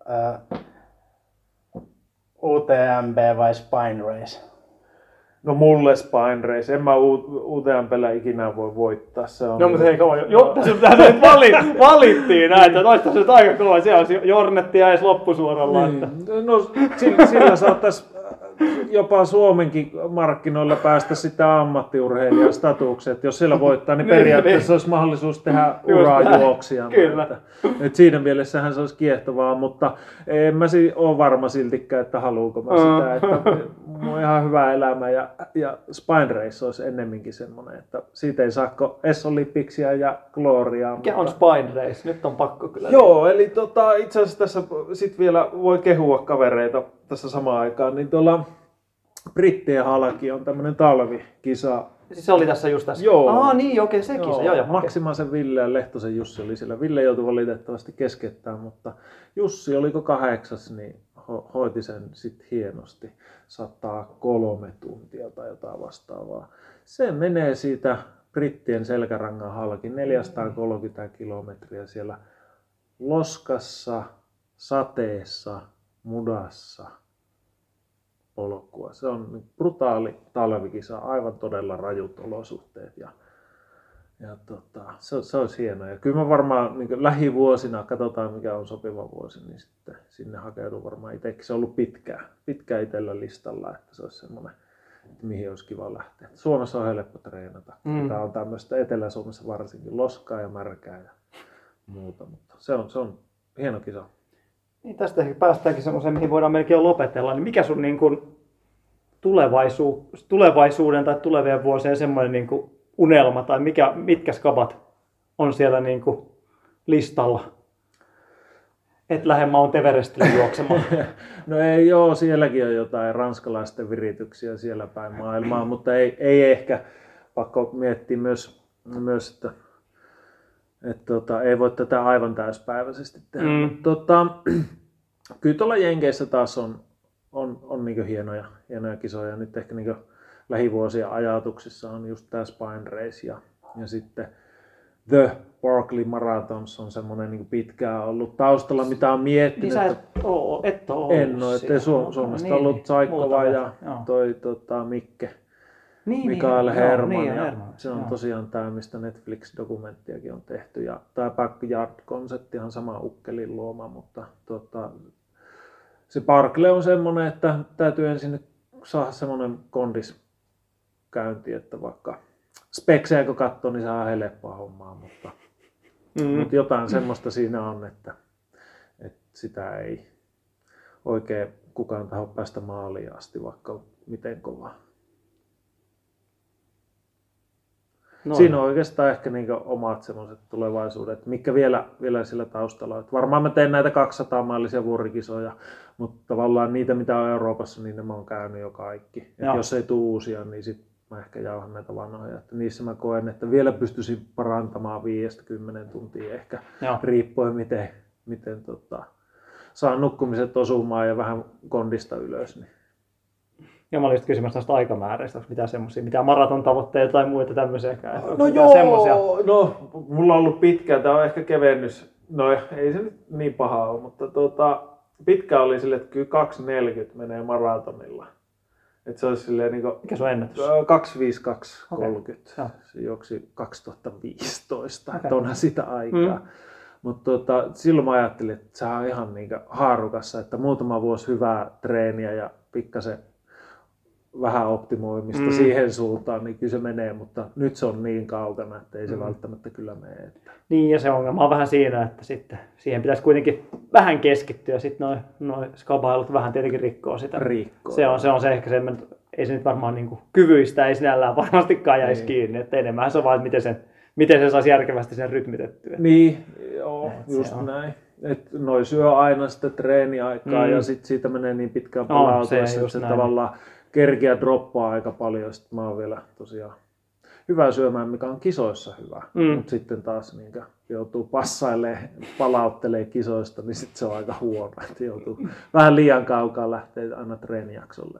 UTMB vai Spine Race? No mulle Spine Race. En mä UTMP:llä ikinä voi voittaa. Se on mutta hei kova. Tässä nyt valittiin näitä. Toista se nyt aika kova. Siellä olisi Jornettia edes loppusuoralla. Niin. No sillä saattaisi jopa Suomenkin markkinoilla päästä sitä ammattiurheilijan statukseen, että jos siellä voittaa, niin periaatteessa olisi mahdollisuus tehdä urajuoksijana. Kyllä. Että siinä mielessähän se olisi kiehtovaa, mutta en mä ole varma siltikään, että haluuko mä sitä. Että mulla on ihan hyvä elämä ja Spine Race olisi ennemminkin semmoinen, että siitä ei saako Esso-lippiksiä ja gloriaa. Mikä on Spine Race? Nyt on pakko kyllä. Joo, eli itse asiassa tässä sit vielä voi kehua kavereita tässä samaan aikaan, niin tuolla Brittien halki on tämmöinen talvikisa. Siis se oli tässä just tässä? Joo. Niin, okei, se kisa. Joo, Maksimaisen Ville ja Lehtosen Jussi oli siellä. Ville joutui valitettavasti keskeyttämään, mutta Jussi oliko 8, niin hoiti sen sitten hienosti. 103 tuntia tai jotain vastaavaa. Se menee siitä Brittien selkärangan halki 430 kilometriä siellä loskassa, sateessa, mudassa polkua. Se on brutaali talvikisa, aivan todella rajut olosuhteet ja se olisi hienoa. Ja kyllä mä varmaan niin lähivuosina, katsotaan mikä on sopiva vuosi, niin sitten sinne hakeudun varmaan itsekin. Se on ollut pitkään itsellä listalla, että se olisi semmoinen, että mihin olisi kiva lähteä. Suomessa on helppo treenata. Tämä on tämmöistä Etelä-Suomessa varsinkin loskaa ja märkää ja muuta, mutta se on hieno kisa. Niin tästä ehkä päästäänkin semmoiseen, mihin voidaan melkein lopetella. Niin mikä sun niin kuin tulevaisuuden tai tulevien vuosien semmoinen niin kuin unelma tai mitkä skabat on siellä niin kuin listalla? Et lähde Mount Everestille juoksemaan. No ei joo, sielläkin on jotain ranskalaisten virityksiä siellä päin maailmaa, mutta ei ehkä pakko miettiä myös että ei voi tätä aivan täyspäiväisesti tehdä. Mutta kyllä tuolla Jenkeissä taas on niin hienoja kisoja. Nyt ehkä niin lähivuosien ajatuksissa on just tämä Spine Race ja sitten The Barkley Marathons on semmoinen niin pitkään ollut taustalla, mitä on miettinyt. Niin sä et ole en ole, ettei Suomesta ollut Saikkova ja toi Mikke. Mikael Herman. Se on tosiaan tämä, mistä Netflix-dokumenttiakin on tehty. Ja tämä Backyard-konsepti on sama Ukkelin luoma, mutta se Barkley on semmoinen, että täytyy ensin saada semmoinen kondiskäynti, että vaikka speksejä kun katsoo, niin saa helppoa hommaa, mutta jotain semmoista siinä on, että sitä ei oikein kukaan taho päästä maaliin asti, vaikka miten kovaa. Siinä on oikeastaan ehkä niin omat semmoiset tulevaisuudet, mitkä vielä sillä taustalla on. Varmaan mä teen näitä 200-mailisia vuorikisoja, mutta tavallaan niitä, mitä on Euroopassa, niin ne mä oon käynyt jo kaikki. Jos ei tule uusia, niin sit mä ehkä jauhan näitä vanhoja. Että niissä mä koen, että vielä pystyisin parantamaan 5-10 tuntia ehkä, riippuen miten saan nukkumiset osumaan ja vähän kondista ylös. Niin. Ja mä olin just kysymässä tästä aikamääräistä, onko mitään semmosia, mitään maraton tavoitteita tai muita tämmöisiäkään? No joo, semmosia? No mulla on ollut pitkään, tää on ehkä kevennys, no ei se nyt niin paha ole, mutta pitkään oli silleen, että kyllä 2.40 menee maratonilla. Että se olisi silleen niinku... Mikä sun ennätys? 2.52.30. Okay. Se juoksi 2015, että onhan sitä aikaa. Mutta silloin mä ajattelin, että se on ihan niinku haarukassa, että muutama vuosi hyvää treeniä ja pikkasen vähän optimoimista siihen suuntaan, niin kyllä se menee, mutta nyt se on niin kaukana, että ei se välttämättä kyllä mene. Että... Niin, ja se ongelma on vähän siinä, että sitten siihen pitäisi kuitenkin vähän keskittyä, ja sitten noi skabailut vähän tietenkin rikkoo sitä. Se on se ehkä se, ei se nyt varmaan niin kuin kyvyistä ei sinällään varmastikaan jäisi kiinni, että enemmän se on vaan, miten se saisi järkevästi sen rytmitettyä. Niin, joo, just näin. Että noi syö aina sitä treeniaikaa ja sitten siitä menee niin pitkään palautuessa, että se tavallaan kerkiä droppaa aika paljon. Sitten mä oon vielä tosiaan hyvää syömään, mikä on kisoissa hyvä. Mutta sitten taas niin joutuu passailemaan, palauttelee kisoista, niin sitten se on aika huono. Että joutuu vähän liian kaukaa lähteä aina treenijaksolle.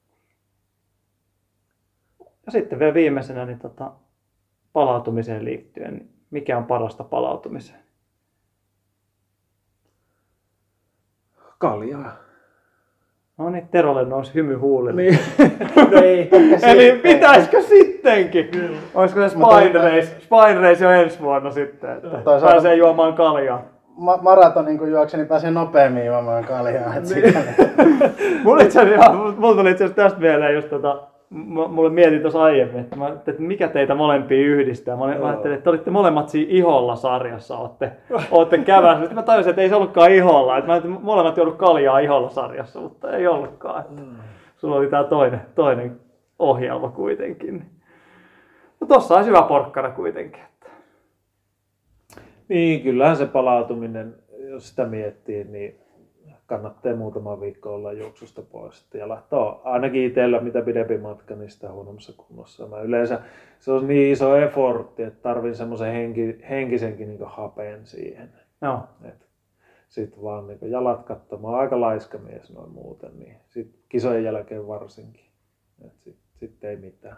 Ja sitten vielä viimeisenä niin palautumiseen liittyen, niin mikä on parasta palautumiseen? Kaljaa. No niin, Terolle nousi hymy huulille. Niin. Eli pitäisikö sittenkin? Kyllä. Olisiko se Spine Race jo ensi vuonna sitten, että pääsee juomaan kaljaa? maratonin kun juoksen, niin pääsee nopeammin juomaan kaljaa. Mulla tuli itse asiassa tästä mieleen just mulle mietin tuossa aiemmin, että mikä teitä molempia yhdistää. Mä ajattelin, että te olitte molemmat siinä Iholla-sarjassa, ootte kävässä. Sitten mä tajusin, että ei se ollutkaan Iholla. Että mä ajattelin, että molemmat joudut kaljaa Iholla-sarjassa, mutta ei ollutkaan. Että sulla oli tää toinen ohjelma kuitenkin. No tossa olisi hyvä porkkana kuitenkin. Niin, kyllähän se palautuminen, jos sitä miettii, niin kannattaa muutama viikko olla juoksusta pois. Ja lähtee ainakin itsellä mitä pidempi matka, niin sitä huonommassa kunnossa. Mä yleensä se on niin iso effortti, että tarvin semmoisen henkisenkin niin hapen siihen. Joo. Sitten vaan niin jalat katsomaan, aika laiska mies noin muuten, niin sit kisojen jälkeen varsinkin. Sitten ei mitään.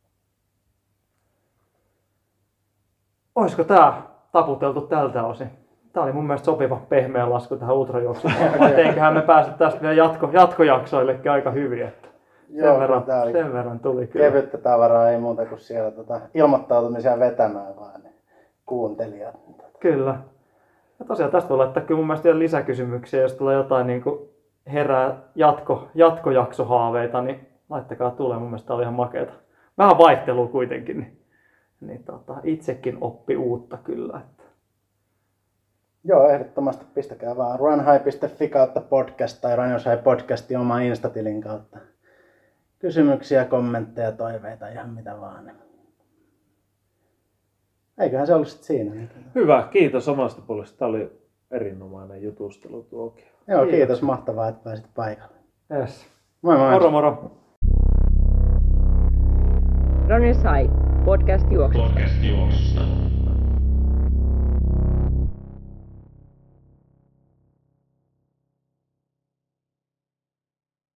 Olisiko tää taputeltu tältä osin? Tää oli mun mielestä sopiva pehmeä lasku tähän ultrajuoksuun. Eiköhän me pääse tästä vielä jatkojaksoillekin aika hyvin. Että sen verran tuli kyllä. Kevyttä tavaraa, ei muuta kuin siellä ilmoittautumisia vetämään vaan ne kuuntelijat. Kyllä. Ja tosiaan tästä voi laittaa kyllä mun mielestä vielä lisäkysymyksiä, jos tulee jotain niin kuin herää jatkojaksohaaveita, niin laittakaa tulee. Mun mielestä tää oli ihan makeeta. Vähän vaihtelua kuitenkin, niin itsekin oppi uutta kyllä. Että. Joo, ehdottomasti pistäkää vaan runhigh.fi kautta podcast tai Runners High podcastin oman Instatilin kautta. Kysymyksiä, kommentteja, toiveita, ihan mitä vaan. Eiköhän se ollut sitten siinä. Hyvä, kiitos omasta puolesta. Tämä oli erinomainen jutustelu tuokin. Joo, kiitos. Mahtavaa, että pääsit paikalle. Yes. Moi moi. Moro. Runners High, podcast juoksusta.